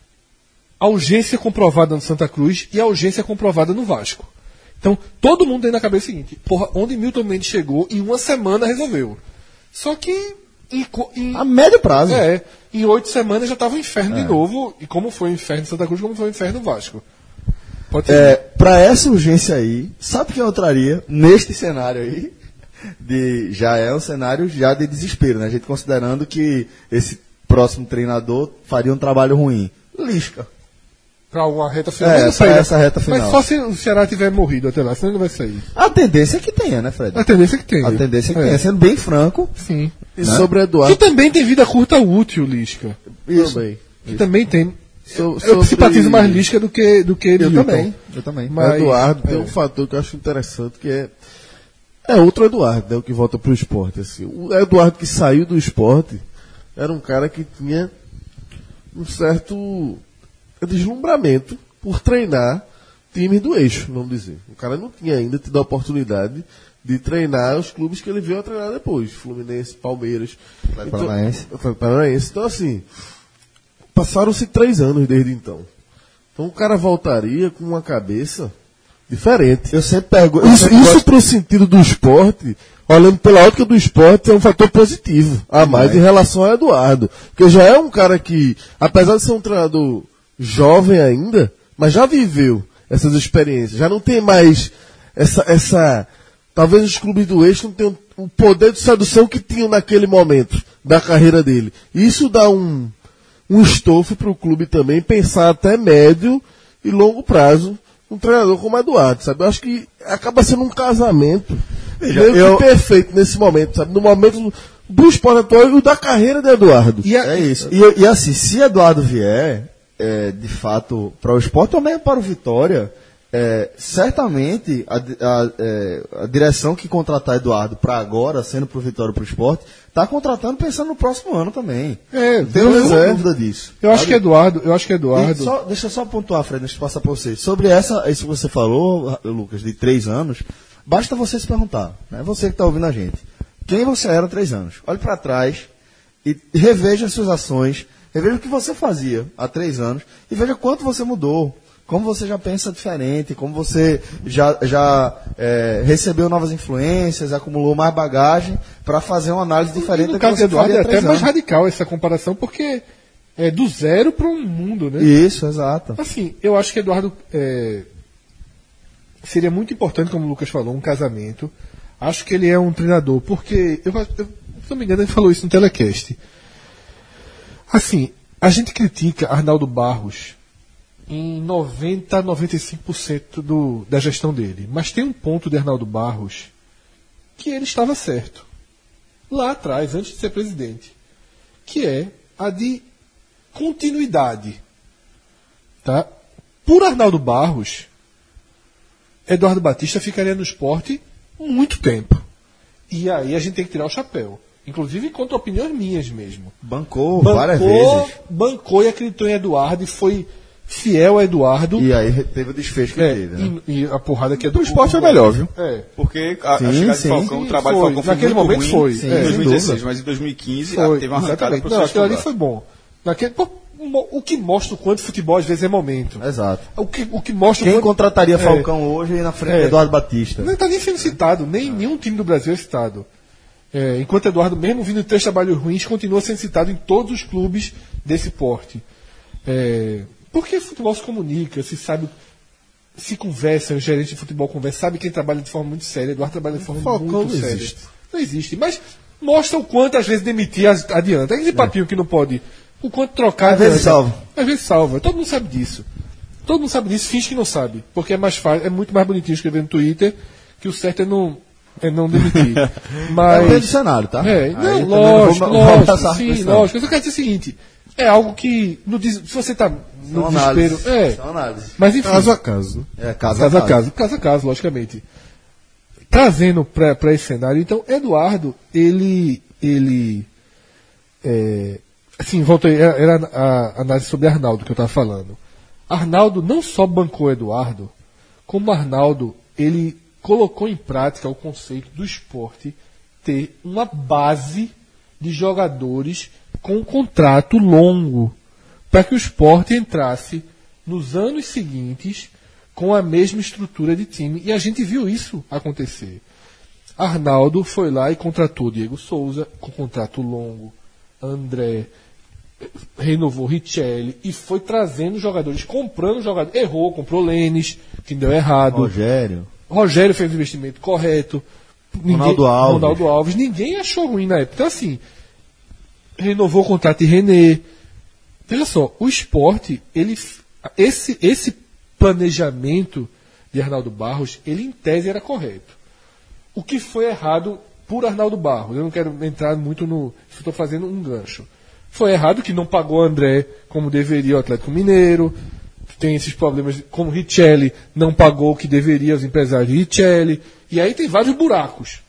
a urgência comprovada no Santa Cruz e a urgência comprovada no Vasco. Então, todo mundo tem na cabeça o seguinte: porra, onde Milton Mendes chegou, em uma semana resolveu. Só que em, co- em- A médio prazo. é, em oito semanas já estava o inferno de novo. E como foi o inferno de Santa Cruz, como foi o inferno do Vasco. Pode ser. É, para essa urgência aí, sabe quem eu traria neste cenário aí? De, já é um cenário já de desespero, né? A gente considerando que esse próximo treinador faria um trabalho ruim. Lisca. Pra uma reta final. É, Mas não pra sai, né? essa reta final. Mas só se o Ceará tiver morrido até lá, senão ele não vai sair. A tendência é que tenha, né, Fred? A tendência é que tem. A tendência é que É. tenha. Sendo bem franco, Sim. E sobre Que Eduardo também tem vida curta útil, Lisca. isso. também. Que também tem. So- Eu sobre- simpatizo mais Lisca do que, do que Eu Milton. também. Eu também. Mas- Eduardo tem é. um fator que eu acho interessante, que é é outro Eduardo, né, o que volta pro esporte. Assim. O Eduardo que saiu do esporte era um cara que tinha um certo deslumbramento por treinar times do eixo, vamos dizer. O cara não tinha ainda tido a oportunidade de treinar os clubes que ele veio a treinar depois. Fluminense, Palmeiras. Atlético Paranaense. Atlético Paranaense. Então, assim, passaram-se três anos desde então. Então o cara voltaria com uma cabeça diferente. Eu sempre pergunto. Isso, isso para o sentido do esporte, olhando pela ótica do esporte, é um fator positivo a mais em relação ao Eduardo. Porque já é um cara que, apesar de ser um treinador jovem ainda, mas já viveu essas experiências. Já não tem mais essa. essa talvez os clubes do eixo não tenham o poder de sedução que tinham naquele momento da carreira dele. E isso dá um. um estofo para o clube também pensar até médio e longo prazo um treinador como Eduardo, sabe? Eu acho que acaba sendo um casamento Veja, meio que eu- perfeito nesse momento, sabe? No momento do esporte atual e da carreira de Eduardo. E a- É isso. E, e assim, se Eduardo vier, é, de fato, para o esporte, ou mesmo para o Vitória, é, certamente a, di- a, é, a direção que contratar Eduardo para agora, sendo para o Vitória ou para o esporte, está contratando pensando no próximo ano também. É, Não tenho eu- nenhuma eu- dúvida disso. Eu acho sabe? que Eduardo, eu acho que E Eduardo. só- deixa eu só pontuar, Fred, deixa eu passar para vocês. Sobre essa, isso que você falou, Lucas, de três anos, basta você se perguntar, né? Você que está ouvindo a gente, quem você era há três anos? Olhe para trás e reveja as suas ações, reveja o que você fazia há três anos e veja quanto você mudou, como você já pensa diferente, como você já, já é, recebeu novas influências, acumulou mais bagagem para fazer uma análise diferente No da que caso de você Eduardo faria é há até três mais anos. radical essa comparação, porque é do zero para um mundo, né? Isso, exato. Assim, eu acho que Eduardo é, seria muito importante, como o Lucas falou, um casamento. Acho que ele é um treinador, porque, eu, eu, se não me engano, ele falou isso no telecast. Assim, a gente critica Arnaldo Barros em noventa, noventa e cinco por cento do, da gestão dele. Mas tem um ponto de Arnaldo Barros que ele estava certo. Lá atrás, antes de ser presidente. Que é a de continuidade. Tá? Por Arnaldo Barros, Eduardo Batista ficaria no esporte muito tempo. E aí a gente tem que tirar o chapéu. Inclusive contra opiniões minhas mesmo. Bancou, várias Bancou, vezes. bancou e acreditou em Eduardo e foi fiel a Eduardo. E aí teve o desfecho que É, teve, né? e, e a porrada que é do O esporte foi melhor, viu? É. Porque a, a Sim, chegada sim. de Falcão, Sim, o trabalho foi. de Falcão foi Naquele muito momento ruim foi. em Sim, sem dois mil e dezesseis, dúvida. mas em dois mil e quinze Foi, teve uma arrancada exatamente. para Não, o aquilo ali foi bom. Naquele, pô, mo- o que mostra o quanto futebol às vezes é momento. Exato. O que, o que mostra o Quem quanto... contrataria É. Falcão hoje na frente É. de Eduardo Batista? Não está nem sendo citado, nem nenhum time do Brasil é citado. É, enquanto Eduardo, mesmo vindo de três trabalhos ruins, continua sendo citado em todos os clubes desse porte. É, porque futebol se comunica, se sabe, se conversa, o gerente de futebol conversa, sabe quem trabalha de forma muito séria. Eduardo trabalha de forma Falcão muito não séria. existe. Não existe, mas mostra o quanto às vezes demitir as- adianta. Aquele papinho que não pode, o quanto trocar Às vezes adianta. salva. Às vezes salva. Todo mundo sabe disso. Todo mundo sabe disso, finge que não sabe. Porque é mais fácil, é muito mais bonitinho escrever no Twitter que o certo é não, é não demitir. Mas. Depende do cenário, tá? É, Aí não, também lógico, não vou- vou lógico, passar sim, pressão. lógico. Eu só quero dizer o seguinte: é algo que, no, des- se você está no São desespero. análises. É, São análises. mas enfim. Caso a caso. É, caso, Caso a caso, caso a caso, logicamente. Trazendo para esse cenário, então, Eduardo, ele. ele é, assim, voltei, era, era a análise sobre Arnaldo que eu estava falando. Arnaldo não só bancou Eduardo, como Arnaldo, ele colocou em prática o conceito do esporte ter uma base de jogadores com um contrato longo, para que o esporte entrasse nos anos seguintes com a mesma estrutura de time. E a gente viu isso acontecer. Arnaldo foi lá e contratou Diego Souza com contrato longo, André, renovou Richelli e foi trazendo jogadores, comprando jogadores. Errou, comprou Lênis, que deu errado. Rogério. Rogério fez o investimento correto. Ronaldo Alves. Ronaldo Alves. Ninguém achou ruim na época. Então, assim, renovou o contrato de René. Veja só, o esporte, ele, esse, esse planejamento de Arnaldo Barros, ele em tese era correto. O que foi errado por Arnaldo Barros? Eu não quero entrar muito no. Estou fazendo um gancho. Foi errado que não pagou André como deveria o Atlético Mineiro. Tem esses problemas, como Richelli não pagou o que deveria os empresários de Richelli. E aí tem vários buracos.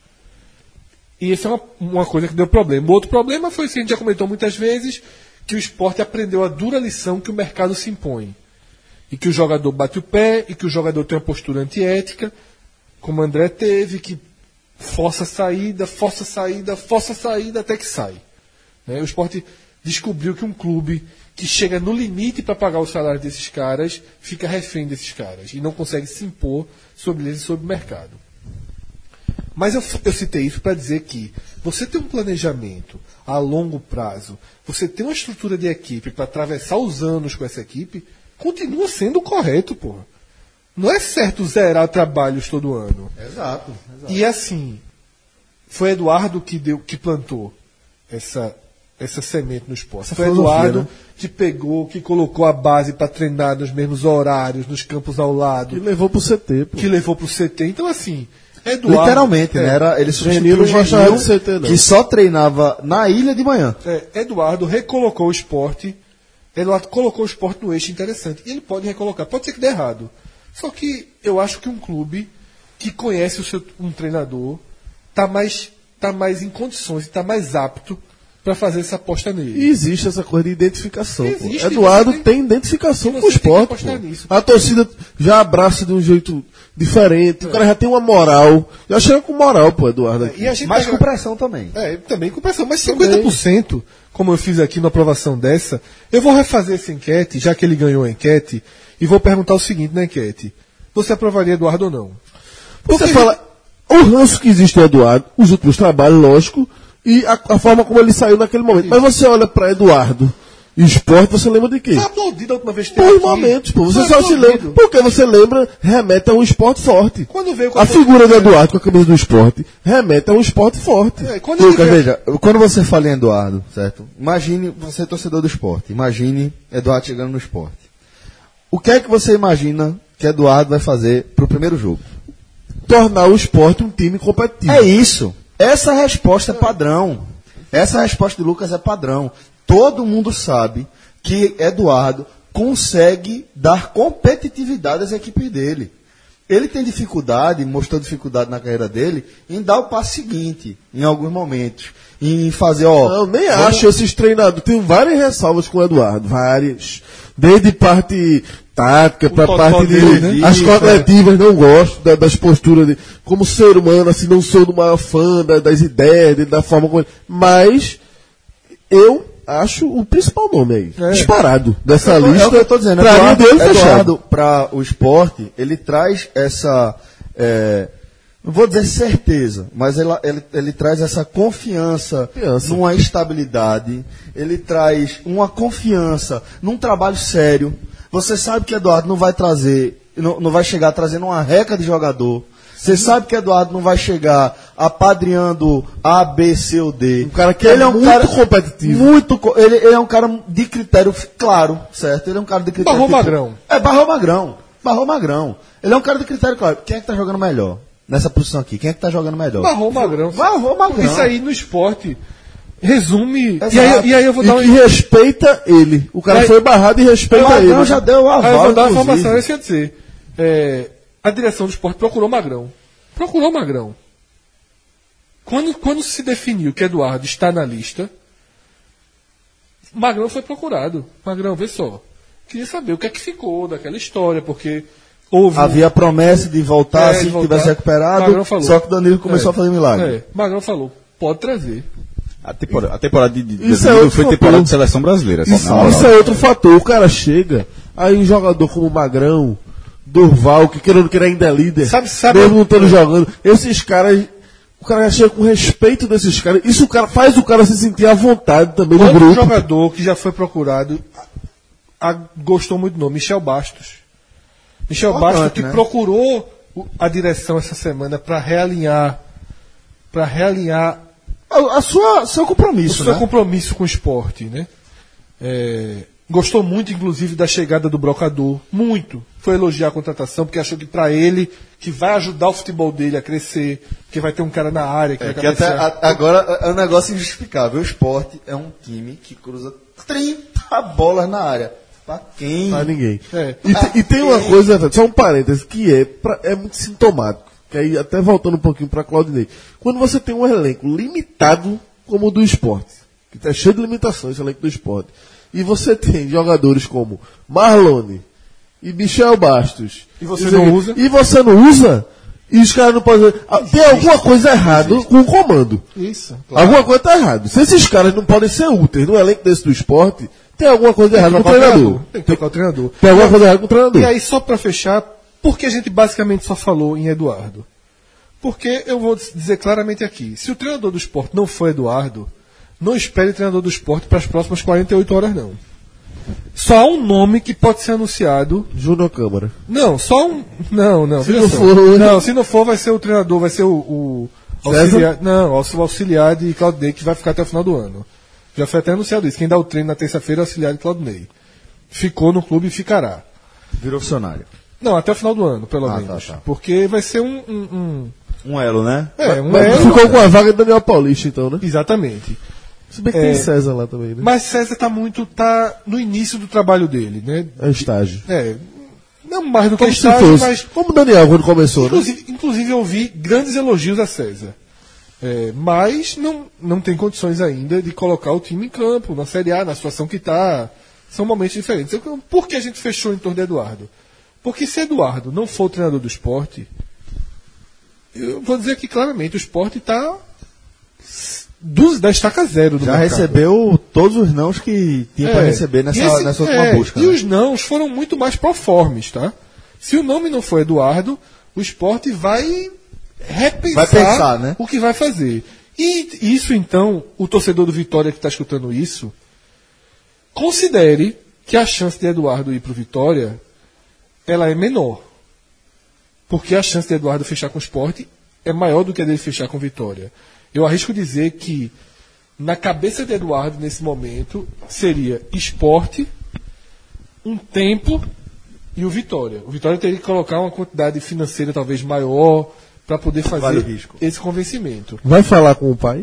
E isso é uma, uma coisa que deu problema. O outro problema foi, que a gente já comentou muitas vezes, que o esporte aprendeu a dura lição que o mercado se impõe. E que o jogador bate o pé, e que o jogador tem uma postura antiética, como o André teve, que força a saída, força a saída, força a saída, até que sai. Né? O esporte descobriu que um clube que chega no limite para pagar o salário desses caras, fica refém desses caras e não consegue se impor sobre eles e sobre o mercado. Mas eu, eu citei isso para dizer que você tem um planejamento a longo prazo, você tem uma estrutura de equipe para atravessar os anos com essa equipe, continua sendo correto, porra. Não é certo zerar trabalhos todo ano. Exato. exato. E assim, foi Eduardo que, deu, que plantou essa, essa semente no esporte. Essa Foi filosofia, Eduardo né? que pegou, que colocou a base para treinar nos mesmos horários, nos campos ao lado, E levou pro C T, pô. que levou pro C T. Então, assim, Eduardo... Literalmente, é, né? Era, ele Genil substituiu o não gostava Genil, do C T, não. que só treinava na ilha de manhã. É, Eduardo recolocou o esporte, Eduardo colocou o esporte no eixo interessante. E ele pode recolocar, pode ser que dê errado. Só que eu acho que um clube que conhece o seu, um treinador está mais, tá mais em condições, está mais apto para fazer essa aposta nele. E existe essa coisa de identificação. pô. Existe, Eduardo você tem- tem identificação você com o tem que esporte. apostar pô. nisso. A torcida já abraça de um jeito diferente. O cara já tem uma moral. Já chega com moral, pô, Eduardo. Aqui. E a gente Mas pega- com pressão também. É, também com pressão, mas cinquenta por cento, como eu fiz aqui na aprovação dessa, eu vou refazer essa enquete, já que ele ganhou a enquete, e vou perguntar o seguinte na enquete: você aprovaria Eduardo ou não? Você Porque- fala, o ranço que existe no Eduardo, os últimos trabalhos, lógico, e a, a forma como ele saiu naquele momento. Mas você olha pra Eduardo e esporte, você lembra de quê? Foi aplaudido a última vez que Por teve aqui. momentos, pô. Você Foi só se aplaudido. lembra. Porque você lembra, remete a um esporte forte. Quando veio com A a figura do Eduardo com a camisa do esporte remete a um esporte forte. É, quando ele Lucas, veio- veja, quando você fala em Eduardo, certo? Imagine, você é torcedor do esporte, imagine Eduardo chegando no esporte. O que é que você imagina que Eduardo vai fazer pro primeiro jogo? Tornar o esporte um time competitivo. É isso. Essa resposta é padrão. Essa resposta de Lucas é padrão. Todo mundo sabe que Eduardo consegue dar competitividade às equipes dele. Ele tem dificuldade, mostrou dificuldade na carreira dele, em dar o passo seguinte, em alguns momentos. Em fazer, ó. Não, nem vamos- acho esses treinadores. Tem várias ressalvas com o Eduardo. Várias. Desde parte tática para totó parte de. dele, né? As Isso, coletivas não gosto da- das posturas dele. Como ser humano, assim, não sou do maior fã da- das ideias, dele, da forma como ele. Mas eu acho o principal nome aí. É. Disparado dessa É o lista. que eu tô dizendo. Pra mim, Eduardo, dele fechado. Eduardo para o esporte, ele traz essa. é, não vou dizer certeza, mas ele, ele, ele traz essa confiança, Confiança. numa estabilidade. Ele traz uma confiança num trabalho sério. Você sabe que Eduardo não vai trazer, não, não vai chegar trazendo uma reca de jogador. Você sabe que Eduardo não vai chegar apadrinhando A, B, C ou D. Um cara que é muito competitivo. Muito, co- ele, ele é um cara de critério f- claro, certo? Ele é um cara de critério. Barrou tipo- Magrão. É, barrou Magrão. Barrou Magrão. Ele é um cara de critério claro. Quem é que tá jogando melhor? Nessa posição aqui. Quem é que tá jogando melhor? Barrou o Magrão. Barrou Magrão. Isso aí no esporte resume. Exato. E aí, e aí eu vou E dar um. que respeita ele. O cara Aí- foi barrado e respeita O Magrão ele. já deu o Aí eu aval, vou dar uma inclusive. informação, é isso que eu ia dizer. É, a direção do esporte procurou Magrão. Procurou Magrão. Quando, quando se definiu que Eduardo está na lista, Magrão foi procurado. Magrão, vê só. Queria saber o que é que ficou daquela história, porque houve. Havia a promessa de voltar É, assim de que voltar. tivesse recuperado. Magrão falou. Só que o Danilo começou É, a fazer milagre. É, Magrão falou, pode trazer. A temporada, a temporada de, de Isso Danilo é outro foi fator. temporada de seleção brasileira. Isso, na moral. isso é outro fator. O cara chega, aí um jogador como Magrão, Durval, que querendo que ainda é líder, Sabe- sabe- mesmo não estando jogando, esses caras, o cara já chega com respeito desses caras. Isso o cara, faz o cara se sentir à vontade também no Outro grupo. jogador que já foi procurado a- gostou muito do nome, Michel Bastos. Michel Importante, Bastos que né? procurou o- a direção essa semana para realinhar para realinhar A, a sua, seu compromisso, o seu né? compromisso com o esporte, né? É, gostou muito, inclusive, da chegada do Brocador. Muito. Foi elogiar a contratação, porque achou que para ele, que vai ajudar o futebol dele a crescer, porque vai ter um cara na área que É, vai que até cabecear. a- agora é um negócio injustificável. O esporte é um time que cruza trinta bolas na área. Pra quem? Pra ninguém. É. E, te- e tem uma coisa, velho, só um parênteses, que é, pra- é muito sintomático. Que aí, até voltando um pouquinho para Claudinei. Quando você tem um elenco limitado como o do esporte, que está cheio de limitações, esse elenco do esporte, e você tem jogadores como Marlone e Michel Bastos. E você dizer, não usa? E você não usa? E os caras não podem. Ah, tem alguma coisa errada com o comando. Isso. Alguma coisa está errada. Se esses caras não podem ser úteis no elenco desse do esporte, tem alguma coisa errada com o treinador. Tem que trocar o treinador. Tem alguma coisa errada com o treinador. E aí, só para fechar, por que a gente basicamente só falou em Eduardo? Porque eu vou dizer claramente aqui: se o treinador do esporte não for Eduardo, não espere treinador do esporte para as próximas quarenta e oito horas, não. Só há um nome que pode ser anunciado. Júnior Câmara. Não, só um. Não, não. Se veja não só. for- Não, se não for, vai ser o treinador, vai ser o. o César? auxiliar, não, o auxiliar de Claudinei, que vai ficar até o final do ano. Já foi até anunciado isso. Quem dá o treino na terça-feira é o auxiliar de Claudinei. Ficou no clube e ficará. Virou funcionário. Não, até o final do ano, pelo Ah, menos. tá, tá. Porque vai ser um... um, um Um elo, né? é, um Mas elo- ficou com a vaga do Daniel Paulista, então, né? Exatamente. Se bem que É. tem César lá também, né? Mas César tá muito... tá no início do trabalho dele, né? É estágio. É, não mais do que Como se estágio, fosse. mas... Como o Daniel quando começou, né? Inclusive, inclusive eu ouvi grandes elogios a César. É, mas não, não tem condições ainda de colocar o time em campo, na Série A, na situação que está. São momentos diferentes. Eu- Por que a gente fechou em torno de Eduardo? Porque se Eduardo não for o treinador do esporte, eu vou dizer aqui claramente, o esporte está da estaca zero do Já mercado. recebeu todos os nãos que tinha para É, receber nessa, e esse- nessa última é, busca. E né? os nãos foram muito mais proformes, tá? Se o nome não for Eduardo, o esporte vai repensar Vai pensar, né? o que vai fazer. E isso, então, o torcedor do Vitória que está escutando isso, considere que a chance de Eduardo ir para o Vitória, ela é menor. Porque a chance de Eduardo fechar com o esporte é maior do que a dele fechar com o Vitória. Eu arrisco dizer que, na cabeça de Eduardo, nesse momento, seria esporte, um tempo e o Vitória. O Vitória teria que colocar uma quantidade financeira talvez maior para poder Vale o fazer risco. esse convencimento. Vai falar com o pai?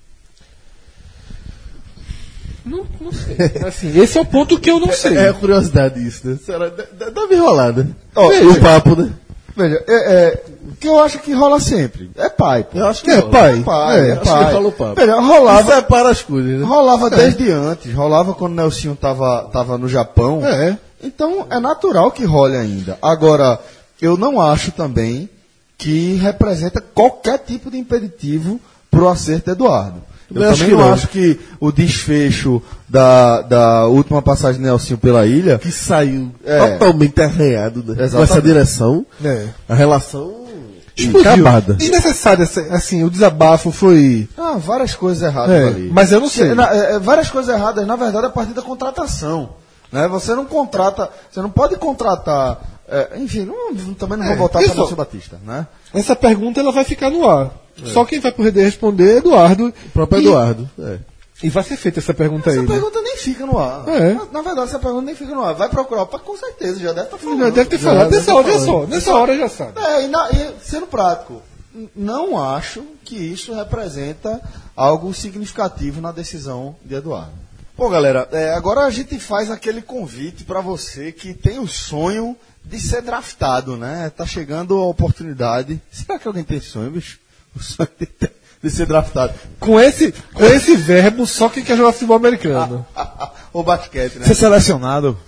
Não, não sei. Assim, esse é o ponto que eu não sei. É curiosidade isso, né? Será, dá- dá dá uma enrolada. Ó, Veja, o papo, né? Veja, é, é, o que eu acho que rola sempre é pai. Pô. Eu acho que É, rola. pai. É pai, é, acho que pai. rola o papo. Veja, E rolava, separa as coisas, né? rolava desde antes, rolava quando o Nelsinho tava, tava no Japão. É. Então é natural que role ainda. Agora, eu não acho também que representa qualquer tipo de impeditivo pro acerto de Eduardo. Eu Também acho também que não não. acho que o desfecho da, da última passagem de Nelsinho pela ilha. Que saiu É. totalmente arranhado, né? Com Exatamente. essa direção, É. a relação Explodiu. acabada. Desnecessário, assim, o desabafo foi... Ah, várias coisas erradas É, ali. mas eu não sei. Na- é, é, várias coisas erradas, na verdade, a partir da contratação. Né? Você não contrata, você não pode contratar. é, enfim, não- também não vou É, voltar para isso. o Nelson Batista. Né? Essa pergunta ela vai ficar no ar. Só quem vai poder responder é Eduardo. O próprio E- Eduardo. É. E vai ser feita essa pergunta Essa aí. né? pergunta nem fica no ar. É. Na, na verdade, essa pergunta nem fica no ar. Vai procurar o pai, com certeza, já deve estar falando. Já deve ter Já falado. deve Nessa ter hora já falado. só. Nessa hora já sabe. É, e, na- e sendo prático, n- não acho que isso representa algo significativo na decisão de Eduardo. Bom, galera, é, agora a gente faz aquele convite para você que tem o sonho de ser draftado, né? Tá chegando a oportunidade. Será que alguém tem esse sonho, bicho? O sonho de, ter- de ser draftado. Com esse, com esse verbo, só quem quer jogar futebol americano. Ou basquete, né? Ser selecionado.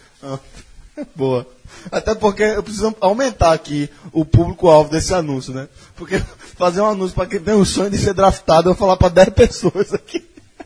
Boa. Até porque eu preciso aumentar aqui o público-alvo desse anúncio, né? Porque fazer um anúncio para quem tem o sonho de ser draftado, eu vou falar para dez pessoas aqui.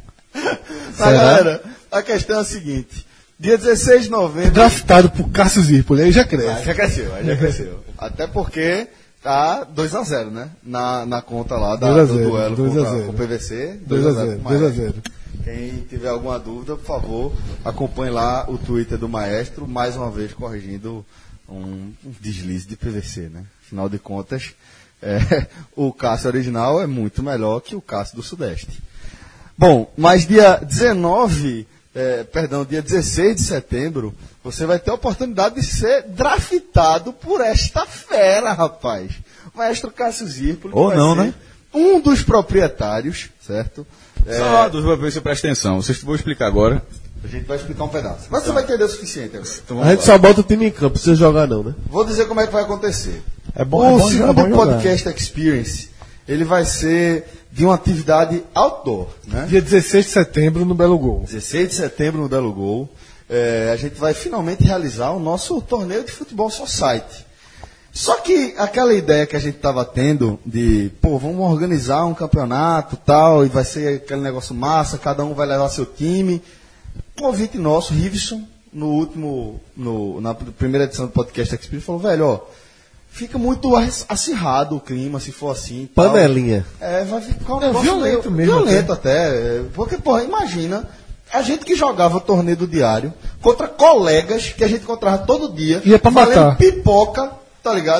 Mas, galera, a questão é a seguinte. Dia dezesseis de novembro... Draftado por Cássio Zirpoli, aí já cresce. Ah, já cresceu, aí já cresceu. Até porque tá dois a zero, né? Na, na conta lá da, dois a do zero, duelo dois a contra zero. com o P V C. dois a zero, dois a zero. Quem tiver alguma dúvida, por favor, acompanhe lá o Twitter do Maestro, mais uma vez corrigindo um, um deslize de P V C, né? Afinal de contas, é, o Cássio original é muito melhor que o Cássio do Sudeste. Bom, mas dia dezenove, é, perdão, dia dezesseis de setembro, você vai ter a oportunidade de ser draftado por esta fera, rapaz. O Maestro Cássio Zirpoli. que Ou vai não, ser né? Um dos proprietários, certo? É, Só uma dúvida pra ver se eu presto atenção. Vocês vou explicar agora. a gente vai explicar um pedaço. Mas você vai entender o suficiente agora. Então A vamos gente lá. só bota o time em campo, precisa jogar não, né? Vou dizer como é que vai acontecer. É bom, o é bom, segundo é bom jogar. podcast Experience, ele vai ser de uma atividade outdoor, né? Dia dezesseis de setembro no Belo Gol. dezesseis de setembro no Belo Gol, é, a gente vai finalmente realizar o nosso torneio de futebol society. Só que aquela ideia que a gente estava tendo de, pô, vamos organizar um campeonato tal, e vai ser aquele negócio massa, cada um vai levar seu time. Um ouvinte nosso, Riveson, no último, no, na primeira edição do podcast Experience, falou, velho, ó, fica muito acirrado o clima, se for assim. Tal. Panelinha. É, vai ficar um É negócio violento meio- mesmo Violento até. é, Porque, porra, imagina a gente que jogava o torneio do diário contra colegas que a gente encontrava todo dia. Ia pra valendo matar. pipoca, tá ligado?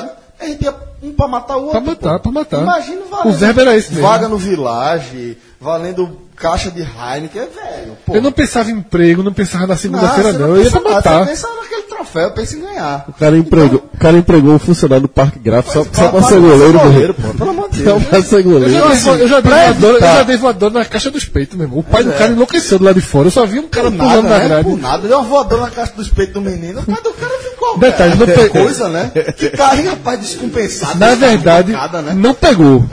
a gente ia um pra matar o outro. Pra matar, pô. pra matar. Imagina O verbo era esse mesmo. vaga no Village, valendo caixa de Heineken, é velho. Pô. Eu não pensava em emprego, não pensava na segunda-feira, você não. Eu ia pensa pra nada, matar. Você pensa naquele troféu, pensa em ganhar. O cara empregou, o cara empregou um funcionário do Parque Gráfico só, só pra ser goleiro, goleiro, pô. pô. Pelo amor de Só Deus. pra ser Eu goleiro. já, dei, eu, já dei pra voadora, eu evitar. já dei voadora na caixa dos peitos, meu irmão. O pai do É. cara enlouqueceu do lado de fora. Eu só vi um cara Por pulando nada, na né? grade. Por nada. Deu uma voadora na caixa dos peitos do menino. O pai do cara ficou. Detalhe, não é, pegou. coisa, né? Que carrinho, rapaz, descompensado. Na verdade, Pancada, né? não pegou.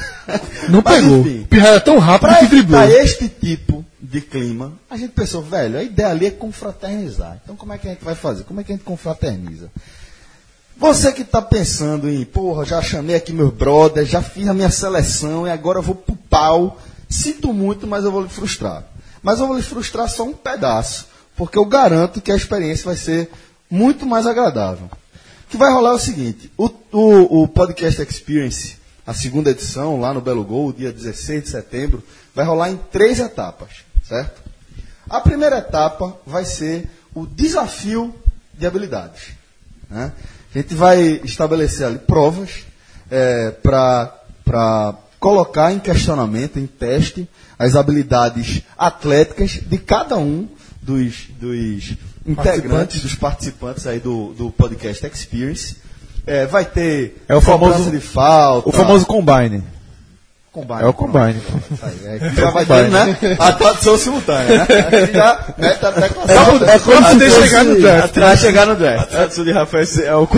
Não Mas, pegou. enfim. O Pirra era tão rápido Pra que driblou. evitar este tipo de clima, a gente pensou, velho, a ideia ali é confraternizar. Então como é que a gente vai fazer? Como é que a gente confraterniza? Você que está pensando em, porra, já chamei aqui meus brothers, já fiz a minha seleção e agora eu vou pro pau. Sinto muito, mas eu vou lhe frustrar. Mas eu vou lhe frustrar só um pedaço, porque eu garanto que a experiência vai ser muito mais agradável. O que vai rolar é o seguinte, o, o, o Podcast Experience, a segunda edição, lá no Belo Gol, dia dezesseis de setembro, vai rolar em três etapas, certo? A primeira etapa vai ser o desafio de habilidades, né? A gente vai estabelecer ali provas é, para colocar em questionamento, em teste, as habilidades atléticas de cada um dos, dos integrantes, dos participantes aí do, do Podcast Experience. É, vai ter É o cobrança famoso- de falta. O famoso combine. Combine, É o pronto. combine. É, que já vai ter, né? A tradução simultânea, né? Já mete a tecla É como se Até fosse- chegar no draft. Vai chegar no draft. A tradução de Rafael é o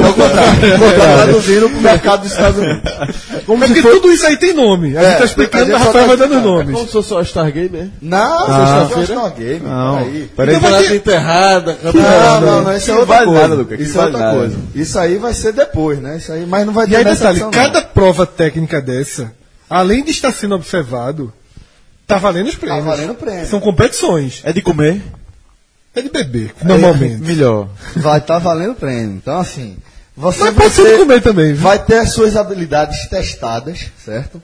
Tá traduzindo pro mercado dos Estados Unidos. É porque tudo isso aí tem nome. A gente tá explicando, a o gente só Rafael tá vai dando explicando. É nomes. como se fosse só Stargamer. Não, Ah, sexta-feira não é game. Não. Peraí. Peraí. Então vai ter- enterrada. Não, não, não, isso é Não outra vale coisa. nada, Lucas, Isso que é vale outra nada. coisa. Isso aí vai ser depois, né? Isso aí, mas não vai ter E aí, nessa detalhe, edição, cada não. prova técnica dessa, além de estar sendo observado, tá valendo os prêmios. valendo prêmio. São competições. É de comer? É de beber, normalmente. Melhor. Vai estar valendo prêmio. Então, assim, você Mas vai pode ser de comer também, viu? vai ter as suas habilidades testadas, certo?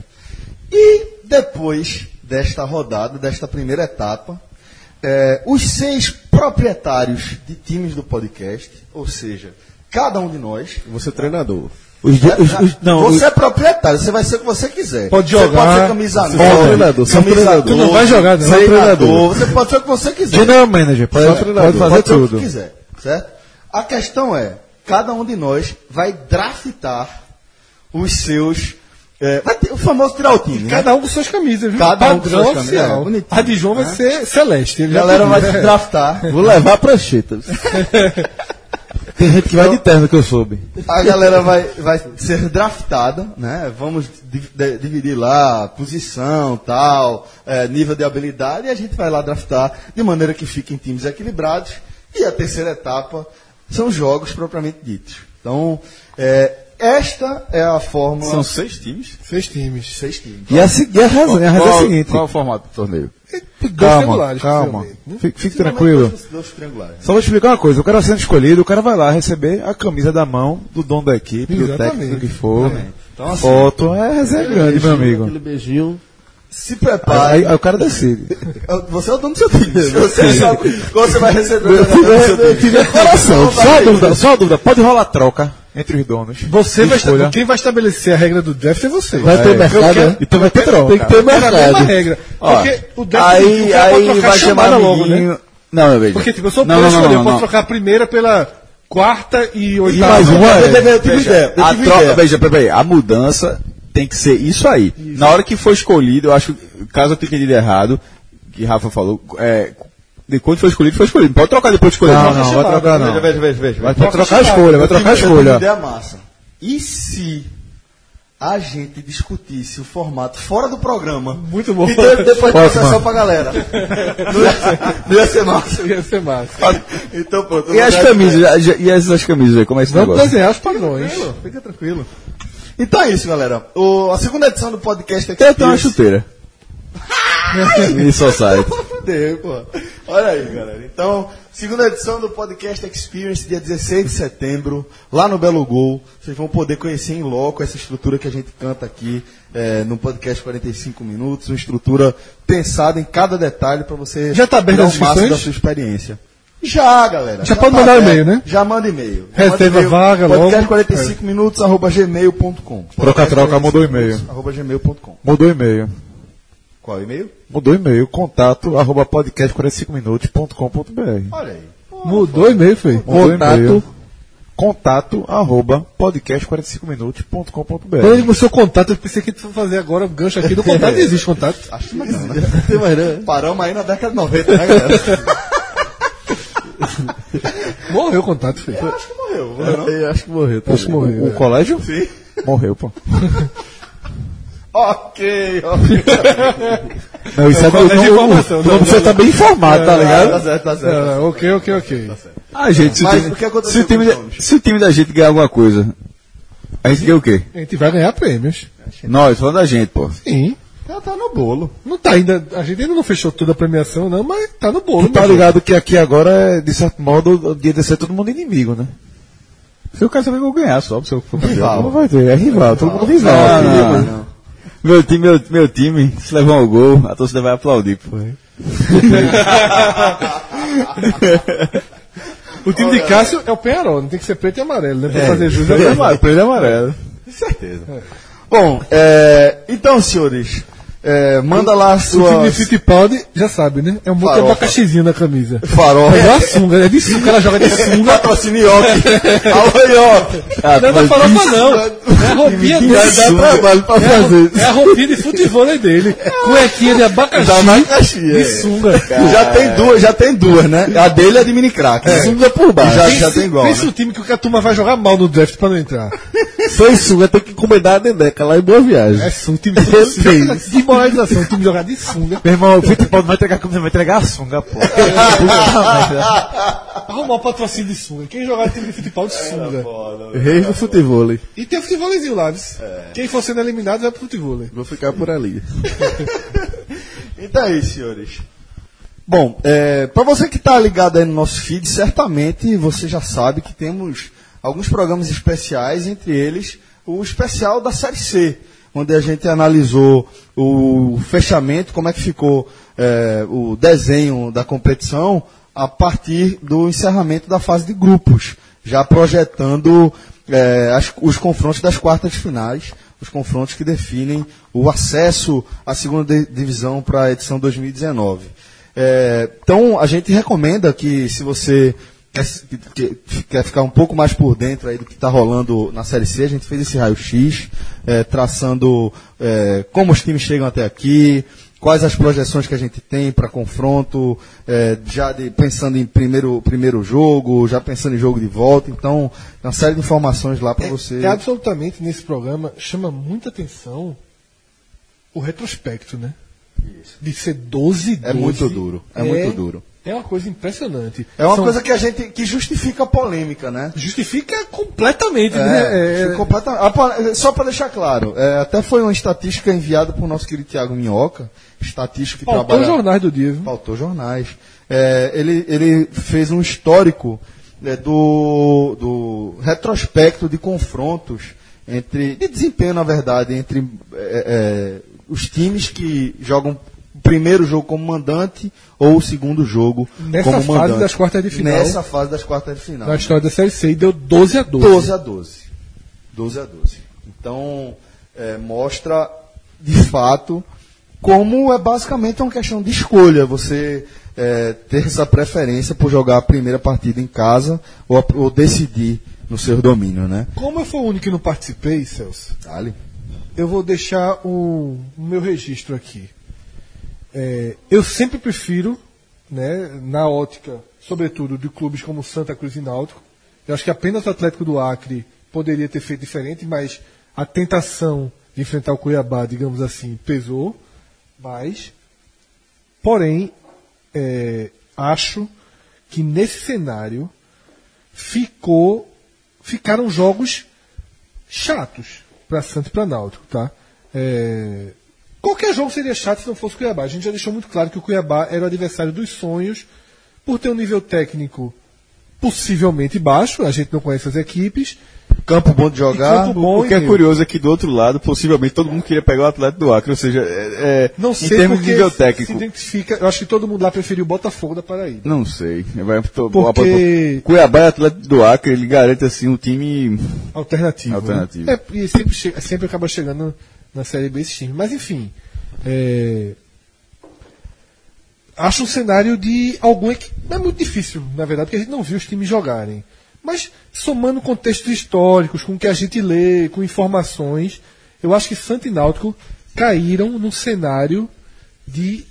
E depois desta rodada, desta primeira etapa, eh, os seis proprietários de times do podcast, ou seja, cada um de nós. Você é treinador. Os, do- os, os, não, você os, é proprietário, você vai ser o que você quiser. Pode Você jogar, pode ser camisa você nove, é treinador, você é camisa treinador. doze, Tu não vai jogar, não. treinador. Você pode ser o que você quiser. general manager, pode, Só pode treinador. fazer Pode ser o que tudo. quiser, certo? A questão é, cada um de nós vai draftar os seus... é, vai ter o famoso tirar o time, né? Cada um com suas camisas, viu? Cada um com Padrão suas camisas, oficial. é, bonitinho, A de João vai né? ser celeste. Ele A já galera vai pediu, se né? draftar. Vou levar a prancheta. Tem gente que vai de terno, que eu soube. A galera vai, vai ser draftada, né? Vamos di- di- dividir lá posição, tal, é, nível de habilidade, e a gente vai lá draftar de maneira que fiquem times equilibrados. E a terceira etapa são jogos propriamente ditos. Então, é, esta é a fórmula. São seis times. Seis times. seis times. E a, se- e a razão, a razão é a seguinte. Qual é o formato do torneio? Dois Calma, triangulares, calma. possivelmente. Fique, fique tranquilo. Dois, dois triangulares. Só vou explicar uma coisa. O cara sendo escolhido, o cara vai lá receber a camisa da mão do dono da equipe, do Exatamente. técnico, do que for. Então, assim, Foto. É resenha grande, meu amigo. Aquele beijinho. se Aí, prepare. aí- aí o cara decide. Você é o dono do seu time. Você sabe quando você vai receber o Eu jogador do seu tive, eu time. tive coração. Só uma dúvida, só uma dúvida. Pode rolar troca entre os donos. Você vai Escolha. estar, quem vai estabelecer a regra do draft é você. Vai ter Eu mercado, quero- né? Então vai ter troca. Tem que ter É a mesma mercado. regra. Ó, Porque o draft o Aí, cara pode aí trocar vai chamar chamada logo, amiguinho. né? Não, meu veja. Porque tipo, eu sou não, não, não, escolher, não, eu não, posso não. trocar a primeira pela quarta e E oitava. mais uma Eu é. tive- eu tive Veja, ideia. Eu a tive troca, ideia. veja, peraí, a mudança tem que ser isso aí. Na hora que for escolhido, eu acho, caso eu tenha entendido errado, que Rafa falou, é, de quando for escolhido, foi escolhido. Pode trocar depois de escolher. Não, não, vai trocar não. Veja, veja, veja, veja. Vai trocar a escolha, vai trocar a Eu tive escolha. uma ideia massa. E se a gente discutisse o formato fora do programa? Muito bom. E de- depois Ótimo. processar pra galera. Não ia, não ia ser massa. Ia ser massa. Então pronto. eu E vou as dar- camisas, já- já- e essas camisas aí, como é esse Vamos negócio? desenhar os padrões. Tranquilo, fica tranquilo. Então é isso, galera. O- a segunda edição do podcast Eu tenho uma Experience- chuteira. E só sai. Fudeu, pô. Olha aí, galera. Então, segunda edição do Podcast Experience, dia dezesseis de setembro, lá no Belo Gol. Vocês vão poder conhecer em loco essa estrutura que a gente canta aqui é, no podcast quarenta e cinco minutos. Uma estrutura pensada em cada detalhe para você Já tá aberto tirar as o máximo da inscrições? sua experiência. Já, galera. Já pode mandar é, e-mail, né? Já manda e-mail. Já Reserva manda e-mail, vaga logo. podcast quarenta e cinco minutos arroba gmail ponto com. Troca-troca mudou o e-mail. arroba gmail ponto com. Mudou o e-mail. Qual é o e-mail? Mudou o e-mail. Contato arroba podcast quarenta e cinco minutos ponto com ponto b r. Olha aí. Mudou o e-mail, foi. Mudou o e-mail. Contato arroba podcast quarenta e cinco minutos ponto com ponto b r. Quando ele começou o contato, eu pensei que tu ia fazer agora o gancho aqui do contato. Existe contato. Acho que não, né? Paramos aí na década de noventa, né, galera? Morreu o contato, foi. Eu acho que morreu. morreu não? Eu acho que morreu. Tá Acho que morreu. O é. colégio? Sim. Morreu, pô. Ok, ok. Não, isso é colégio de não, informação, o- não, Você tá bem informado, tá ligado? Tá certo, tá certo. Ah, ok, ok, ok. Ah, gente, se, Mas o time, o que aconteceu se, o time com os da, homens? se o time da gente ganhar alguma coisa, a gente ganha o quê? A gente vai ganhar prêmios. Nós, falando da gente, pô. Sim. Já tá no bolo. Não tá ainda. A gente ainda não fechou toda a premiação, não, mas tá no bolo. Tu tá meu ligado que aqui agora é, de certo modo, o dia de ser todo mundo inimigo, né? Se eu quero saber que eu vou ganhar só, se eu for campeão. Rival. Não vai ter, é rival, todo mundo rival. Não, aqui, não, né? não. Meu time, meu, meu time, se levar um gol, a torcida vai aplaudir, pô. O time de Cássio é o Penharol, não tem que ser preto e amarelo, né? Pra É, fazer jus. Preto e ao- amarelo, preto e amarelo. Com certeza. Bom, é, então, senhores, é, manda lá a O time sua de Fittipaldi, já sabe, né? É um monte de Farofa. abacaxizinho na camisa. farofa. É igual a sunga, é de sunga, ela joga de sunga. Patrocínio Ioki. Alô, Ioki. Ah, Não é da farofa, não. É a roupinha dele. Dá trabalho pra É a, fazer. é a roupinha de futebol dele. Cuequinha de abacaxi. Da abacaxi, De é. sunga. Já tem duas, já tem duas, né? A dele é de mini crack. né? Sunga por baixo. Já, Pensa- já tem igual. Pensa Né? o time que a turma vai jogar mal no draft pra não entrar. Sem sunga, tem que encomendar a Neneca lá em Boa Viagem. É sunga, o time de sunga. Desmoralização, o time jogar de sunga. Meu irmão, o futebol não vai entregar como você vai entregar a sunga, pô. Arrumar o patrocínio de sunga. Quem jogar no time de futebol de sunga. Reis do futebol. E tem o futebolzinho lá, viu? Quem for sendo eliminado vai pro futebol. Vou ficar por ali. Então é isso, senhores. Bom, é, para você que está ligado aí no nosso feed, certamente você já sabe que temos alguns programas especiais, entre eles o especial da Série C, onde a gente analisou o fechamento, como é que ficou é, o desenho da competição a partir do encerramento da fase de grupos, já projetando é, as- os confrontos das quartas de finais, os confrontos que definem o acesso à segunda di- divisão para a edição dois mil e dezenove. É, então, a gente recomenda que, se você quer, se- que- quer ficar um pouco mais por dentro aí do que está rolando na Série C, a gente fez esse raio-x, é, traçando é, como os times chegam até aqui, quais as projeções que a gente tem para confronto, é, já de- pensando em primeiro, primeiro jogo, já pensando em jogo de volta. Então, tem uma série de informações lá para você. É absolutamente, nesse programa, chama muita atenção o retrospecto, né? De ser doze, doze. É muito duro, é muito duro. É uma coisa impressionante. É uma São- coisa que a gente que justifica a polêmica, né? Justifica completamente, É, né? É, completamente. Ah, pa- Só para deixar claro, é, até foi uma estatística enviada por nosso querido Tiago Minhoca, estatístico que faltou trabalha. os jornais do dia, viu? Faltou jornais. É, ele, ele fez um histórico é, do, do retrospecto de confrontos entre, de desempenho, na verdade, entre é, é, os times que jogam o primeiro jogo como mandante ou o segundo jogo Nessa como fase mandante. das quartas de final. Nessa fase das quartas de final. Na história da Série C, e deu doze a doze. doze a doze. doze a doze. Então, é, mostra, de fato, como é basicamente uma questão de escolha. Você é, ter essa preferência por jogar a primeira partida em casa ou, ou decidir no seu domínio, né? Como eu fui o único que não participei, Celso, Dale. eu vou deixar o, o meu registro aqui. É, eu sempre prefiro, né, na ótica, sobretudo, de clubes como Santa Cruz e Náutico. Eu acho que apenas o Atlético do Acre poderia ter feito diferente, mas a tentação de enfrentar o Cuiabá, digamos assim, pesou. Mas, porém, é, acho que nesse cenário ficou, ficaram jogos chatos para Santa e para Náutico, tá? É, qualquer jogo seria chato se não fosse o Cuiabá. A gente já deixou muito claro que o Cuiabá era o adversário dos sonhos, por ter um nível técnico possivelmente baixo, a gente não conhece as equipes, campo bom de jogar. campo bom O que e é meu. curioso é que do outro lado, possivelmente, todo mundo queria pegar o Atlético do Acre, ou seja, é, é, Não em sei termos de porque nível se técnico. identifica. Eu acho que todo mundo lá preferiu o Botafogo da Paraíba. Não sei. Vai, Porque- Cuiabá e Atlético do Acre, ele garante assim um time. Alternativo. Alternativo. Né? É, e sempre, che- sempre acaba chegando na Série B esse time. Mas enfim. é, Acho um cenário de algum. equi- Não é muito difícil, na verdade, porque a gente não viu os times jogarem. Mas somando contextos históricos, com o que a gente lê, com informações, eu acho que Santa e Náutico caíram num cenário de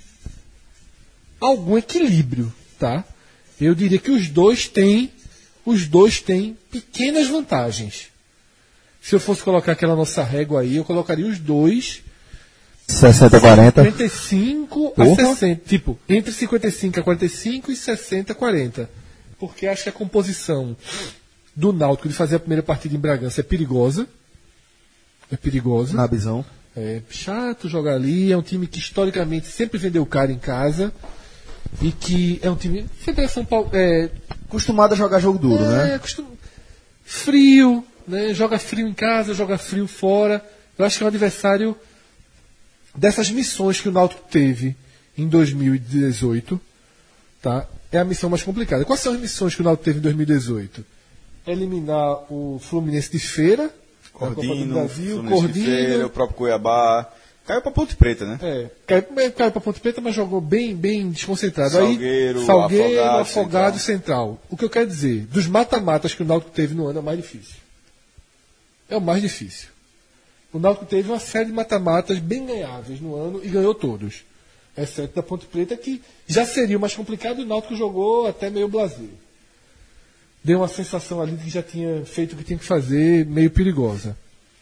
algum equilíbrio, tá? Eu diria que os dois têm, os dois têm pequenas vantagens. Se eu fosse colocar aquela nossa régua aí, eu colocaria os dois sessenta a quarenta. cinquenta e cinco a sessenta, tipo, entre cinquenta e cinco a quarenta e cinco e sessenta a quarenta. Porque acho que a composição do Náutico de fazer a primeira partida em Bragança é perigosa. É perigosa. Na visão. É chato jogar ali, é um time que historicamente sempre vendeu caro em casa e que é um time. Federação Paulo. É, Acostumado a jogar jogo duro, é, né? costum- frio, né? Joga frio em casa, joga frio fora. Eu acho que é um adversário dessas missões que o Náutico teve em dois mil e dezoito, tá? É a missão mais complicada. Quais são as missões que o Náutico teve em dois mil e dezoito? Eliminar o Fluminense de Feira, da Copa do Cordino, Brasil, Fluminense de Feira, Cordino. o próprio Cuiabá. Caiu pra Ponte Preta, né? É, caiu, caiu para Ponte Preta, mas jogou bem, bem desconcentrado. Salgueiro, Aí, Salgueiro, Afogado, Afogado e Central. O que eu quero dizer, dos mata-matas que o Náutico teve no ano é o mais difícil. É o mais difícil. O Náutico teve uma série de mata-matas bem ganháveis no ano e ganhou todos. Exceto da Ponte Preta, que já seria o mais complicado, e o Náutico jogou até meio blasé. Deu uma sensação ali de que já tinha feito o que tinha que fazer, meio perigosa.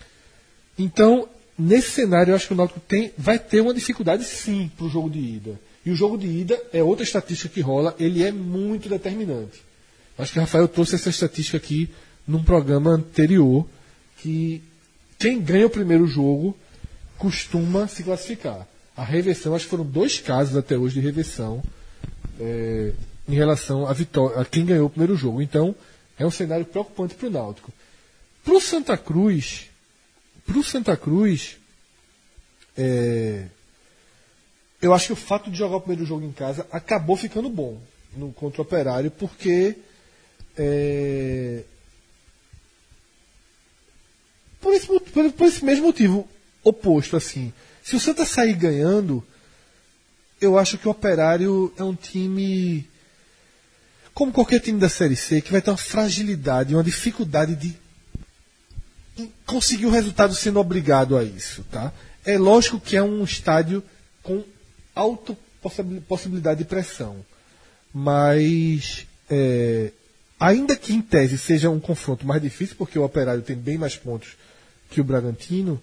Então, nesse cenário, eu acho que o Náutico tem, vai ter uma dificuldade sim para o jogo de ida. E o jogo de ida é outra estatística que rola, ele é muito determinante. Acho que o Rafael trouxe essa estatística aqui num programa anterior, que quem ganha o primeiro jogo costuma se classificar. A reversão, acho que foram dois casos até hoje de reversão é, em relação à vitória, a quem ganhou o primeiro jogo. Então, é um cenário preocupante para o Náutico. Para o Santa Cruz, para o Santa Cruz, é, eu acho que o fato de jogar o primeiro jogo em casa acabou ficando bom no, contra o Operário, porque é, por, esse, por, por esse mesmo motivo oposto, assim. Se o Santa sair ganhando, eu acho que o Operário é um time, como qualquer time da Série C, que vai ter uma fragilidade, uma dificuldade de conseguir o resultado sendo obrigado a isso, tá? É lógico que é um estádio com alta possibilidade de pressão, mas é, ainda que em tese seja um confronto mais difícil, porque o Operário tem bem mais pontos que o Bragantino,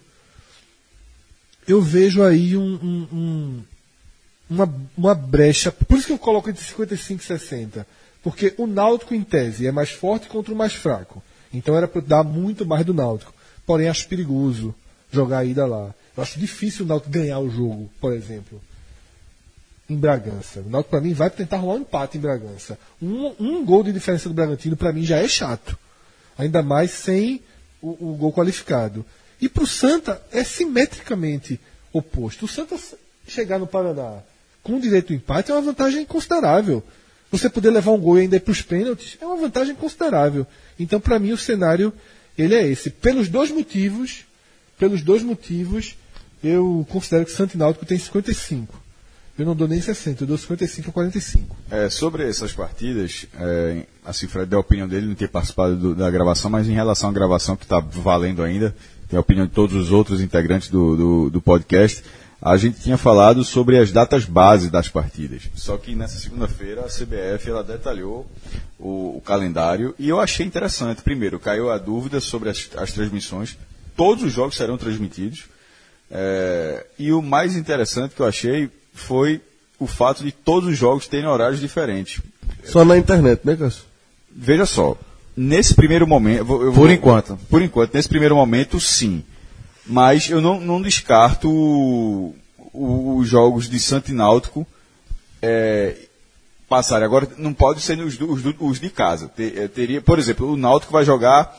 eu vejo aí um, um, um, uma, uma brecha, por isso que eu coloco entre cinquenta e cinco e sessenta, porque o Náutico em tese é mais forte contra o mais fraco. Então era para dar muito mais do Náutico. Porém, acho perigoso jogar a ida lá. Eu acho difícil o Náutico ganhar o jogo, por exemplo, em Bragança. O Náutico, para mim, vai tentar rolar um empate em Bragança. Um, um gol de diferença do Bragantino, para mim, já é chato. Ainda mais sem o, o gol qualificado. E para o Santa, é simetricamente oposto. O Santa chegar no Paraná com direito ao empate é uma vantagem considerável. Você poder levar um gol e ainda ir para os pênaltis é uma vantagem considerável. Então, para mim, o cenário ele é esse. Pelos dois motivos, pelos dois motivos, eu considero que o Santa e Náutico tem cinquenta e cinco. Eu não dou nem sessenta, eu dou cinquenta e cinco a quarenta e cinco. É, sobre essas partidas, é, assim, Fred deu a opinião dele, não ter participado do, da gravação, mas em relação à gravação que está valendo ainda, tem a opinião de todos os outros integrantes do, do, do podcast, a gente tinha falado sobre as datas base das partidas. Só que nessa segunda-feira a C B F ela detalhou o, o calendário e eu achei interessante. Primeiro, caiu a dúvida sobre as, as transmissões. Todos os jogos serão transmitidos. É, e o mais interessante que eu achei foi o fato de todos os jogos terem horários diferentes. Só na internet, né, Cássio? Veja só, nesse primeiro momento... Eu vou, eu Por vou, enquanto. Por enquanto, nesse primeiro momento, sim. Mas eu não, não descarto o, o, os jogos de Santa e Náutico é, passarem. Agora, não pode ser os, os, os de casa. Ter, teria, por exemplo, o Náutico vai jogar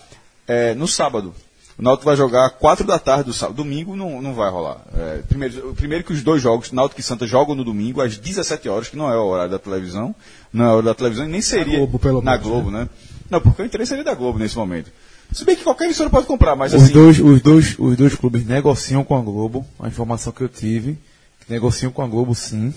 É, no sábado, o Náutico vai jogar quatro da tarde do sábado. Domingo não, não vai rolar. É, primeiro, primeiro que os dois jogos, Náutico e Santa, jogam no domingo às dezessete horas, que não é o horário da televisão. Não é a hora da televisão e nem seria Globo, pelo na menos, Globo, né? Não, porque o interesse seria da Globo nesse momento. Se bem que qualquer emissora pode comprar, mas Os, assim... dois, os, dois, os dois clubes negociam com a Globo, a informação que eu tive, que negociam com a Globo sim.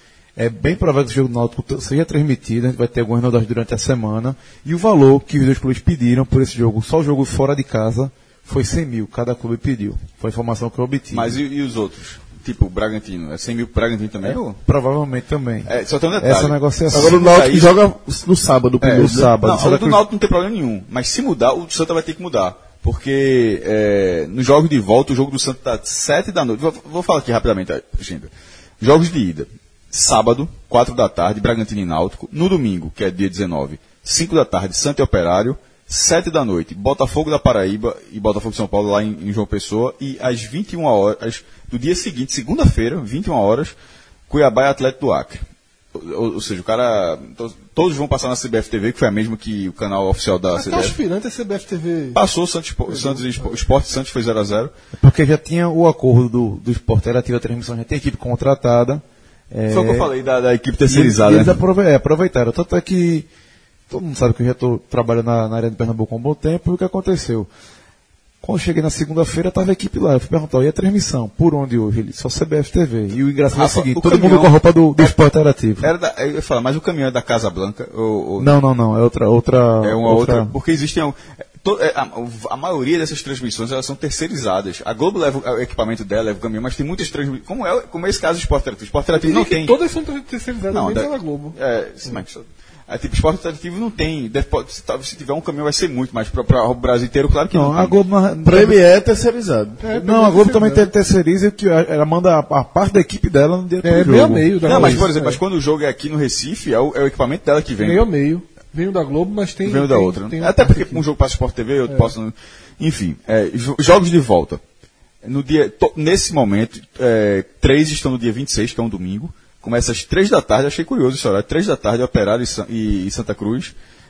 É bem provável que o jogo do Náutico seja transmitido, a gente vai ter algumas novidades durante a semana. E o valor que os dois clubes pediram por esse jogo, só o jogo fora de casa, foi cem mil, cada clube pediu. Foi a informação que eu obtive. Mas e, e os outros? Tipo, o Bragantino, é cem mil pro Bragantino também? É, ou? provavelmente também. É, só tem um detalhe. Essa negociação. Agora o Náutico isso- joga no sábado, É, primeiro. no sábado. Não, Santa o do Cruz- Náutico não tem problema nenhum. Mas se mudar, o do Santa vai ter que mudar. Porque é, nos jogos de volta, o jogo do Santa está sete da noite. Vou, vou falar aqui rapidamente, gente. Jogos de ida. Sábado, quatro da tarde, Bragantino e Náutico. No domingo, que é dia dezenove, cinco da tarde, Santa e Operário. sete da noite, Botafogo da Paraíba e Botafogo de São Paulo lá em, em João Pessoa. E às vinte e uma horas, do dia seguinte, segunda-feira, vinte e uma horas, Cuiabá e Atlético do Acre. Ou, ou seja, o cara... to- Todos vão passar na C B F T V, que foi a mesma que o canal oficial da Mas C tá B F. aspirante a C B F T V. Passou o Santos, Espo- Santos e Espo- Esporte Santos foi zero a zero. Porque já tinha o acordo do, do esporte relativo à transmissão, já tem equipe contratada. É, Foi o que eu falei da, da equipe e eles, terceirizada. e eles né? aprove- é, aproveitaram. Tanto é que todo mundo sabe que eu já estou trabalhando na, na área de Pernambuco há um bom tempo. E o que aconteceu? Quando eu cheguei na segunda-feira, estava a equipe lá. Eu fui perguntar, e a transmissão? Por onde hoje? Ele, só C B F T V. E o engraçado é o Rafa, seguinte, o todo caminhão- mundo com a roupa do, do esporte relativo. Era da, eu ia falar, mas o caminhão é da Casa Blanca? Ou, ou Não, não, não. É outra. outra é uma outra. Porque existem. um- to- é, a, a maioria dessas transmissões elas são terceirizadas. A Globo leva o equipamento dela, leva o caminhão, mas tem muitas transmissões. Como é, como é esse caso do esporte interativo? O esporte interativo não tem. Todas são terceirizadas Não, mesmo da- pela Globo. É, sim, mas. É, tipo, esporte interativo não tem. Deve- pode- se, tá- se tiver um caminhão vai ser muito, mas para o Brasil inteiro, claro que não. Não, tem. a Globo. não- Premier é terceirizado. É, Não, a Globo também terceirizadas. te- terceiriza que ela manda a, a parte da equipe dela no dia do É, jogo. meio a meio da Não, mas por Globo. exemplo, mas quando o jogo é aqui no Recife, é o, é o equipamento dela que vem. Meio a meio. Vem o da Globo, mas tem. Vem o da tem- outra. tem Até uma porque parte aqui. um jogo passa Sport T V, outro passa. no- Enfim, é, jo- jogos de volta. No dia, to- nesse momento, é, três estão no dia vinte e seis, que é um domingo. Começa às três da tarde, achei curioso esse horário. Três da tarde, Operário e, Sa- e- e Santa Cruz.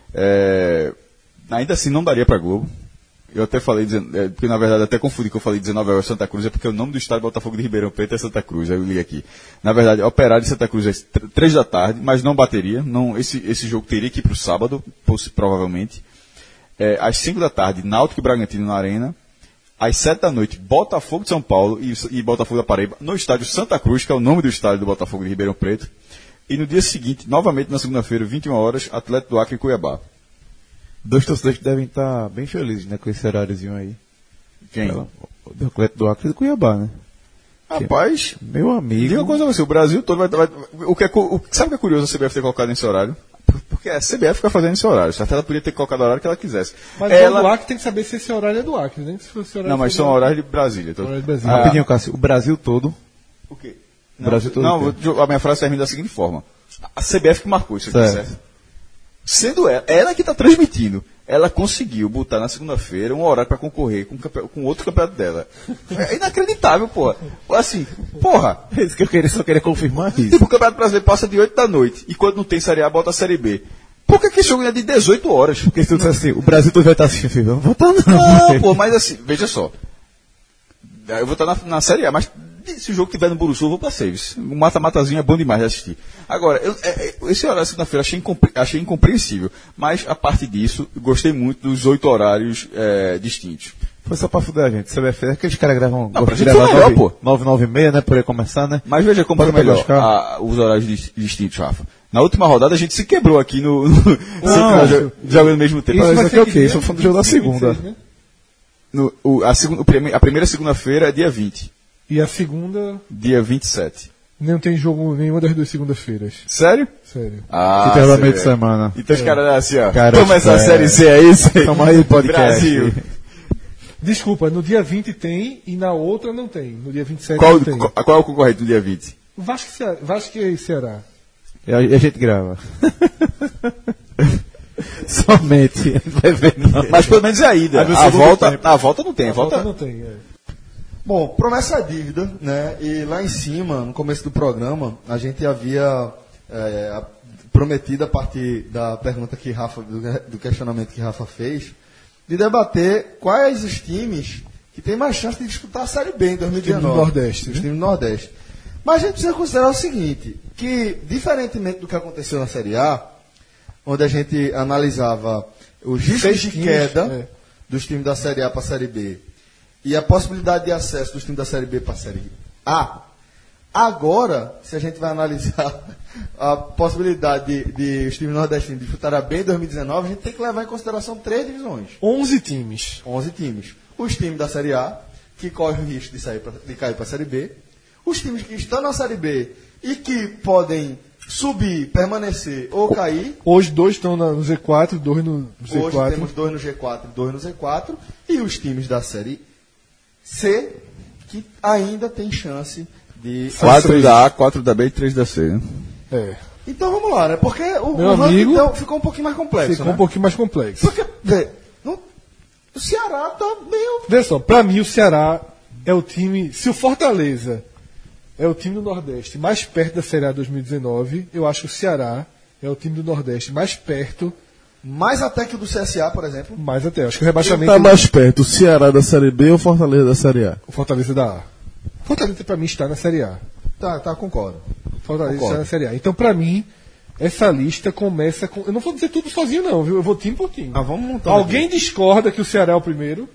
É, ainda assim, não daria para Globo. Eu até falei, dezen- é, porque na verdade até confundi que eu falei dezenove horas Santa Cruz, é porque o nome do estádio Botafogo de Ribeirão Preto é Santa Cruz, aí eu li aqui. Na verdade, Operário e Santa Cruz é tr- três da tarde, mas não bateria. Não, esse, esse jogo teria que ir para o sábado, possi- provavelmente. É, às cinco da tarde, Náutico e Bragantino na Arena. Às sete da noite, Botafogo de São Paulo e, e Botafogo da Paraíba, no estádio Santa Cruz, que é o nome do estádio do Botafogo de Ribeirão Preto. E no dia seguinte, novamente na segunda-feira, vinte e uma horas, Atlético do Acre e Cuiabá. Dois torcedores que devem estar bem felizes, né, com esse horáriozinho aí. Quem? Ela- O do Atlético do Acre e do Cuiabá, né? Rapaz, Meu amigo. diga uma coisa a você, o Brasil todo vai... vai o que é, cu- o, sabe o que é curioso a C B F ter colocado nesse horário? Por- Porque a C B F fica fazendo esse horário, certo? Ela podia ter colocado o horário que ela quisesse. Mas ela... o do Acre tem que saber se esse horário é do Acre, né? Se fosse horário Não, mas do são Acre. horários de Brasília. Tô... Horário de Brasília. Ah, Rapidinho, Cássio. O Brasil todo. O quê? O Brasil todo Não, tem. vou- a minha frase termina da seguinte forma. A C B F que marcou isso aqui, Certo. certo? Sendo ela, ela que está transmitindo, ela conseguiu botar na segunda-feira um horário para concorrer com, o campe- com outro campeonato dela. É inacreditável, porra. Assim, porra. É isso que eu queria, só queria confirmar isso. Tipo, o Campeonato Brasileiro passa de oito da noite e quando não tem Série A, bota a Série B. Por que, que esse jogo é de dezoito horas? Porque se tu disser assim, o Brasil todo vai estar assistindo, filho, não vou estar não. Não, pô, mas assim, veja só. Eu vou estar na, na Série A, mas se o jogo tiver no Buruçu, eu vou pra Saves. O mata-matazinho é bom demais de assistir. Agora, eu, é, é, esse horário de segunda-feira achei, incompre- achei incompreensível. Mas, a parte disso, eu gostei muito dos oito horários é, distintos. Foi só pra fuder a gente. C B F é aqueles caras gravam. Não, pra gostam de gente foi gravar melhor, nove- pô. nove, nove e meia, né? Por aí começar, né? Mas veja como Bora foi melhor pegar os a- os horários dis- distintos, Rafa. Na última rodada a gente se quebrou aqui no. no sempre nós jo- jogando ao mesmo tempo. Isso vai aqui ser é o que quê? dia? Isso foi do jogo da segunda. vinte e seis, né? No- o- a, segun- o prime- a primeira segunda-feira é dia vinte. E a segunda, Dia vinte e sete. não tem jogo nenhuma das duas segundas-feiras. Sério? Sério. Ah, Que tem você meio de vê. semana. Então os caras assim, ó. Cara, Toma essa é. série C aí, isso aí. Toma aí, podcast. Brasil. Desculpa, no dia vinte tem e na outra não tem. No dia vinte e sete Qual, não tem. qual, qual é o concorrente do dia vinte? Vasco, e Ceará- Vasco e Ceará. E a, e a gente grava. Somente. A gente vai ver, não. Mas pelo menos é a ida. Aí no A segundo volta, tempo. a volta não tem. A A volta, volta não tem. É. Bom, promessa é dívida, né? E lá em cima, no começo do programa, a gente havia é, a- prometido a partir da pergunta que Rafa, do, do questionamento que Rafa fez, de debater quais os times que têm mais chance de disputar a Série B em dois mil e dezenove. Time do Nordeste, Os né? times do Nordeste. Mas a gente precisa considerar o seguinte, que diferentemente do que aconteceu na Série A, onde a gente analisava os riscos Seis de times, queda é. dos times da Série A para a Série B e a possibilidade de acesso dos times da Série B para a Série A, agora, se a gente vai analisar a possibilidade de, de os times nordestinos disputarem a B em dois mil e dezenove, a gente tem que levar em consideração três divisões. onze times. onze times. Os times da Série A, que correm o risco de, sair pra, de cair para a Série B. Os times que estão na Série B e que podem subir, permanecer ou cair. Hoje dois estão na- no Z quatro, dois no Z Hoje quatro. temos dois no G quatro e dois no Z quatro. E os times da Série C, que ainda tem chance de... Quatro da A, quatro da B e três da C, né? É. Então vamos lá, né? Porque o, Meu o ranking amigo, então, ficou um pouquinho mais complexo, Ficou né? um pouquinho mais complexo. Porque, vê, não- o Ceará tá meio... Vê só, pra mim o Ceará é o time. Se o Fortaleza é o time do Nordeste mais perto da Série A dois mil e dezenove, eu acho que o Ceará é o time do Nordeste mais perto, Mais até que o do C S A, por exemplo. mais até. Acho que o Quem rebaixamento. tá mais perto, o Ceará da Série B ou o Fortaleza da Série A? O Fortaleza da A. O Fortaleza pra mim está na Série A. Tá, tá, concordo. O Fortaleza Concordo. está na Série A. Então pra mim, essa lista começa com. Eu não vou dizer tudo sozinho, não, viu? Eu vou time por time. Ah, vamos montar. Alguém discorda que o Ceará é o primeiro?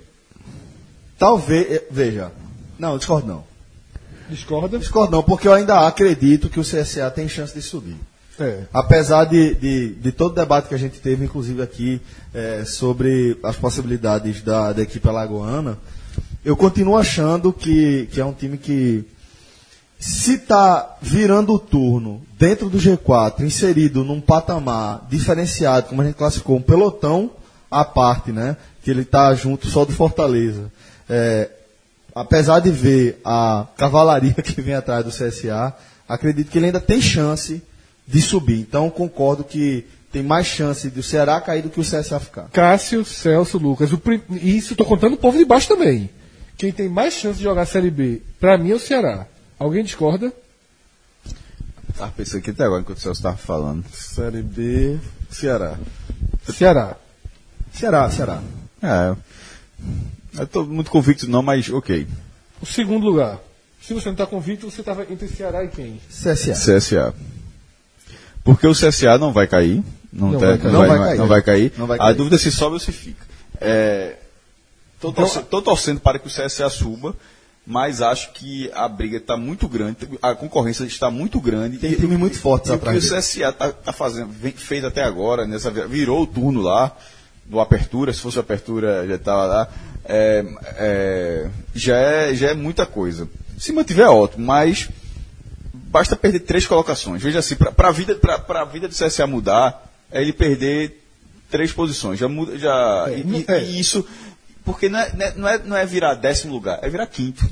Talvez, eh, veja. Não, discordo não. Discorda? Discordo não, porque eu ainda acredito que o C S A tem chance de subir. É. Apesar de, de, de todo o debate que a gente teve, inclusive aqui, eh, sobre as possibilidades da, da equipe alagoana, eu continuo achando que, que é um time que, se está virando o turno dentro do G quatro, inserido num patamar diferenciado, como a gente classificou, um pelotão à parte, né? Que ele está junto só do Fortaleza. É, apesar de ver a cavalaria que vem atrás do C S A, acredito que ele ainda tem chance de subir. Então, concordo que tem mais chance do Ceará cair do que o C S A ficar. Cássio, Celso, Lucas. O prim... E isso estou contando o povo de baixo também. Quem tem mais chance de jogar a Série B, pra mim, é o Ceará. Alguém discorda? Tava pensando aqui até agora enquanto o Celso estava falando. Série B, Ceará. Ceará. Ceará, Ceará. É. Eu tô muito convicto não, mas ok. O segundo lugar. Se você não está convicto, você estava entre Ceará e quem? C S A. C S A. Porque o C S A não vai cair. Não, Não tá- vai cair. não Não vai, vai cair. não vai cair. Não vai A cair. dúvida é se sobe ou se fica. É, tô, Então- torcendo, tô torcendo para que o C S A suba, mas acho que a briga está muito grande, a concorrência está muito grande. Tem e- times muito fortes e atrás o que o dele. C S A está tá fazendo, vem- fez até agora, nessa, vi- virou o turno lá, do Apertura, se fosse o Apertura já estava lá, é, é, já, é, já é muita coisa. Se mantiver, é ótimo, mas basta perder três colocações. Veja assim, para a vida, pra, pra vida do C S A mudar, é ele perder três posições. Já muda, já, É, e, não- e- é. e isso, porque não é, não é- não é, não é virar décimo lugar, é virar quinto.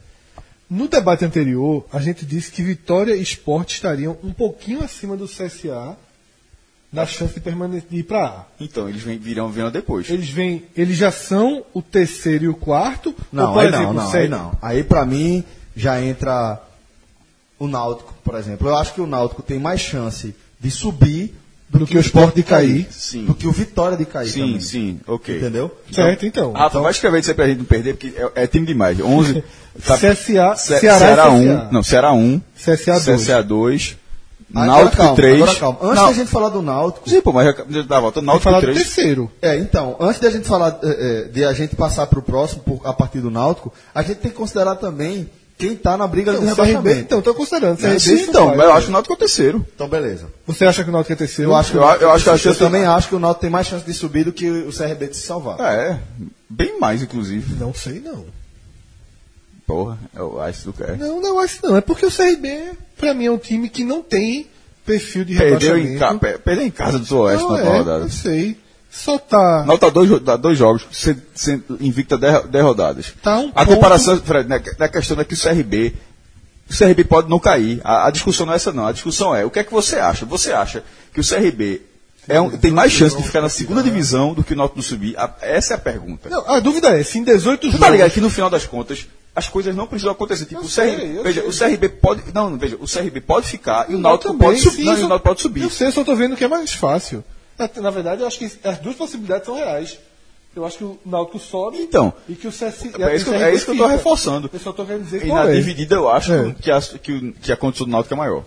No debate anterior, a gente disse que Vitória e Sport estariam um pouquinho acima do C S A na chance de permanecer de ir para A. Então, eles vem, virão, virão depois. Eles vêm, eles já são o terceiro e o quarto? Não, ou, por aí exemplo, não, o não, aí sétimo? não. Aí pra mim já entra o Náutico, por exemplo. Eu acho que o Náutico tem mais chance de subir do, que, o Sport de cair, Sim. do que o Vitória de cair Sim, também. sim, ok. Entendeu? Certo, então. Rafa, vai escrever isso aí pra gente não perder, porque é, é time demais. onze. C S A, Ce- Ceará Ceará e um. C S A. Não, Ceará um. C S A dois. C S A dois. Agora Náutico calma, três. Agora calma. Antes Não. da gente falar do Náutico. Sim, pô, mas já, já dá a volta. Vou Náutico falar do três. terceiro. É, então, antes da gente falar, é, é, de a gente passar pro próximo, por- a partir do Náutico, a gente tem que considerar também quem tá na briga Então, do C R B, rebaixamento. então, estou considerando. C R B Sim, isso então, vai, mas eu né? acho que o Náutico é o terceiro. Então, beleza. Você acha que o Náutico é terceiro? Eu acho que Eu- o Náutico- eu acho que a eu chance- também acho que o Náutico tem mais chance de subir do que o C R B de se salvar. É, bem mais, inclusive. Não sei, não. Porra, eu acho que tu quer. Não, não acho não. É porque o C R B, pra mim, é um time que não tem perfil de Perdeu rebaixamento. em, ca... per- perdeu em casa do Suoeste Não, na é, última rodada. eu sei. Só tá... Náutico tá dois, jo- tá dois jogos, sendo, sendo invicta dez, dez rodadas. Tá um a ponto- comparação, Fred, né, a questão é que o C R B, o C R B pode não cair. A, a discussão não é essa não. A discussão é, o que é que você acha? Você acha que o C R B é um- tem mais chance de ficar na segunda divisão do que o Náutico não subir? A- essa é a pergunta. Não, a dúvida é, se em dezoito Tu jogos... tá ligado que no final das contas as coisas não precisam acontecer. Tipo, Eu o C R B, sei, eu veja, sei. o C R B pode, não, veja, o C R B pode ficar e o Eu Náutico também, pode subir. sim, Não, e só- o Náutico pode subir. Eu sei, eu só tô vendo que é mais fácil. Na, na verdade, eu acho que as duas possibilidades são reais. Eu acho que o Náutico sobe Então, e que o C S... é isso que, eu- é isso que eu tô reforçando. Eu só tô querendo dizer E qual na é. dividida eu acho É. que, a, que, o- que a condição do Náutico é maior.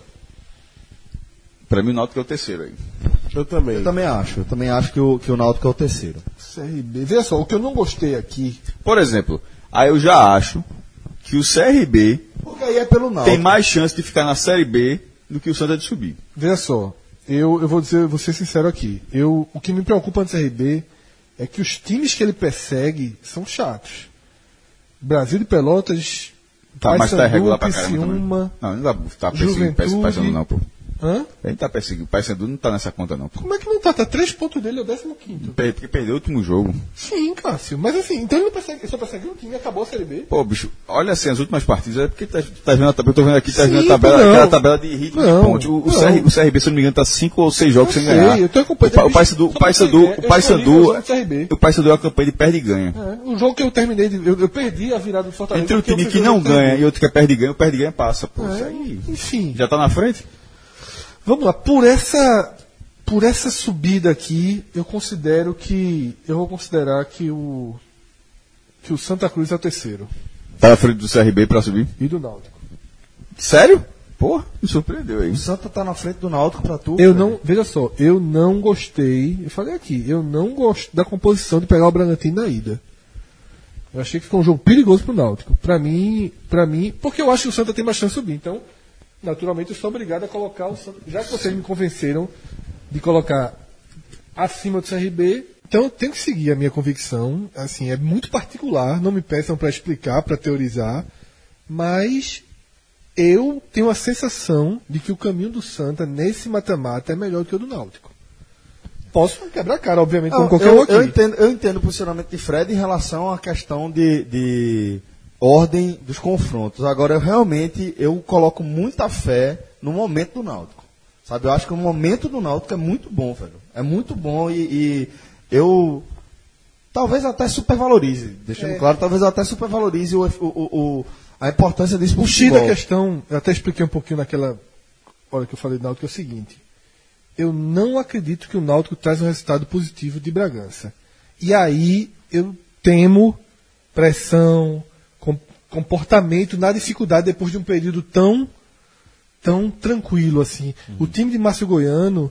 Pra mim o Náutico é o terceiro aí. Eu também. Eu também acho. Eu também acho que o, que o Náutico é o terceiro. C R B. Veja só, o que eu não gostei aqui... Por exemplo, aí eu já acho que o C R B Porque aí é pelo Náutico. tem mais chance de ficar na Série B do que o Santa de subir. Veja só, eu, eu vou dizer, eu vou ser sincero aqui. Eu, o que me preocupa no C R B é que os times que ele persegue são chatos. Brasil de Pelotas, Tá, mas tá Paysandu, regular pra caramba também. Criciúma, Não, não dá tá perseguindo Juventude. Paysandu não, pô. Hã? Ele tá perseguindo. O Paysandu não tá nessa conta não, pô. Como é que não tá? Tá três pontos dele, é o décimo quinto. Per- Porque perdeu o último jogo. Sim, Cássio. Mas assim, então ele não persegue, ele só persegue um time e acabou a Série B. Pô, bicho, olha assim, as últimas partidas, é porque tá, tá vendo a tabela, eu tô vendo aqui, tá Sim, vendo a tabela, não. aquela tabela de ritmo Não, de pontos. O, o, não. C R, o C R B, se eu não me engano, tá cinco ou seis jogos Eu sem sei, ganhar. eu tô acompanhando. O, Pa- o Paysandu, Só o pra Paysandu, você ver, o eu escolhi Paysandu, o jogo do C R B. o Paysandu é uma campanha de perde e ganha. É, o jogo que eu terminei, de, eu, eu perdi a virada do Fortaleza. Entre o porque eu time fui que ver o não jogo do C R B. ganha e outro que é perde e ganha, o perde e ganha passa, pô. É, Isso aí. enfim. Já tá na frente? Vamos lá, por essa, por essa subida aqui, eu considero que. Eu vou considerar que o. Que o Santa Cruz é o terceiro. Tá na frente do C R B pra subir. E do Náutico. Sério? Pô, me surpreendeu aí. O Santa tá na frente do Náutico pra tu. Eu velho. não. Veja só, eu não gostei. Eu falei aqui, eu não gosto da composição de pegar o Bragantino na ida. Eu achei que ficou um jogo perigoso pro Náutico. Pra mim, pra mim, porque eu acho que o Santa tem mais chance de subir. Então, naturalmente, eu sou obrigado a colocar o Santa. Já que vocês me convenceram de colocar acima do C R B, então eu tenho que seguir a minha convicção. Assim, é muito particular. Não me peçam para explicar, para teorizar, mas eu tenho a sensação de que o caminho do Santa nesse mata-mata é melhor do que o do Náutico. Posso quebrar a cara, obviamente, como Não, qualquer eu, um aqui. eu entendo, eu entendo o posicionamento de Fred em relação à questão de, de ordem dos confrontos. Agora, eu realmente eu coloco muita fé no momento do Náutico. Sabe, eu acho que o momento do Náutico é muito bom, velho. É muito bom e, e eu talvez até supervalorize, deixando É. claro, talvez eu até supervalorize o, o, o, o- a importância disso pro O X da futebol. questão, eu até expliquei um pouquinho naquela hora que eu falei do Náutico, é o seguinte. Eu não acredito que o Náutico traz um resultado positivo de Bragança. E aí eu temo pressão, com- comportamento na dificuldade depois de um período tão tão tranquilo assim. O time de Márcio Goiano,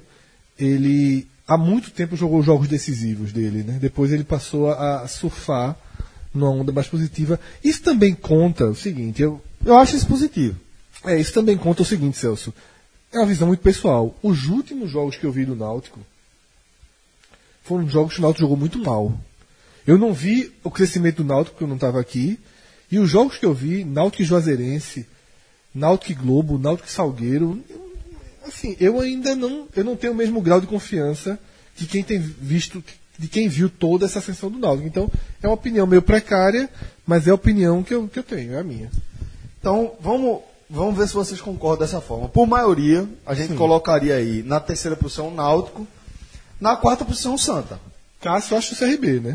ele há muito tempo jogou os jogos decisivos dele, né? Depois ele passou a, a surfar numa onda mais positiva. Isso também conta o seguinte, eu Eu acho isso positivo. é, isso também conta o seguinte, Celso. É uma visão muito pessoal. Os últimos jogos que eu vi do Náutico foram jogos que o Náutico jogou muito mal. Eu não vi o crescimento do Náutico, porque eu não estava aqui. E os jogos que eu vi, Náutico e Juazeirense, Náutico e Globo, Náutico e Salgueiro, eu- assim, eu ainda não, eu não tenho o mesmo grau de confiança de quem tem visto, de quem viu toda essa ascensão do Náutico. Então, é uma opinião meio precária, mas é a opinião que eu, que eu tenho, é a minha. Então, vamos, vamos ver se vocês concordam dessa forma. Por maioria, a gente colocaria aí na terceira posição o Náutico, na quarta posição o Santa. Cássio, eu acho o C R B, né?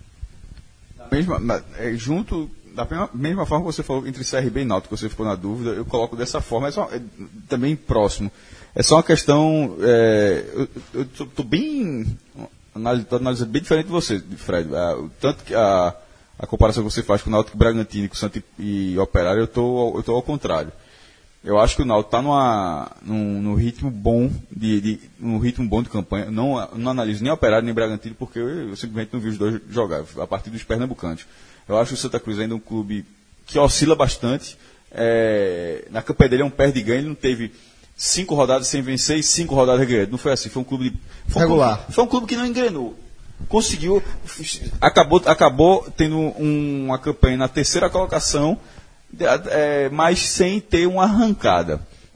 Mesma, na- é, junto, da mesma, mesma forma que você falou entre C R B e Náutico, você ficou na dúvida, eu coloco dessa forma, é só, é, também próximo. É só uma questão. É, eu estou bem. Estou analisando bem diferente de você, Fred. Ah, o tanto que a, a comparação que você faz com o Náutico Bragantino, com o Santa e, e Operário, eu tô, eu tô ao contrário. Eu acho que o Náutico está num, num ritmo bom de, de um ritmo bom de campanha. Não, não analiso nem Operário nem Bragantino porque eu, eu simplesmente não vi os dois jogar a partir dos pernambucanos. Eu acho o Santa Cruz ainda um clube que oscila bastante. É, na campanha dele é um perde e ganha. Ele não teve cinco rodadas sem vencer e cinco rodadas ganhando. Não foi assim. Foi um clube de, foi um Regular. clube- foi um clube que não engrenou. Conseguiu, acabou, acabou tendo um- uma campanha na terceira colocação, é, mas sem ter uma arrancada.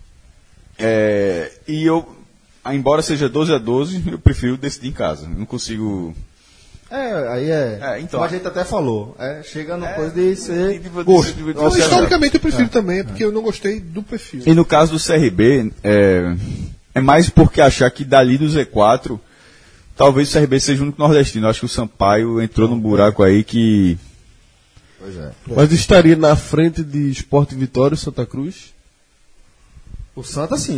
É, e eu, embora seja doze a doze, eu prefiro decidir em casa. Não consigo. É, aí é. É, então. Como a gente até falou. É, chega no coisa de ser de- de- gosto. de- de- de- Não, Você historicamente eu prefiro também, é porque eu não gostei do perfil. E no caso do C R B, é, é mais porque achar que dali do Z quatro, talvez o C R B seja o único nordestino. Eu acho que o Sampaio entrou num buraco aí que. Pois é. Mas estaria na frente de Sport Vitória e Santa Cruz? O Santa sim.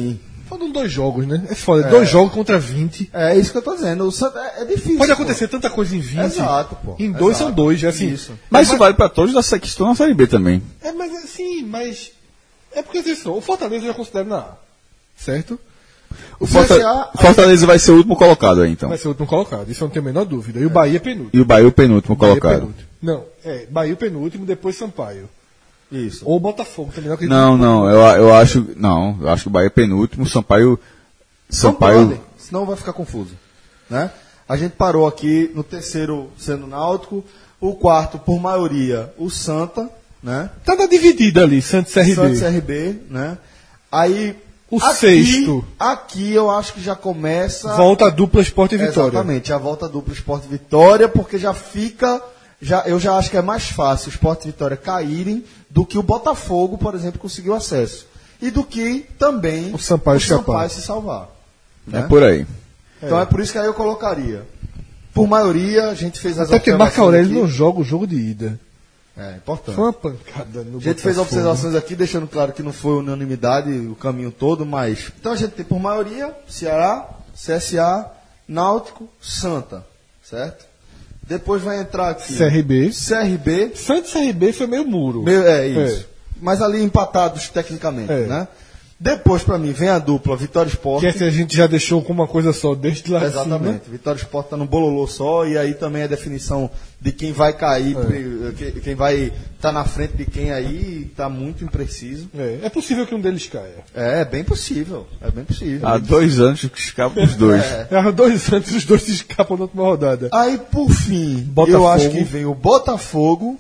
Foram dois jogos, né? É foda, é. dois jogos contra vinte. É isso que eu tô dizendo. O Santa é, é difícil. Pode acontecer pô. tanta coisa em vinte. Exato, pô. Em dois Exato. são dois, é assim. Isso. Mas isso vale pra todos da, que estão na Série B também. É, mas sim, mas. É porque assim, o Fortaleza eu já considero na A. Certo? O Fortaleza, Fortaleza vai ser o último colocado aí, então. Vai ser o último colocado, isso eu não tenho a menor dúvida. E o Bahia é penúltimo. E o Bahia é o penúltimo Bahia colocado. É penúltimo. Não, é, Bahia é penúltimo, depois Sampaio. Isso. Ou Botafogo também. Não, não, eu, eu acho. Não, eu acho que o Bahia é penúltimo, Sampaio. Sampaio. Não pode, senão vai ficar confuso. Né? A gente parou aqui no terceiro sendo o Náutico, o quarto, por maioria, o Santa, né? Tá na dividida ali, Santos C R B. Santos C R B, né? Aí. O aqui, sexto. Aqui eu acho que já começa. Volta a dupla Sport e Vitória. Exatamente, a volta dupla Sport e Vitória, porque já fica. Já, eu já acho que é mais fácil o Sport e Vitória caírem do que o Botafogo, por exemplo, conseguiu acesso. E do que também o Sampaio, o Sampaio se salvar. É né? por aí. Então é. é por isso que aí eu colocaria. Por maioria, a gente fez as Até porque Marco Aurélio aqui. não joga o jogo de ida. É, importante. Foi uma pancada no A gente fez observações aqui, deixando claro que não foi unanimidade o caminho todo, mas... Então a gente tem por maioria Ceará, C S A, Náutico, Santa, certo? Depois vai entrar aqui... C R B. C R B. Santos C R B foi meio muro. Meio, é, isso. É. Mas ali empatados tecnicamente, é. né? Depois, pra mim, vem a dupla Vitória Sport. Que essa a gente já deixou com uma coisa só, desde lá Exatamente. cima. Vitória Sport tá no bololô só, e aí também a definição de quem vai cair, é. quem vai estar tá na frente de quem aí, tá muito impreciso. É. é possível que um deles caia. É, é bem possível. É bem possível. Há dois anos que escapam os dois. É. Há dois anos os dois se escapam na última rodada. Aí, por fim, Botafogo. Eu acho que vem o Botafogo,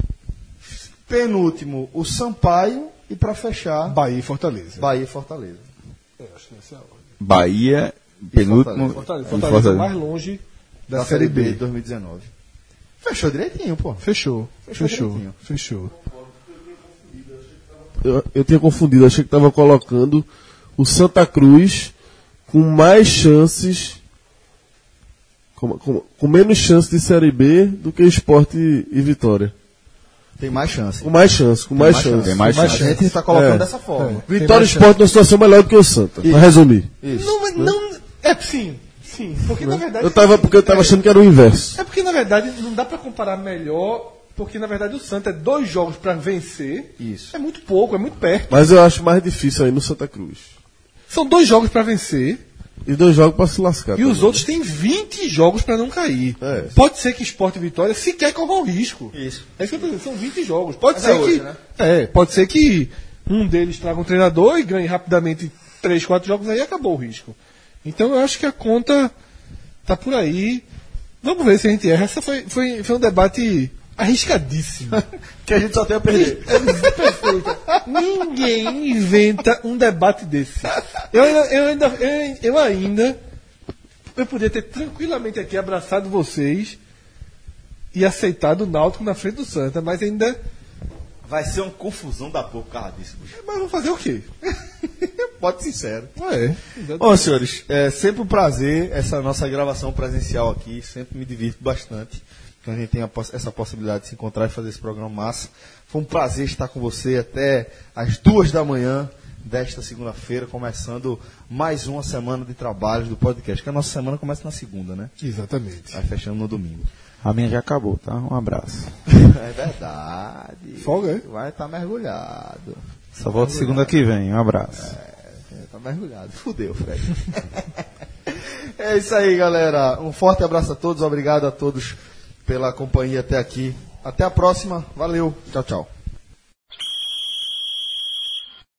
penúltimo o Sampaio, e para fechar... Bahia e Fortaleza. Bahia e Fortaleza. Eu acho que essa é a ordem. Bahia, penúltimo... Fortaleza, Fortaleza, Fortaleza mais longe da, da Série B de dois mil e dezenove. Fechou direitinho, pô. Fechou. Fechou. Fechou. Fechou. Eu, eu tinha confundido, achei que estava colocando o Santa Cruz com mais chances... Com, com, com menos chance de Série B do que Sport e, e Vitória. Tem mais chance. Com mais chance, com mais, mais chance. Tem mais chance. A gente está colocando é. dessa forma. É. Vitória e Sport numa situação melhor do que o Santa, para resumir. Isso. Não, não, é, sim, sim. Porque na verdade. Eu tava, porque eu estava achando que era o inverso. É porque na verdade não dá para comparar melhor, porque na verdade o Santa é dois jogos para vencer. Isso. É muito pouco, é muito perto. Mas eu acho mais difícil aí no Santa Cruz. São dois jogos para vencer. E dois jogos para se lascar. E também. os outros têm vinte jogos para não cair. É. Pode ser que Sport e Vitória sequer corram risco. Isso. É isso que eu tô dizendo, são vinte jogos. Pode Mas ser é hoje, que. né? É, pode ser que um deles traga um treinador e ganhe rapidamente três, quatro jogos aí e acabou o risco. Então eu acho que a conta tá por aí. Vamos ver se a gente erra. Essa foi, foi, foi um debate arriscadíssimo. Que a gente só tem a perder. É, perfeito. Ninguém inventa um debate desse. Eu ainda, eu ainda, eu, eu ainda, eu podia ter tranquilamente aqui abraçado vocês e aceitado o Náutico na frente do Santa, mas ainda... Vai ser uma confusão da porra por causa disso. Mas vamos fazer o quê? Pode ser sincero. Ah, é. Bom, senhores, é sempre um prazer essa nossa gravação presencial aqui. Sempre me divirto bastante. Que a gente tem essa possibilidade de se encontrar e fazer esse programa massa. Foi um prazer estar com você até as duas da manhã desta segunda-feira, começando mais uma semana de trabalhos do podcast. Que a nossa semana começa na segunda, né? Exatamente. Vai fechando no domingo. A minha já acabou, tá? Um abraço. É verdade. Folga, é? Vai estar mergulhado. Só volto segunda que vem. Um abraço. É, tá mergulhado. Fudeu, Fred. É isso aí, galera. Um forte abraço a todos. Obrigado a todos pela companhia até aqui. Até a próxima. Valeu. Tchau, tchau.